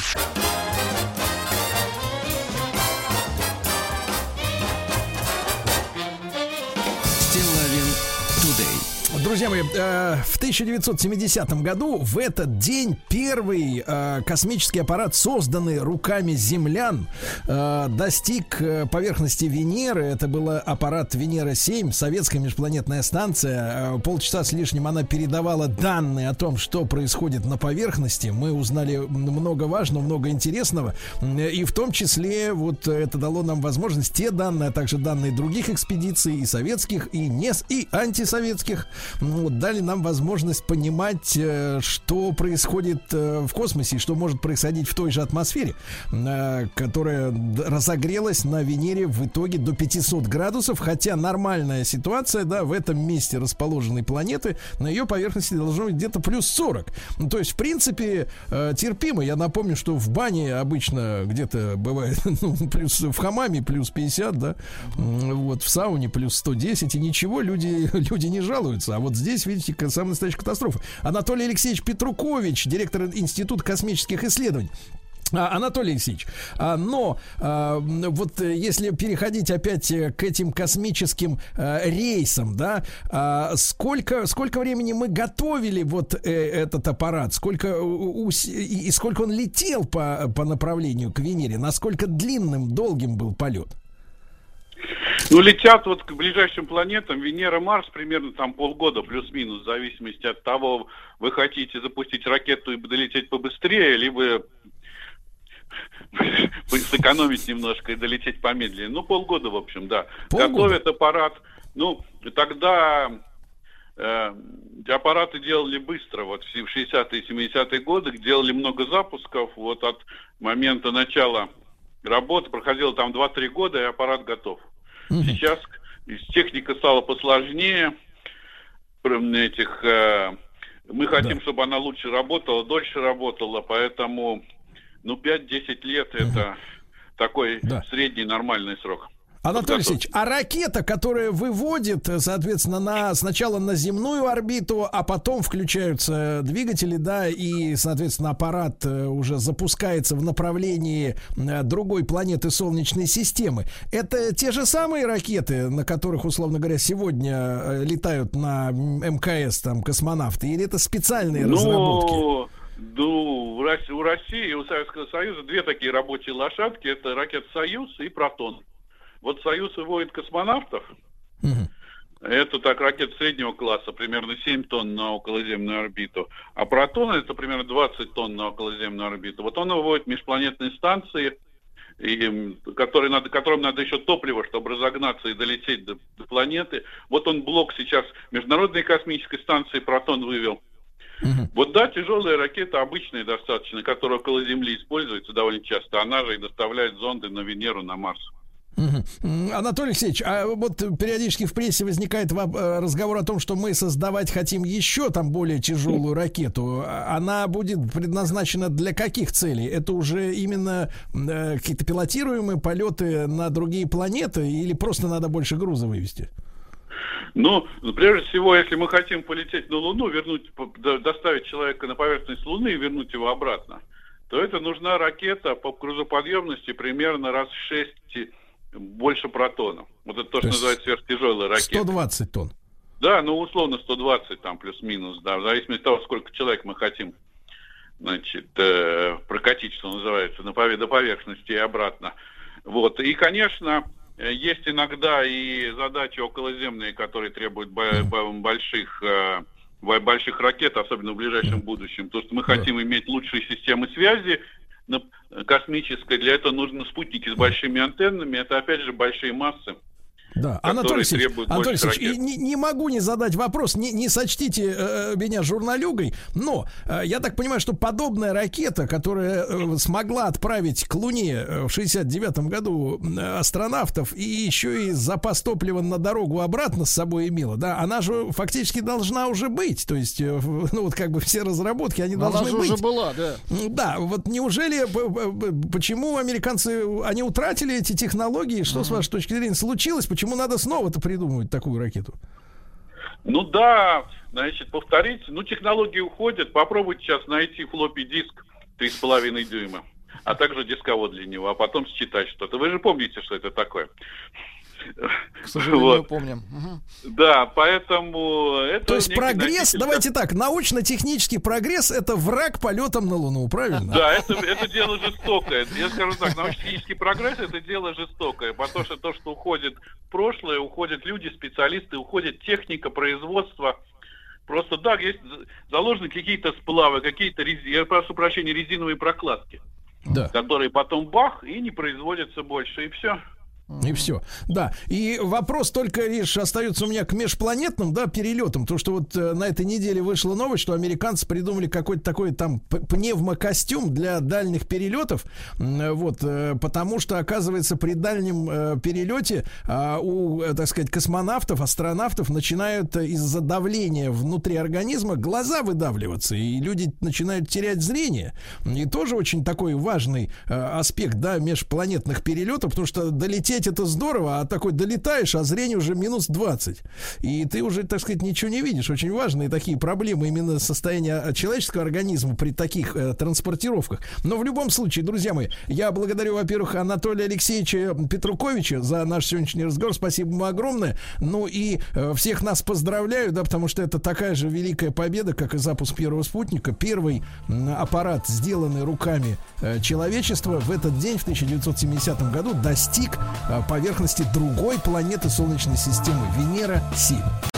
Друзья мои, в 1970 году в этот день первый космический аппарат, созданный руками землян, достиг поверхности Венеры. Это был аппарат Венера-7, советская межпланетная станция. Полчаса с лишним она передавала данные о том, что происходит на поверхности. Мы узнали много важного, много интересного. И в том числе вот это дало нам возможность те данные, а также данные других экспедиций, и советских, и антисоветских, дали нам возможность понимать, что происходит в космосе и что может происходить в той же атмосфере, которая разогрелась на Венере в итоге до 500 градусов, хотя нормальная ситуация, в этом месте расположенной планеты, на ее поверхности должно быть где-то плюс 40. То есть, в принципе, терпимо. Я напомню, что в бане обычно где-то бывает, плюс в хамаме плюс 50, в сауне плюс 110, и ничего, люди не жалуются. А вот здесь, видите, самая настоящая катастрофа. Анатолий Алексеевич Петрукович, директор Института космических исследований. Анатолий Алексеевич, вот если переходить опять к этим космическим рейсам, сколько времени мы готовили вот этот аппарат, сколько он летел по направлению к Венере, насколько долгим был полет? Летят вот к ближайшим планетам Венера, Марс примерно полгода плюс-минус, в зависимости от того, вы хотите запустить ракету и долететь побыстрее, либо сэкономить немножко и долететь помедленнее. Полгода, в общем, да. Полгода. Готовят аппарат. Тогда аппараты делали быстро. Вот в 60-е и 70-е годы делали много запусков. Вот от момента начала работы проходило 2-3 года, и аппарат готов. Сейчас техника стала посложнее. Мы хотим, чтобы она лучше работала, дольше работала, поэтому 5-10 лет это такой средний нормальный срок. Анатолий Алексеевич, а ракета, которая выводит, соответственно, сначала на земную орбиту, а потом включаются двигатели, и, соответственно, аппарат уже запускается в направлении другой планеты Солнечной системы. Это те же самые ракеты, на которых, условно говоря, сегодня летают на МКС космонавты, или это специальные разработки? У России и у Советского Союза две такие рабочие лошадки. Это ракета «Союз» и «Протон». вот Союз выводит космонавтов. Это так ракета среднего класса, примерно 7 тонн на околоземную орбиту. А Протон это примерно 20 тонн на околоземную орбиту. Вот он выводит межпланетные станции, которым надо еще топливо, чтобы разогнаться и долететь до планеты. Вот он блок сейчас Международной космической станции Протон вывел. Вот да, тяжелая ракета, обычная достаточно, которая около Земли используется довольно часто. Она же и доставляет зонды на Венеру, на Марс. Анатолий Алексеевич, а вот периодически в прессе возникает разговор о том, что мы создавать хотим еще там более тяжелую ракету. Она будет предназначена для каких целей? Это уже именно какие-то пилотируемые полеты на другие планеты или просто надо больше груза вывести? Ну, прежде всего, если мы хотим полететь на Луну, доставить человека на поверхность Луны и вернуть его обратно, то это нужна ракета по грузоподъемности примерно раз в 6 больше Протона. Вот это то, что называется сверхтяжелая ракета. 120 тонн. Да, ну условно 120 там плюс-минус, да, в зависимости от того, сколько человек мы хотим, значит, прокатить, что называется, до поверхности и обратно. Вот. И, конечно, есть иногда и задачи околоземные, которые требуют больших ракет, особенно в ближайшем будущем. То есть мы хотим иметь лучшие системы связи космической. Для этого нужны спутники с большими антеннами. Это, опять же, большие массы. Да, Анатолий Алексеевич, не могу не задать вопрос, не сочтите меня журналюгой, но я так понимаю, что подобная ракета, которая смогла отправить к Луне в 69-м году астронавтов и еще и запас топлива на дорогу обратно с собой имела, да, она же фактически должна уже быть, то есть, ну вот как бы все разработки, они должны быть. Она же уже была, да. Да, вот неужели, почему американцы, они утратили эти технологии, что с вашей точки зрения случилось, почему надо снова-то придумывать такую ракету? Ну да, значит, повторить. Ну, технологии уходят. Попробуйте сейчас найти флоппи диск 3,5 дюйма, а также дисковод для него, а потом считать что-то. Вы же помните, что это такое? К сожалению, помним. Да, поэтому это... То есть прогресс, давайте так, научно-технический прогресс — это враг полетам на Луну, правильно? Да, это дело жестокое. Я скажу так, научно-технический прогресс — это дело жестокое, потому что то, что уходит в прошлое, уходят люди, специалисты, уходит техника, производство. Просто, да, есть заложены какие-то сплавы, какие-то, я прошу прощения, резиновые прокладки, да, которые потом бах, и не производятся больше, и все. И все. Да. И вопрос только лишь остается у меня к межпланетным, да, перелетам. Потому что вот на этой неделе вышла новость, что американцы придумали какой-то такой там пневмокостюм для дальних перелетов. Вот, потому что, оказывается, при дальнем перелете у, так сказать, космонавтов, астронавтов начинают из-за давления внутри организма глаза выдавливаться, и люди начинают терять зрение. И тоже очень такой важный аспект, да, межпланетных перелетов, потому что долететь это здорово, а такой долетаешь, а зрение уже минус 20. И ты уже, так сказать, ничего не видишь. Очень важные такие проблемы именно состояния человеческого организма при таких транспортировках. Но в любом случае, друзья мои, я благодарю, во-первых, Анатолия Алексеевича Петруковича за наш сегодняшний разговор. Спасибо ему огромное. Ну и всех нас поздравляю, да, потому что это такая же великая победа, как и запуск первого спутника. Первый аппарат, сделанный руками человечества, в этот день, в 1970 году, достиг поверхности другой планеты Солнечной системы, Венера-7.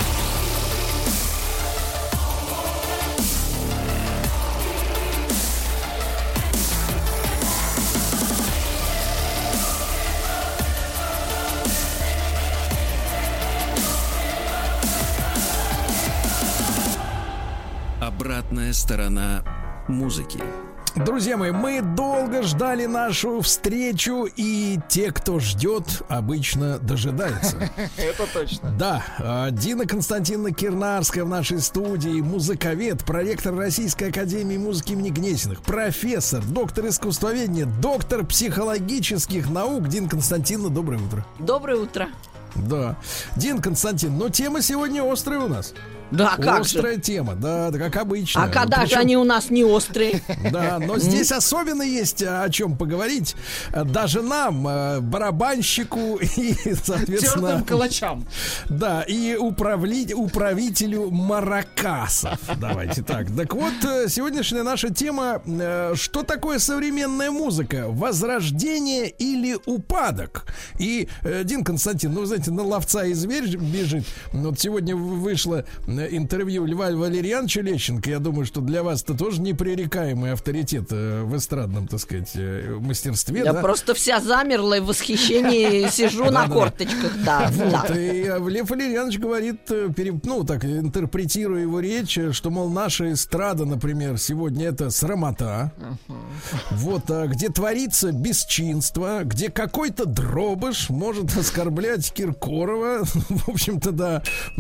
Обратная сторона музыки. Друзья мои, мы долго ждали нашу встречу, и те, кто ждет, обычно дожидаются. Это точно. Да, Дина Константиновна Кирнарская в нашей студии, музыковед, проректор Российской академии музыки имени Гнесиных, профессор, доктор искусствоведения, доктор психологических наук. Дина Константиновна, доброе утро. Доброе утро. Да. Дин Константин, но тема сегодня острая у нас. Да, как острая же? тема, да, как обычно. А когда же они у нас не острые? Да, но здесь особенно есть о чем поговорить. Даже нам, барабанщику и, соответственно... Тертым калачам. Да, и управителю маракасов. Давайте так. Так вот, сегодняшняя наша тема: что такое современная музыка? Возрождение или упадок? И, Дин Константин, ну, вы знаете, на ловца и зверь бежит. Вот сегодня вышло интервью Льва Валерьяновича Лещенко. Я думаю, что для вас это тоже непререкаемый авторитет в эстрадном, так сказать, мастерстве. Я просто вся замерла и в восхищении сижу на корточках, да. И Лев Валерьянович говорит, ну, так, интерпретируя его речь, что, мол, наша эстрада, например, сегодня это срамота. Вот, где творится бесчинство, где какой-то дробыш может оскорблять Киркорова. В общем-то, да.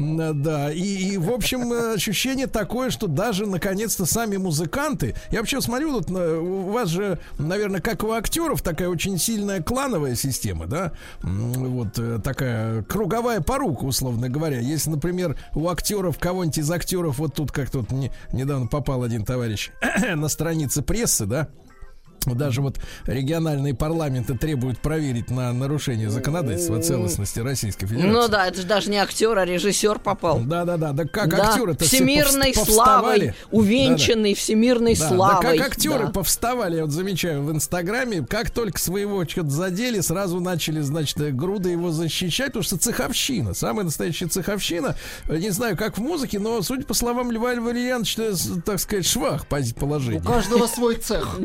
И, в общем, ощущение такое, что даже, наконец-то, сами музыканты... Я вообще смотрю, вот, у вас же, наверное, как у актеров, такая очень сильная клановая система, да? Вот такая круговая порука, условно говоря. Если, например, у актеров, кого-нибудь из актеров, вот тут как-то вот недавно попал один товарищ на странице прессы, да? Даже вот региональные парламенты требуют проверить на нарушение законодательства целостности Российской Федерации. Ну да, это же даже не актер, а режиссер попал. Да как актеры-то всемирной славой, увенчанный всемирной славой. Да, как актеры повставали, я вот замечаю в Инстаграме, как только своего что-то задели, сразу начали, значит, груды его защищать, потому что цеховщина, самая настоящая цеховщина. Не знаю, как в музыке, но, судя по словам Льва Валерьяновича, так сказать, швах положение. У каждого свой цех.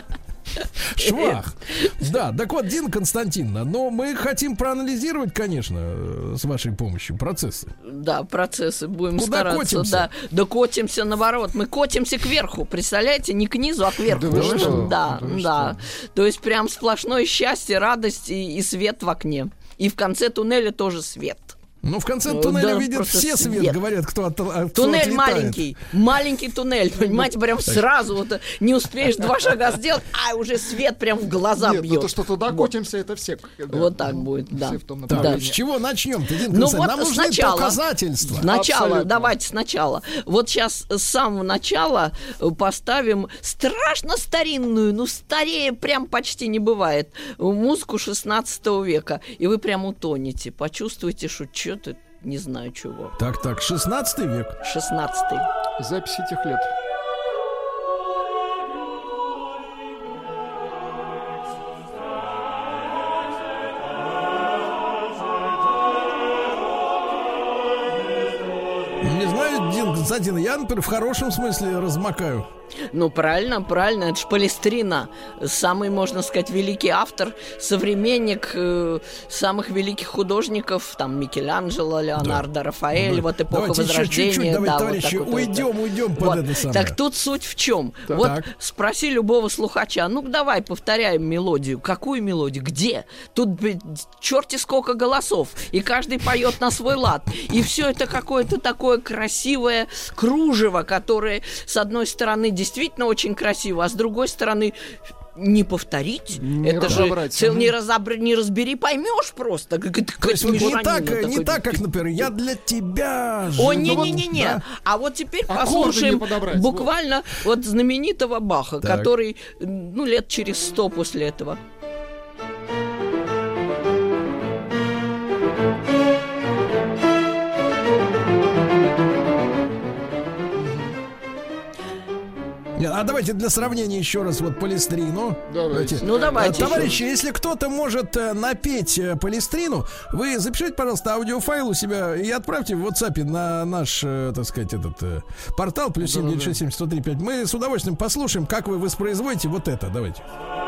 Швах. Да, так вот, Дина Константиновна, но мы хотим проанализировать, конечно, с вашей помощью процессы. Да, процессы будем Куда стараться. котимся? Да, котимся наоборот. Мы котимся кверху, представляете, не к низу, а кверху. Да. То есть прям сплошное счастье, радость и свет в окне. И в конце туннеля тоже свет. Ну, в конце туннеля видят все свет, говорят, кто туннель маленький туннель, понимаете, прям сразу вот не успеешь 2 шага сделать, а уже свет прям в глаза бьет. Ну то, что туда котимся, это все. Вот так будет, да. Так, с чего начнем-то, Дин Константин? Нам нужны доказательства. Давайте сначала. Вот сейчас с самого начала поставим страшно старинную, ну старее прям почти не бывает, музыку 16 века, и вы прям утонете, почувствуете, что что-то, не знаю чего. Так, 16 век. 16-й. Запись этих лет. Не знаю, Дин Константин, я, например, в хорошем смысле размокаю. Ну, правильно, это ж Палестрина. Самый, можно сказать, великий автор, современник самых великих художников, там, Микеланджело, Леонардо, Рафаэль, вот эпоха Возрождения. Чуть-чуть, товарищи, вот уйдем под это самое. Так тут суть в чем? Вот спроси любого слухача, ну, давай повторяем мелодию. Какую мелодию? Где? Тут черти сколько голосов, и каждый поет на свой лад. И все это какое-то такое красивое кружево, которое, с одной стороны, действительно очень красиво, а с другой стороны не повторить. Это же не разбери, поймешь просто. То есть не так, как, например, я для тебя живу. О, не. Да? А вот теперь послушаем буквально вот знаменитого Баха, который, ну, лет через 100 после этого. А давайте для сравнения еще раз вот Палестрину. Давайте. Ну, давайте. Товарищи, если кто-то может напеть Палестрину, вы запишите, пожалуйста, аудиофайл у себя и отправьте в WhatsApp на наш, так сказать, этот портал +7 967 103 5. Мы с удовольствием послушаем, как вы воспроизводите вот это. Давайте.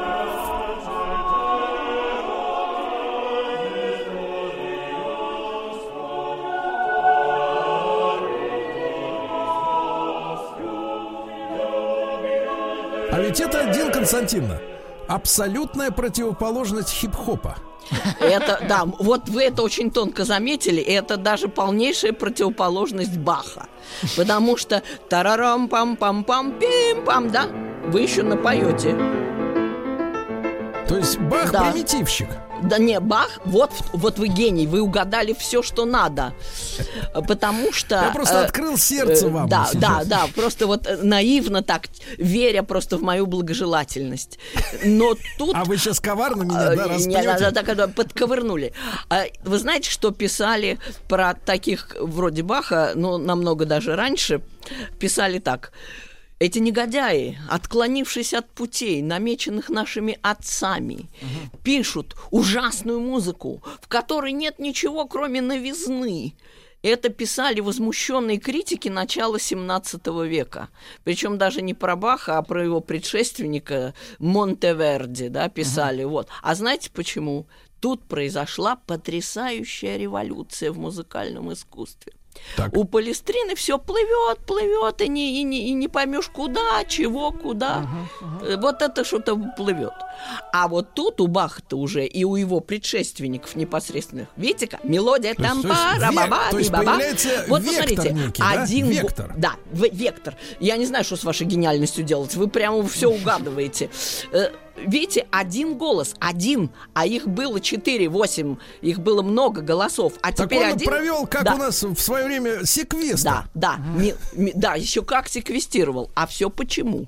А ведь это, Дина Константиновна, абсолютная противоположность хип-хопа. Это, да, вот вы это очень тонко заметили, и это даже полнейшая противоположность Баха. Потому что тарарам-пам-пам-пам-пим-пам, да, вы еще напоете. То есть Бах примитивщик. Да не, Бах, вот вы гений, вы угадали все, что надо. Потому что... Я просто открыл сердце вам. Да, просто вот наивно так, веря просто в мою благожелательность. Но тут... А вы сейчас коварно меня, распьете? Так подковырнули. Вы знаете, что писали про таких вроде Баха, но намного даже раньше, писали так: эти негодяи, отклонившись от путей, намеченных нашими отцами, пишут ужасную музыку, в которой нет ничего, кроме новизны. Это писали возмущенные критики начала 17 века. Причем даже не про Баха, а про его предшественника Монтеверди, писали. Вот. А знаете почему? Тут произошла потрясающая революция в музыкальном искусстве. Так. У Палестрины все плывет, и не поймешь куда, чего, куда. Вот это что-то плывет. А вот тут у Баха-то уже и у его предшественников непосредственных, видите-ка, мелодия там ба-ба-ба-би-ба-ба. Вот посмотрите, вектор. Да, вектор. Я не знаю, что с вашей гениальностью делать. Вы прямо все угадываете. Видите, один голос, а их было 4, 8, их было много голосов, а так теперь он один... провел, как у нас в свое время, секвестр. Да, еще как секвестировал. А все почему?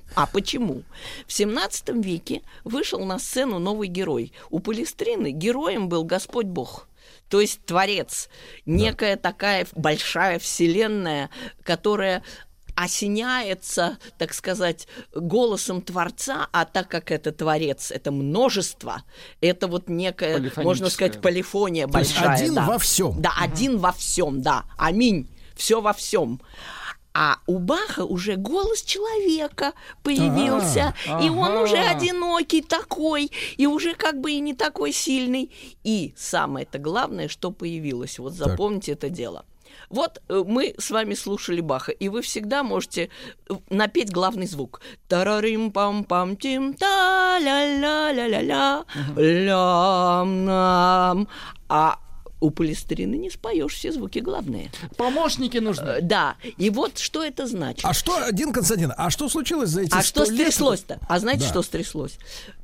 В 17 веке вышел на сцену новый герой. У Палестрины героем был Господь Бог. То есть Творец, некая такая большая вселенная, которая осеняется, так сказать, голосом Творца, а так как это Творец, это множество, это вот некая, можно сказать, полифония большая. Один во всем. Да, один во всем, да. Аминь. Все во всем. А у Баха уже голос человека появился, и он уже одинокий такой, и уже как бы и не такой сильный. И самое-то главное, что появилось, вот запомните это дело. Вот мы с вами слушали Баха, и вы всегда можете напеть главный звук. Тарарим-пам-пам-тим, та-ля-ля-ля-ля-ля, лям-нам. А у Палестрины не споешь все звуки главные. Помощники нужны. Да. И вот что это значит. А что, Константин, а что случилось за эти 100 лет? А что стряслось-то? А знаете, что стряслось?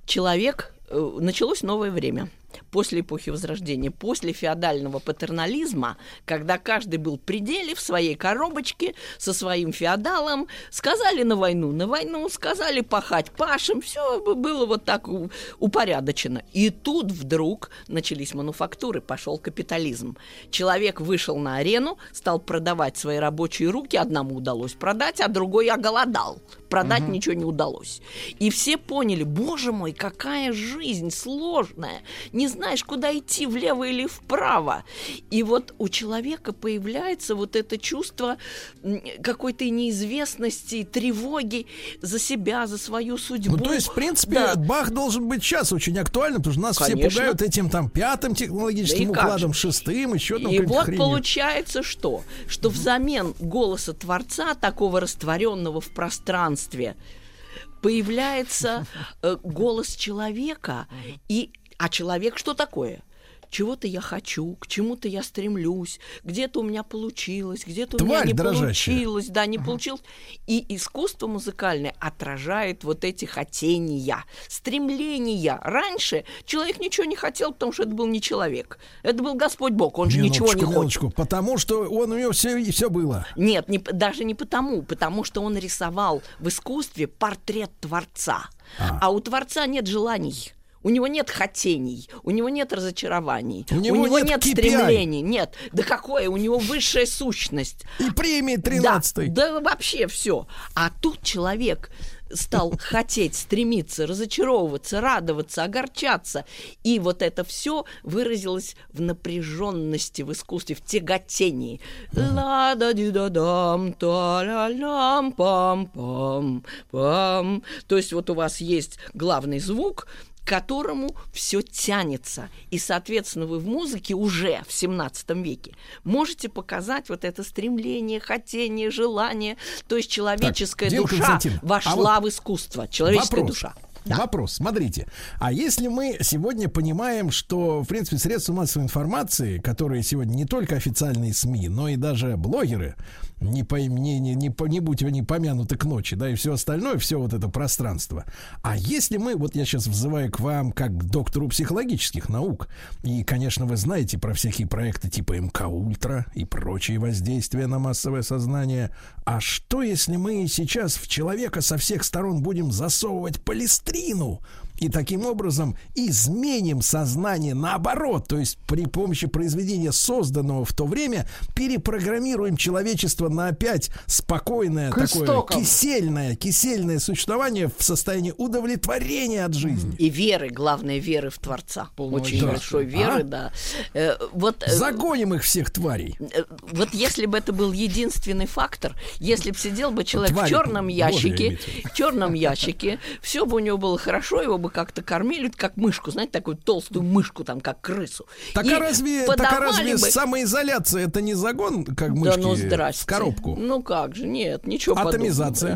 Началось новое время. После эпохи Возрождения, после феодального патернализма, когда каждый был в пределе, в своей коробочке, со своим феодалом, сказали на войну, сказали пахать пашем, все было вот так упорядочено. И тут вдруг начались мануфактуры, пошел капитализм. Человек вышел на арену, стал продавать свои рабочие руки, одному удалось продать, а другой оголодал. Продать ничего не удалось. И все поняли, боже мой, какая жизнь сложная, не знаешь, куда идти, влево или вправо. И вот у человека появляется вот это чувство какой-то неизвестности, тревоги за себя, за свою судьбу. Ну, то есть, в принципе, Бах должен быть сейчас очень актуальным, потому что нас все пугают этим там 5-м технологическим укладом, 6-м, еще там. И вот хренью. Получается что? Что взамен голоса Творца, такого растворенного в пространстве, появляется голос человека, а человек что такое? Чего-то я хочу, к чему-то я стремлюсь, где-то у меня получилось, где-то у меня не получилось, не получилось. И искусство музыкальное отражает вот эти хотения, стремления. Раньше человек ничего не хотел, потому что это был не человек. Это был Господь Бог, он же ничего не хочет. Потому что у него все было. Нет, даже не потому что он рисовал в искусстве портрет Творца. А у Творца нет желаний. У него нет хотений, у него нет разочарований, у него нет стремлений. Нет, да какое? У него высшая сущность. И премии 13-й. Да вообще все. А тут человек стал хотеть, стремиться, разочаровываться, радоваться, огорчаться. И вот это все выразилось в напряженности в искусстве, в тяготении. Ла-да-ди-да-дам, та-ля-лям, пам-пам-пам. То есть вот у вас есть главный звук, к которому все тянется. И, соответственно, вы в музыке уже в 17 веке можете показать вот это стремление, хотение, желание. То есть человеческая душа вошла в искусство. Человеческая душа. Вопрос, смотрите, а если мы сегодня понимаем, что, в принципе, средства массовой информации, которые сегодня не только официальные СМИ, но и даже блогеры, не будь они помянуты к ночи, да, и все остальное, все вот это пространство. А если мы, вот я сейчас взываю к вам как к доктору психологических наук, и, конечно, вы знаете про всякие проекты типа МК-Ультра и прочие воздействия на массовое сознание, а что если мы сейчас в человека со всех сторон будем засовывать полистрину и таким образом изменим сознание наоборот, то есть при помощи произведения, созданного в то время, перепрограммируем человечество на опять спокойное, такое кисельное существование в состоянии удовлетворения от жизни. И веры, главное, веры в Творца. Очень большой веры, да. Загоним их всех тварей. Вот если бы это был единственный фактор, если бы сидел бы человек в черном ящике, все бы у него было хорошо, его бы как-то кормили, как мышку, знаете, такую толстую мышку, там, как крысу. Так а разве самоизоляция это не загон, как мышки, в коробку? Ну как же, нет, ничего подобного. Атомизация?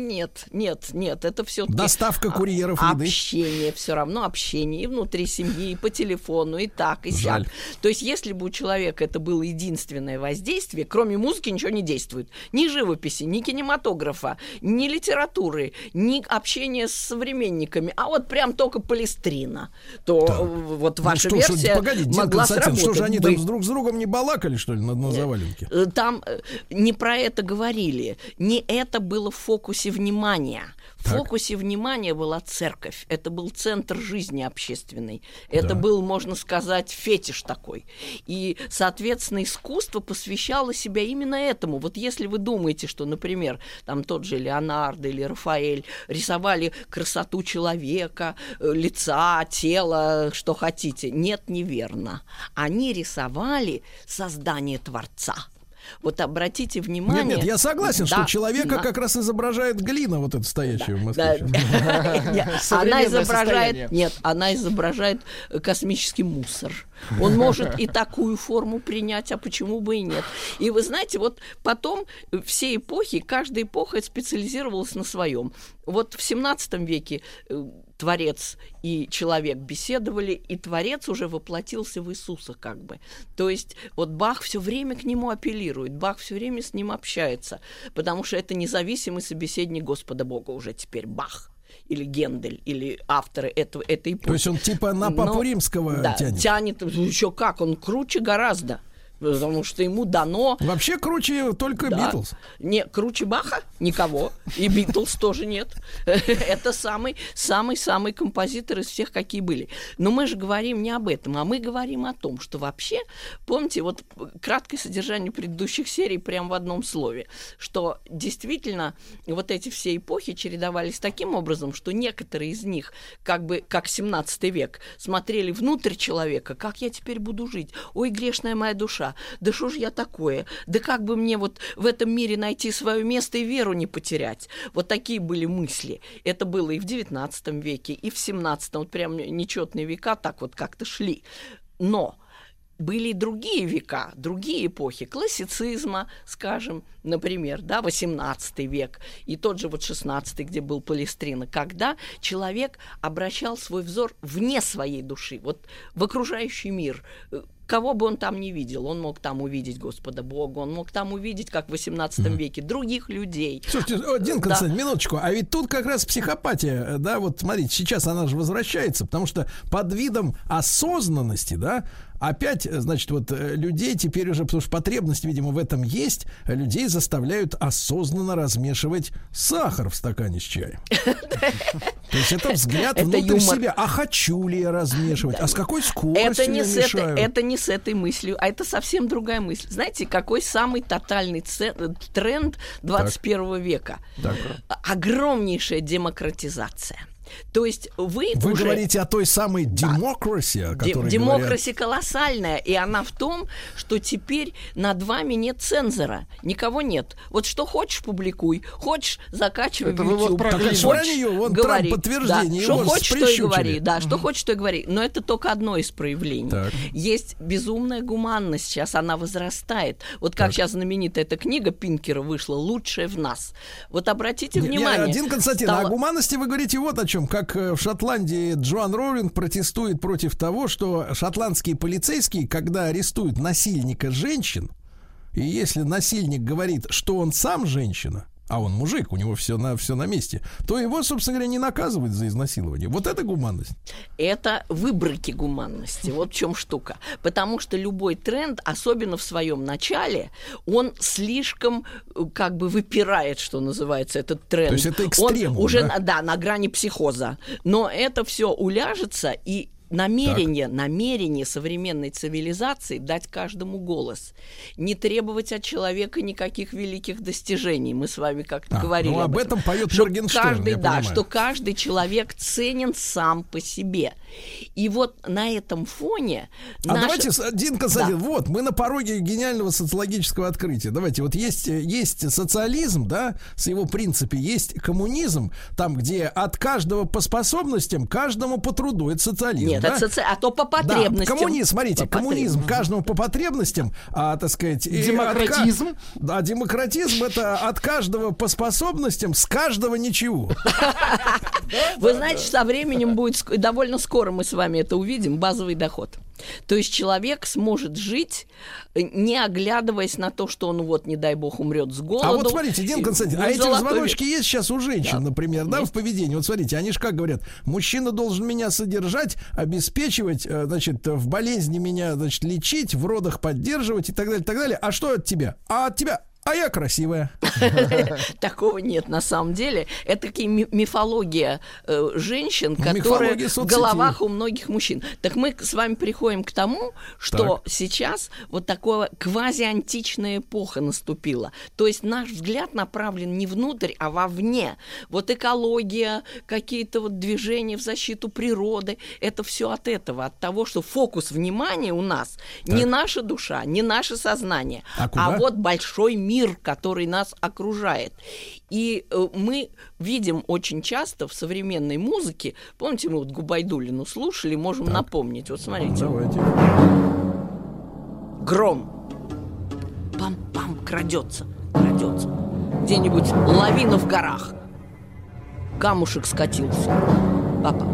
Нет, это все доставка курьеров еды? Общение, все равно общение и внутри семьи, и по телефону, и так, и сяк. То есть если бы у человека это было единственное воздействие, кроме музыки ничего не действует. Ни живописи, ни кинематографа, ни литературы, ни общения с современниками, а вот прям только полистрина, то вот ваша версия могла сработать. Что же они там друг с другом не балакали, что ли, на заваленке? Там не про это говорили, не это было в фокусе внимания. В фокусе внимания была церковь. Это был центр жизни общественной. Это был, можно сказать, фетиш такой. И, соответственно, искусство посвящало себя именно этому. Вот если вы думаете, что, например, там тот же Леонардо или Рафаэль рисовали красоту человека, лица, тела, что хотите. Нет, неверно. Они рисовали создание Творца. Вот обратите внимание... Нет, я согласен, что человека как раз изображает глина, вот эта стоящая в Москве. Она изображает космический мусор. Он может и такую форму принять, а почему бы и нет. И вы знаете, вот потом все эпохи, каждая эпоха специализировалась на своем. Вот в 17 веке Творец и человек беседовали, и Творец уже воплотился в Иисуса как бы. То есть вот Бах все время к нему апеллирует, Бах все время с ним общается, потому что это независимый собеседник Господа Бога уже теперь Бах. Или Гендель, или авторы этой эпохи. То есть он типа на Папу Римского тянет? Тянет, еще как, он круче гораздо. Потому что ему дано... Вообще круче только Битлз. Не, круче Баха никого. И Битлз тоже нет. Это самый композитор из всех, какие были. Но мы же говорим не об этом, а мы говорим о том, что вообще, помните, вот краткое содержание предыдущих серий прямо в одном слове, что действительно вот эти все эпохи чередовались таким образом, что некоторые из них, как 17 век, смотрели внутрь человека, как я теперь буду жить? Ой, грешная моя душа, да что ж я такое? Да как бы мне вот в этом мире найти свое место и веру не потерять? Вот такие были мысли. Это было и в 19 веке, и в 17, вот прям нечетные века так вот как-то шли. Но были и другие века, другие эпохи классицизма, скажем, например, 18 век, и тот же вот 16, где был Палестрина, когда человек обращал свой взор вне своей души, вот в окружающий мир. Кого бы он там не видел, он мог там увидеть Господа Бога, он мог там увидеть, как в 18 веке, других людей. Слушайте, Дин Константин, минуточку, а ведь тут как раз психопатия, да, вот смотрите, сейчас она же возвращается, потому что под видом осознанности, да, опять, значит, вот людей теперь уже, потому что потребность, видимо, в этом есть, людей заставляют осознанно размешивать сахар в стакане с чаем. То есть это взгляд внутрь себя. А хочу ли я размешивать? А с какой скоростью я мешаю? Это не с этой мыслью, а это совсем другая мысль. Знаете, какой самый тотальный тренд 21 века? Огромнейшая демократизация. То есть вы уже... говорите о той самой демократии, о которой демократия колоссальная, и она в том, что теперь над вами нет цензора, никого нет. Вот что хочешь, публикуй, хочешь, закачивай в YouTube, хочешь, говори, подтверждение, что хочешь, то и говори, что хочешь, то и говори. Но это только одно из проявлений. Есть безумная гуманность сейчас, она возрастает. Вот как сейчас знаменитая эта книга Пинкера вышла «Лучшее в нас». Вот обратите внимание. Дин Константин, о гуманности вы говорите вот о чем. слушаем, как в Шотландии Джоан Роулинг протестует против того, что шотландские полицейские, когда арестуют насильника женщин, и если насильник говорит, что он сам женщина, а он мужик, у него все на месте, то его, собственно говоря, не наказывают за изнасилование. Вот это гуманность. Это выборки гуманности. Вот в чем штука. Потому что любой тренд, особенно в своем начале, он слишком как бы выпирает, что называется, этот тренд. То есть это экстремум, он уже на грани психоза. Но это все уляжется, и намерение современной цивилизации дать каждому голос, не требовать от человека никаких великих достижений. Мы с вами как-то говорили об этом поет Моргенштерн, что каждый человек ценен сам по себе. И вот на этом фоне... давайте, Дин Константин, вот, мы на пороге гениального социологического открытия. Давайте, вот есть социализм, да, с его принципами, есть коммунизм, там, где от каждого по способностям, каждому по труду. Это социализм. Нет, да? А то по потребностям. Да, коммунизм, смотрите, коммунизм каждому по потребностям, так сказать... Демократизм. Демократизм — это от каждого по способностям, с каждого ничего. Вы знаете, со временем будет довольно скоро мы с вами это увидим, базовый доход. То есть человек сможет жить, не оглядываясь на то, что он, вот, не дай бог, умрет с голоду. А вот смотрите, Дин Константин, эти звоночки есть сейчас у женщин, например, да, в поведении. Вот смотрите, они же как говорят: мужчина должен меня содержать, обеспечивать, значит, в болезни меня, значит, лечить, в родах поддерживать и так далее, так далее. А что от тебя? А от тебя... А я красивая. Такого нет на самом деле. Это такие мифология женщин, которые в головах у многих мужчин. Так мы с вами приходим к тому, что сейчас вот такая квазиантичная эпоха наступила. То есть наш взгляд направлен не внутрь, а вовне. Вот экология, какие-то вот движения в защиту природы, это все от этого, от того, что фокус внимания у нас не наша душа, не наше сознание, а вот большой мир, который нас окружает. И мы видим очень часто в современной музыке, помните, мы вот Губайдуллину слушали, можем напомнить. Вот смотрите. Давайте. Гром. Пам-пам, крадется. Где-нибудь лавина в горах. Камушек скатился. Папа.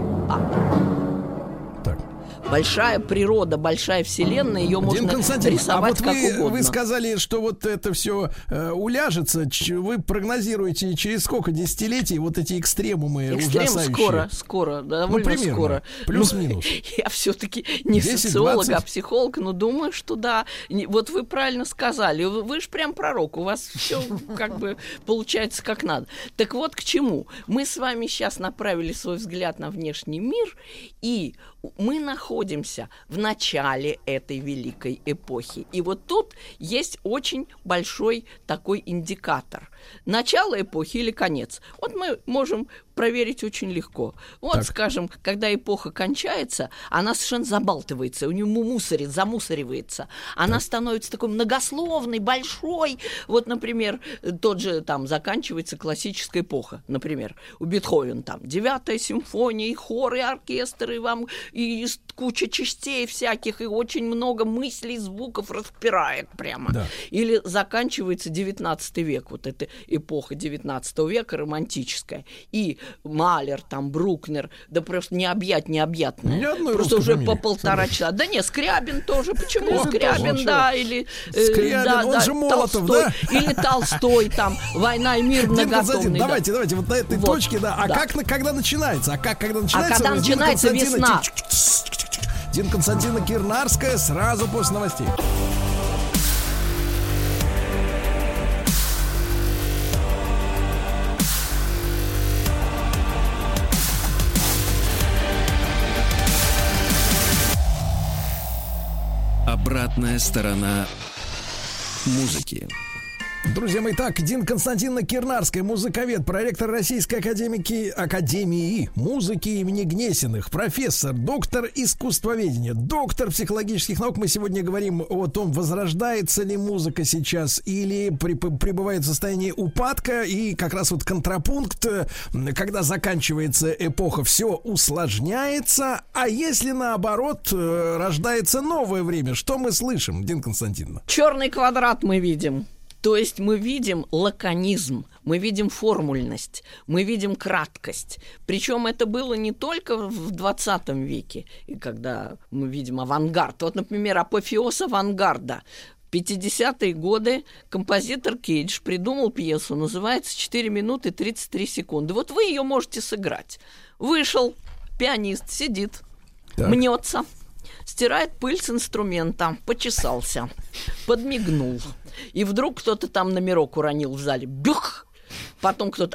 Большая природа, большая вселенная, ее можно рисовать как угодно. Вы сказали, что вот это все уляжется. Вы прогнозируете, через сколько десятилетий вот эти экстремумы ужасающие? Скоро, довольно скоро. Плюс-минус. Я все-таки не 10, социолог, 20. А психолог, но думаю, что да. Вот вы правильно сказали. Вы же прям пророк. У вас все как бы получается как надо. Так вот к чему. Мы с вами сейчас направили свой взгляд на внешний мир, и мы находимся в начале этой великой эпохи. И вот тут есть очень большой такой индикатор. Начало эпохи или конец. Вот мы можем проверить очень легко. Вот, скажем, когда эпоха кончается, она совершенно забалтывается, у нее замусоривается. Она становится такой многословной, большой. Вот, например, тот же там заканчивается классическая эпоха. Например, у Бетховена там 9-я симфония, и хор, и оркестр, и вам и куча частей всяких, и очень много мыслей, звуков распирает прямо. Да. Или заканчивается 19 век, вот эта эпоха 19 века романтическая. И Малер, там, Брукнер, да просто необъятное. Просто уже по полтора часа. Да нет, Скрябин тоже. Почему Скрябин, да, или... Скрябин, он же Молотов, да? Или Толстой, там, «Война и мир» многотомный. Давайте, вот на этой точке, да. А как когда начинается? Когда начинается весна? Дин Константина Кирнарская сразу после новостей. Обратная сторона музыки. Друзья мои, так, Дин Константиновна Кирнарская, музыковед, проректор Российской академии музыки имени Гнесиных, профессор, доктор искусствоведения, доктор психологических наук. Мы сегодня говорим о том, возрождается ли музыка сейчас или пребывает в состоянии упадка, и как раз вот контрапункт, когда заканчивается эпоха, все усложняется, а если наоборот рождается новое время, что мы слышим, Дин Константиновна? Черный квадрат мы видим. То есть мы видим лаконизм, мы видим формульность, мы видим краткость. Причем это было не только в 20 веке, и когда мы видим авангард. Вот, например, апофеоз авангарда. В 50-е годы композитор Кейдж придумал пьесу, называется «4 минуты 33 секунды». Вот вы ее можете сыграть. Вышел, пианист сидит, мнется, стирает пыль с инструмента, почесался, подмигнул. И вдруг кто-то там номерок уронил в зале. Бюх! Потом кто-то...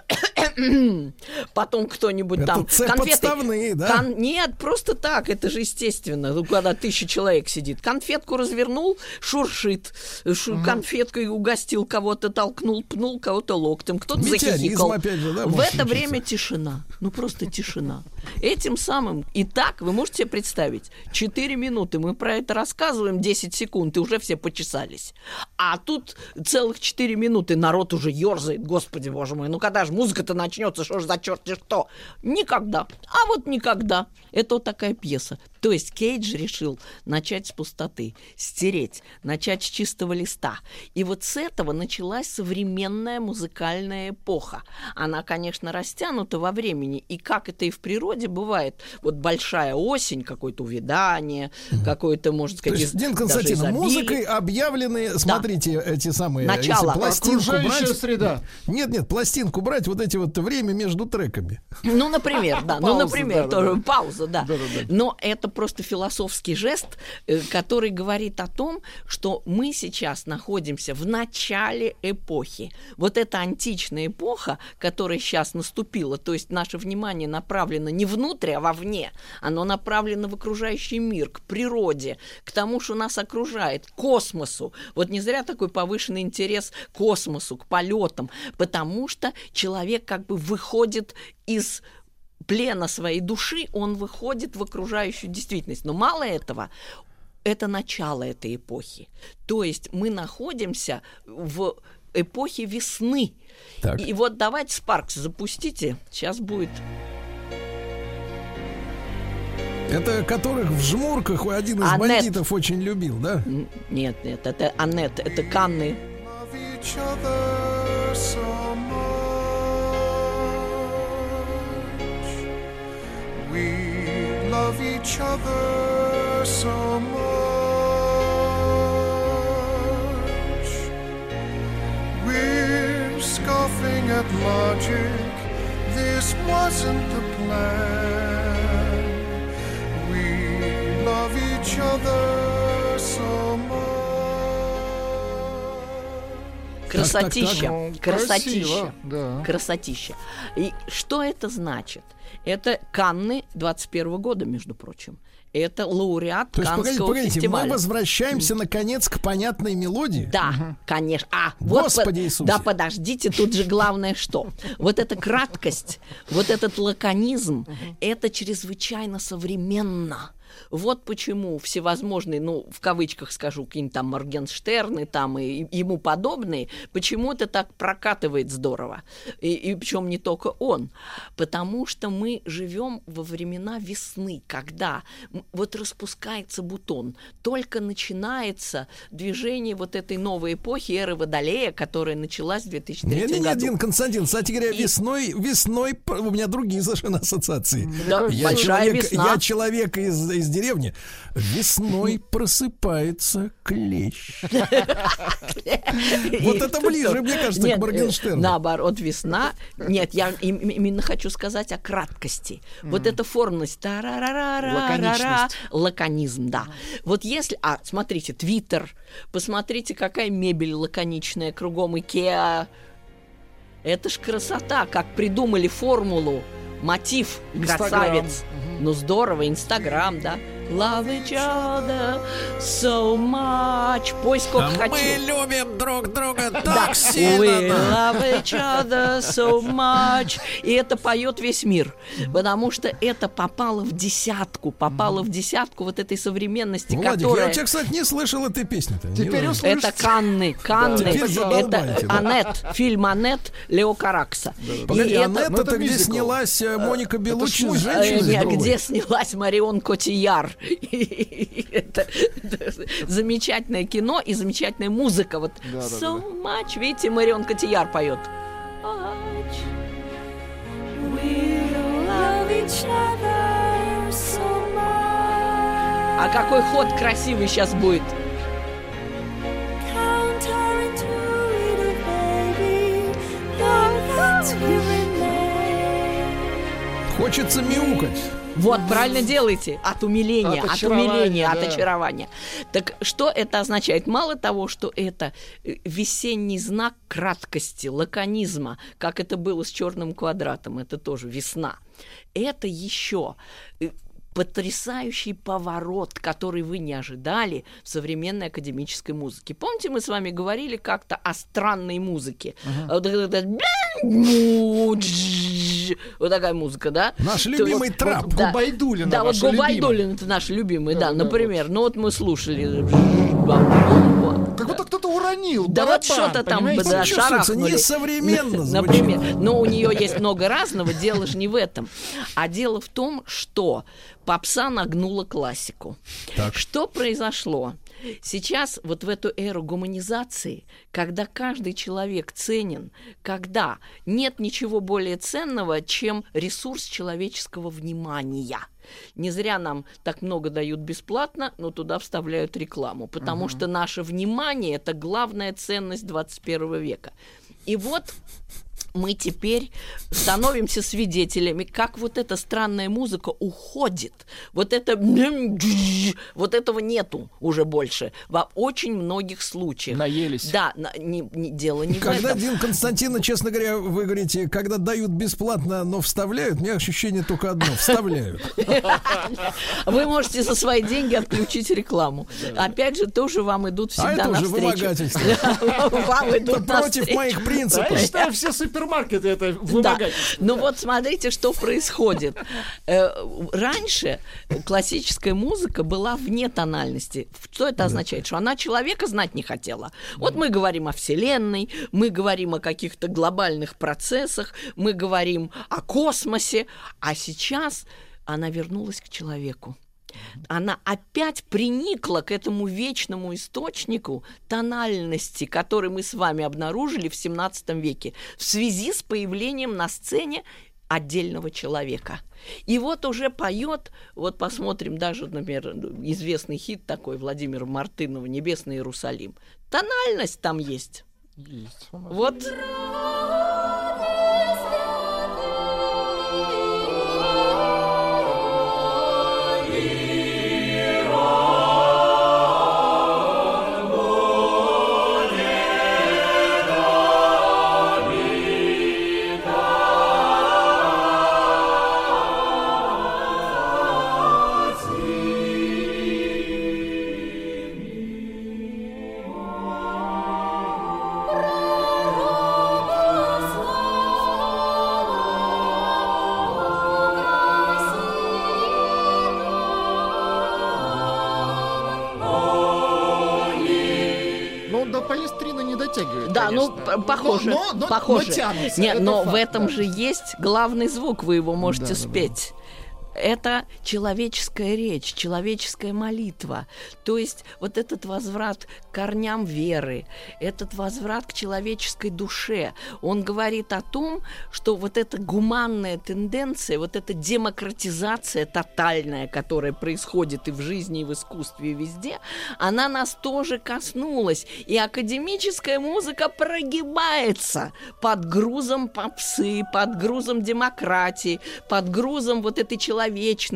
Потом кто-нибудь это там... Конфеты... да? Нет, просто так, это же естественно. Ну, когда 1000 человек сидит. Конфетку развернул, шуршит. Конфеткой угостил кого-то, толкнул, пнул кого-то локтем. Кто-то захихикал. Опять же, да, в это время тишина. Ну, просто тишина. Этим самым... И так, вы можете себе представить, 4 минуты мы про это рассказываем, 10 секунд, и уже все почесались. А тут целых 4 минуты народ уже ерзает. Господи, боже мой, ну когда же музыка-то начнется, что ж за черти что? Никогда. А вот никогда. Это вот такая пьеса. То есть Кейдж решил начать с пустоты, стереть, начать с чистого листа. И вот с этого началась современная музыкальная эпоха. Она, конечно, растянута во времени, и как это и в природе бывает, вот большая осень, какое-то увядание, какое-то, можно сказать, то есть, Дина Константиновна, музыкой объявлены, смотрите, эти самые... Начало. Пластинку брать, среда. Нет, пластинку брать, вот эти вот время между треками. Ну, например, да. Ну, например, тоже пауза, да. Но это просто философский жест, который говорит о том, что мы сейчас находимся в начале эпохи. Вот эта античная эпоха, которая сейчас наступила, то есть наше внимание направлено не внутрь, а вовне, оно направлено в окружающий мир, к природе, к тому, что нас окружает, к космосу. Вот не зря такой повышенный интерес к космосу, к полетам, потому что человек как бы выходит из плена своей души, он выходит в окружающую действительность. Но мало этого, это начало этой эпохи. То есть мы находимся в эпохе весны. Так. И вот давайте Спаркс запустите, сейчас будет... Это которых в жмурках один из бандитов очень любил, да? Нет, это Аннет, это Канны. We love each other so much. We're scoffing at logic. This wasn't the plan. We love each other so much. Красотища, красотища, да. Красотища. И что это значит? Это Канны 21 года, между прочим. Это лауреат Каннского фестиваля. Мы возвращаемся, наконец, к понятной мелодии? Да, конечно. Господи Иисусе! Да, подождите, тут же главное что? Вот эта краткость, вот этот лаконизм, это чрезвычайно современно. Вот почему всевозможные, ну, в кавычках скажу, какие-нибудь там Моргенштерны там и ему подобные, почему это так прокатывает здорово. И причем не только он. Потому что мы живем во времена весны, когда вот распускается бутон. Только начинается движение вот этой новой эпохи, эры Водолея, которая началась в 2003 году. Дин Константин, кстати говоря, весной у меня другие совершенно ассоциации. Да, большая весна. Я человек из деревни. Весной просыпается клещ. Вот это ближе, мне кажется, к Моргенштерну. Наоборот, весна. Нет, я именно хочу сказать о краткости. Вот эта формность. Лаконизм, да. Вот если... смотрите, Твиттер. Посмотрите, какая мебель лаконичная кругом, Икеа. Это ж красота, как придумали формулу. Мотив, красавец. Ну здорово, Инстаграм, да. Love each other so much. Пой сколько хочу. Мы любим друг друга так да. сильно. We love each other so much. И это поет весь мир. Потому что это попало в десятку. Вот этой современности, Владик, которая... я у тебя, кстати, не слышал этой песни-то. Теперь услышите. Это Канны. Это Аннет. Фильм Аннет Лео Каракса. Погоди, Аннет, это где снялась Моника Беллуччи с женщиной? Где снялась Марион Котийяр. Это замечательное кино и замечательная музыка. Вот so much. Видите, Марион Котийяр поет. А какой ход красивый сейчас будет. Хочется мяукать. Вот, правильно делаете. От умиления, от умиления, да. от очарования. Так что это означает? Мало того, что это весенний знак краткости, лаконизма, как это было с черным квадратом, это тоже весна. Это еще потрясающий поворот, который вы не ожидали в современной академической музыке. Помните, мы с вами говорили как-то о странной музыке? Вот такая музыка, да? Наш любимый трап. Да, Губайдулина. да, вот Губайдулин это наш любимый, да, например. Ну вот мы слушали. Как будто кто-то уронил. Да барабан, вот что-то там да, шарахнули. Несовременно звучит. Например. Но у нее есть много разного, дело же не в этом. А дело в том, что попса нагнула классику. Так. Что произошло? Сейчас вот в эту эру гуманизации, когда каждый человек ценен, когда нет ничего более ценного, чем ресурс человеческого внимания. Не зря нам так много дают бесплатно, но туда вставляют рекламу, потому что наше внимание – это главная ценность 21 века. И вот мы теперь становимся свидетелями, как вот эта странная музыка уходит. Вот это вот этого нету уже больше во очень многих случаях. Наелись. Да, дело не когда в этом. Дин Константиновна, честно говоря, вы говорите, когда дают бесплатно, но вставляют, у меня ощущение только одно – вставляют. Вы можете за свои деньги отключить рекламу. Опять же, тоже вам идут всегда навстречу. А это уже вымогательство. Вам идут против моих принципов. Я считаю, все супермаркеты это вымогательство. Да. Ну вот смотрите, что происходит. Раньше классическая музыка была вне тональности. Что это означает? Что она человека знать не хотела. Вот мы говорим о Вселенной, мы говорим о каких-то глобальных процессах, мы говорим о космосе, а сейчас она вернулась к человеку. Она опять приникла к этому вечному источнику тональности, который мы с вами обнаружили в 17 веке в связи с появлением на сцене отдельного человека. И вот уже поет, вот посмотрим даже, например, известный хит такой Владимира Мартынова «Небесный Иерусалим». Тональность там есть. Есть. Вот. Да, конечно. ну, похоже. Похоже. Но тянутся. Нет, но факт, в этом да. же есть главный звук, вы его можете Да, спеть. Это человеческая речь, человеческая молитва. То есть вот этот возврат к корням веры, этот возврат к человеческой душе, он говорит о том, что вот эта гуманная тенденция, вот эта демократизация тотальная, которая происходит и в жизни, и в искусстве, и везде, она нас тоже коснулась. И академическая музыка прогибается под грузом попсы, под грузом демократии, под грузом вот этой человечности,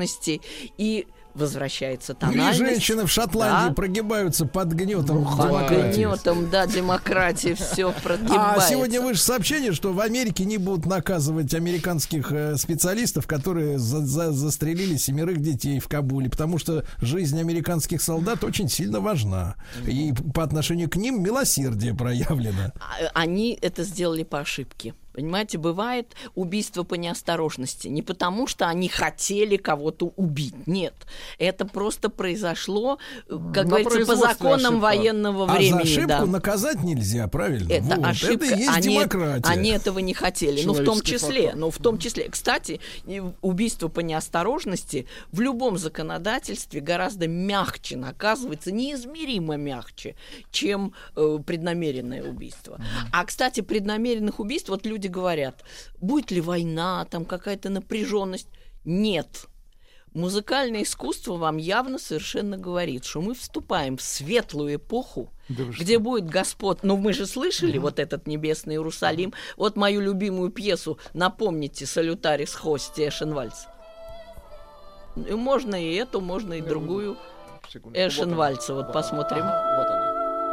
и возвращается тональность. Или женщины в Шотландии прогибаются под гнетом под гнетом, да, демократии, все прогибается. А сегодня выше сообщение, что в Америке не будут наказывать американских специалистов, которые застрелили 7 детей в Кабуле, потому что жизнь американских солдат очень сильно важна. И по отношению к ним милосердие проявлено. Они это сделали по ошибке. Понимаете, бывает убийство по неосторожности. Не потому, что они хотели кого-то убить. Нет. Это просто произошло, как говорится, по законам ошибка. Военного времени. А за ошибку наказать нельзя, правильно? Это вот. Ошибка. Это и есть демократия. Они этого не хотели. Но в том числе. Кстати, убийство по неосторожности в любом законодательстве гораздо мягче наказывается, неизмеримо мягче, чем преднамеренное убийство. А, кстати, преднамеренных убийств, вот люди говорят, будет ли война, там какая-то напряженность. Нет. Музыкальное искусство вам явно совершенно говорит, что мы вступаем в светлую эпоху, где будет Господь... Ну, мы же слышали вот этот небесный Иерусалим. Вот мою любимую пьесу, напомните, «Салютарис Хости» Эшенвальц. Можно и эту, можно и другую Эшенвальца. Вот посмотрим. Вот она.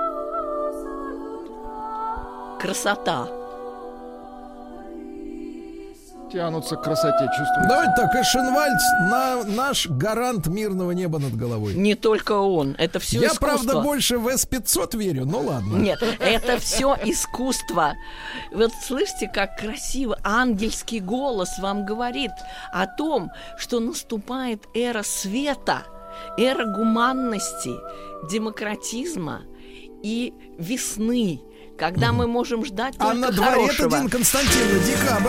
Красота. Тянутся к красоте, чувствуется. Давайте так, Эшенвальц наш гарант мирного неба над головой. Не только он, это все искусство. Я, правда, больше в С-500 верю, но ладно. Нет, это все искусство. Вот слышите, как красиво ангельский голос вам говорит о том, что наступает эра света, эра гуманности, демократизма и весны, когда мы можем ждать только на дворе хорошего. это, Дина Константиновна, декабрь.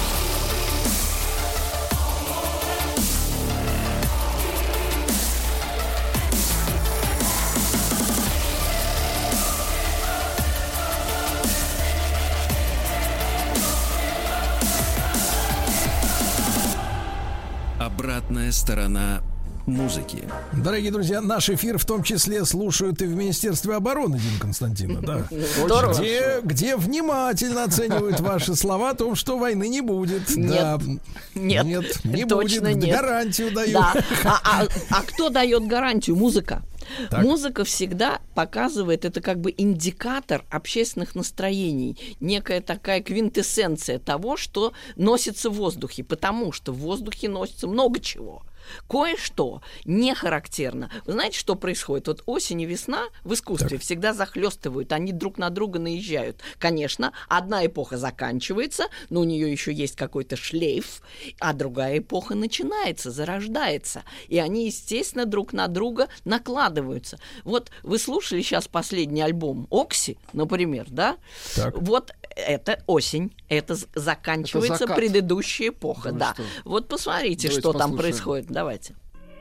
Обратная сторона музыки. Дорогие друзья, наш эфир в том числе слушают и в Министерстве обороны, Дина Константиновна, да. Где внимательно оценивают ваши слова о том, что войны не будет. Нет, не точно будет. Нет. Гарантию дают. Да. А кто дает гарантию? Музыка. Так. Музыка всегда показывает, это как бы индикатор общественных настроений, некая такая квинтэссенция того, что носится в воздухе, потому что в воздухе носится много чего. Кое-что не характерно. Вы знаете, что происходит? Вот осень и весна в искусстве всегда захлестывают, они друг на друга наезжают. Конечно, одна эпоха заканчивается, но у нее еще есть какой-то шлейф, а другая эпоха начинается, зарождается. И они, естественно, друг на друга накладываются. Вот вы слушали сейчас последний альбом «Окси», например, да? Так. Вот это осень, это заканчивается это предыдущая эпоха, да. Что? Вот посмотрите, Давайте что там послушаем. происходит. Давайте.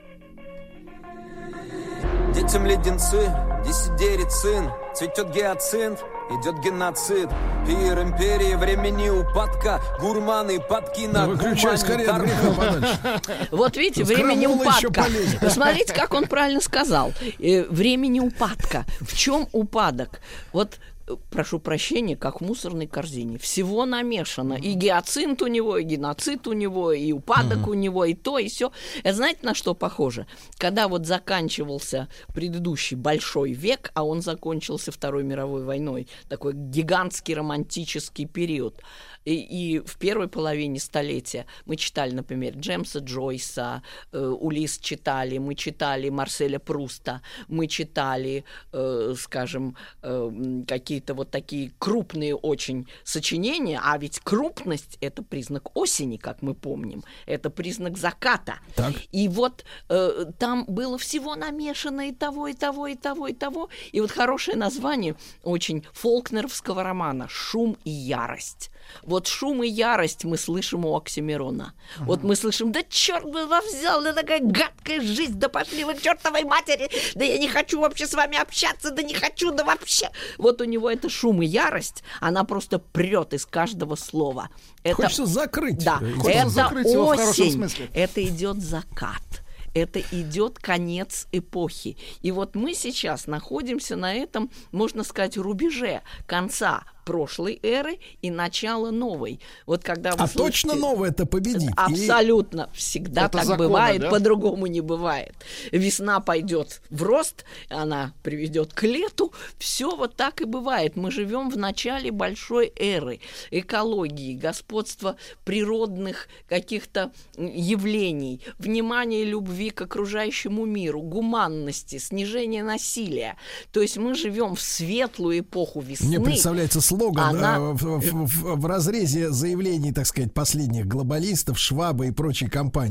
Детям леденцы, десидерит сын, цветет гиацинт, идет геноцид. Пир империи, времени упадка, гурманы, падки на выключай скорее от греха подальше. Вот видите, времени упадка. Посмотрите, как он правильно сказал. Времени упадка. В чем упадок? Вот прошу прощения, как в мусорной корзине. Всего намешано. И гиацинт у него, и геноцид у него, и упадок у него, и то, и все. Это знаете, на что похоже? Когда вот заканчивался предыдущий большой век, а он закончился Второй мировой войной, такой гигантский романтический период. И в первой половине столетия мы читали, например, Джеймса Джойса, Улисс читали, мы читали Марселя Пруста, мы читали, скажем, какие-то вот такие крупные очень сочинения, а ведь крупность — это признак осени, как мы помним, это признак заката. Так. И вот там было всего намешано и того, и того, и того, и того. И вот хорошее название очень фолкнеровского романа «Шум и ярость». Вот шум и ярость мы слышим у Оксимирона. Вот мы слышим: да черт бы вас взял, да такая гадкая жизнь, да пошли вы к чертовой матери, да я не хочу вообще с вами общаться, да не хочу, да вообще. Вот у него это шум и ярость, она просто прет из каждого слова. Это... Хочется закрыть. Да, Хочется это закрыть его в хорошем осень, смысле. это идет закат. Это идет конец эпохи. И вот мы сейчас находимся на этом, можно сказать, рубеже конца прошлой эры и начала новой. Вот когда вы слышите... точно новое-то победит? Абсолютно. Всегда это так законы, бывает, да? по-другому не бывает. Весна пойдет в рост, она приведет к лету. Все вот так и бывает. Мы живем в начале большой эры экологии, господства природных каких-то явлений, внимания и любви к окружающему миру, гуманности, снижения насилия. То есть мы живем в светлую эпоху весны. Мне представляется слоган Она... в разрезе заявлений, так сказать, последних глобалистов, Шваба и прочей компании.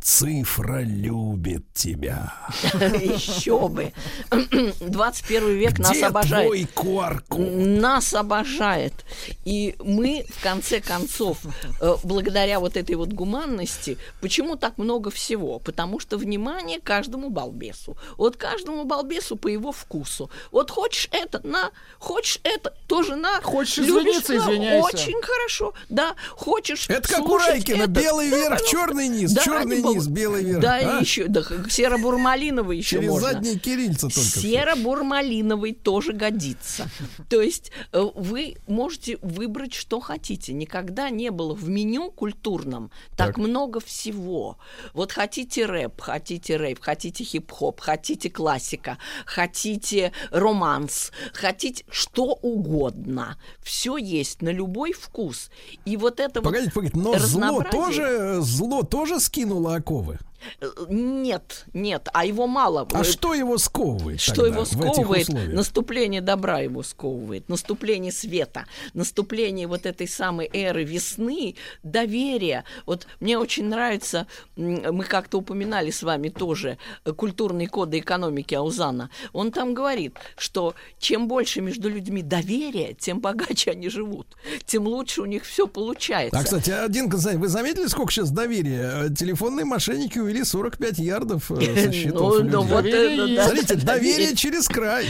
цифра любит тебя. Еще бы. 21 век нас обожает. Где твой QR-код? Нас обожает. И мы, в конце концов, благодаря вот этой вот гуманности, почему так много всего? Потому что внимание каждому балбесу. Вот каждому балбесу по его вкусу. Вот хочешь это, на. Хочешь это, тоже на. Хочешь любишь, извиниться, извиняйся. Очень хорошо. Да, хочешь это как у Райкина, белый верх, черный низ, да, черный низ, белый верх. Да, и еще, да, серо-бурмалиновый еще через можно. Задний кириллица только. Серо-бурмалиновый тоже годится. То есть вы можете выбрать, что хотите. Никогда не было в меню культурном так много всего. Вот хотите рэп, хотите рейв, хотите хип-хоп, хотите классика, хотите романс, хотите что угодно. Все есть на любой вкус. И вот это погодите, но зло тоже скинуло оковы? Нет, а его мало. А что его сковывает? Что его сковывает? Наступление добра его сковывает, наступление света, наступление вот этой самой эры весны, доверия. Вот мне очень нравится, мы как-то упоминали с вами тоже культурные коды экономики Аузана. Он там говорит, что чем больше между людьми доверия, тем богаче они живут, тем лучше у них все получается. А, кстати, Дин Константин, вы заметили, сколько сейчас доверия? Телефонные мошенники увели 45 ярдов со счетов. Смотрите, доверие через край.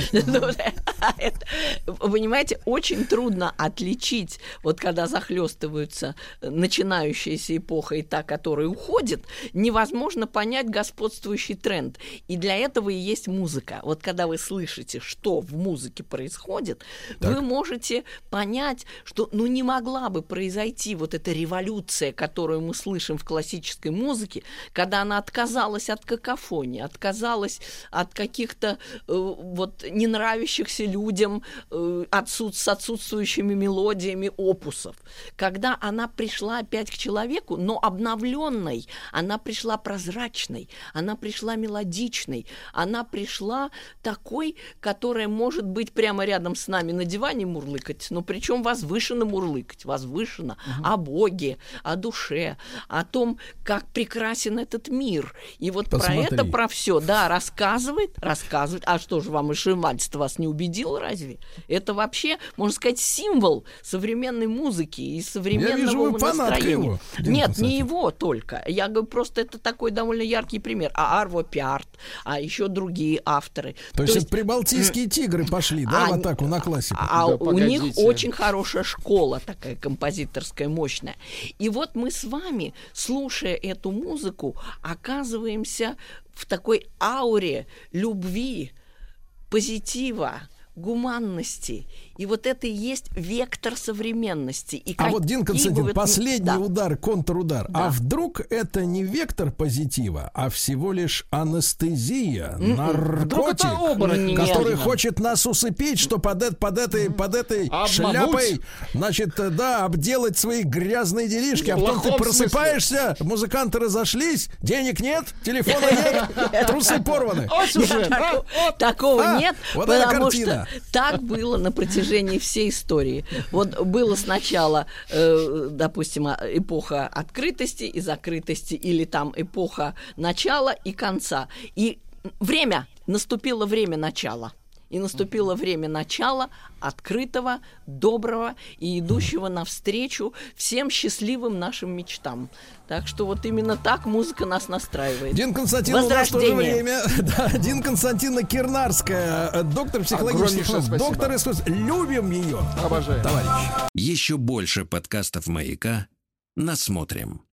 Вы понимаете, очень трудно отличить, вот когда захлестываются начинающаяся эпоха и та, которая уходит, невозможно понять господствующий тренд. И для этого и есть музыка. Вот когда вы слышите, что в музыке происходит, вы можете понять, что не могла бы произойти вот эта революция, которую мы слышим в классической музыке, когда она отказалась от какофонии, отказалась от каких-то не нравящихся людям с отсутствующими мелодиями опусов. Когда она пришла опять к человеку, но обновленной, она пришла прозрачной, она пришла мелодичной, она пришла такой, которая может быть прямо рядом с нами на диване мурлыкать, но причем возвышенно мурлыкать, возвышенно о Боге, о душе, о том, как прекрасен этот мир. И вот про это, про все, рассказывает. А что же вам Ишимальство вас не убедил, разве? Это вообще, можно сказать, символ современной музыки и современного настроения. Нет, не его только. Я говорю, просто это такой довольно яркий пример. А Арво Пиарт, а еще другие авторы. То есть прибалтийские тигры пошли, в атаку на классику. У них очень хорошая школа такая композиторская, мощная. И вот мы с вами, слушая эту музыку, оказываемся в такой ауре любви, позитива, гуманности. И вот это и есть вектор современности. И вот, Дин Константин, последний удар, контрудар. Да. А вдруг это не вектор позитива, а всего лишь анестезия, наркотик, который хочет нас усыпить, что под этой шляпой, значит, обделать свои гразные делишки. А потом ты просыпаешься, музыканты разошлись, денег нет, телефона нет, трусы порваны. Такого нет, потому что так было на протяжении всей истории. Вот было сначала, допустим, эпоха открытости и закрытости, или там эпоха начала и конца. И наступило время начала. И наступило время начала открытого, доброго и идущего навстречу всем счастливым нашим мечтам. Так что вот именно так музыка нас настраивает. Дин Константин, у нас тоже время. Дин Константина Кирнарская, доктор психологических наук, доктор искусств. Любим ее. Обожаем. Товарищ. Еще больше подкастов «Маяка» насмотрим.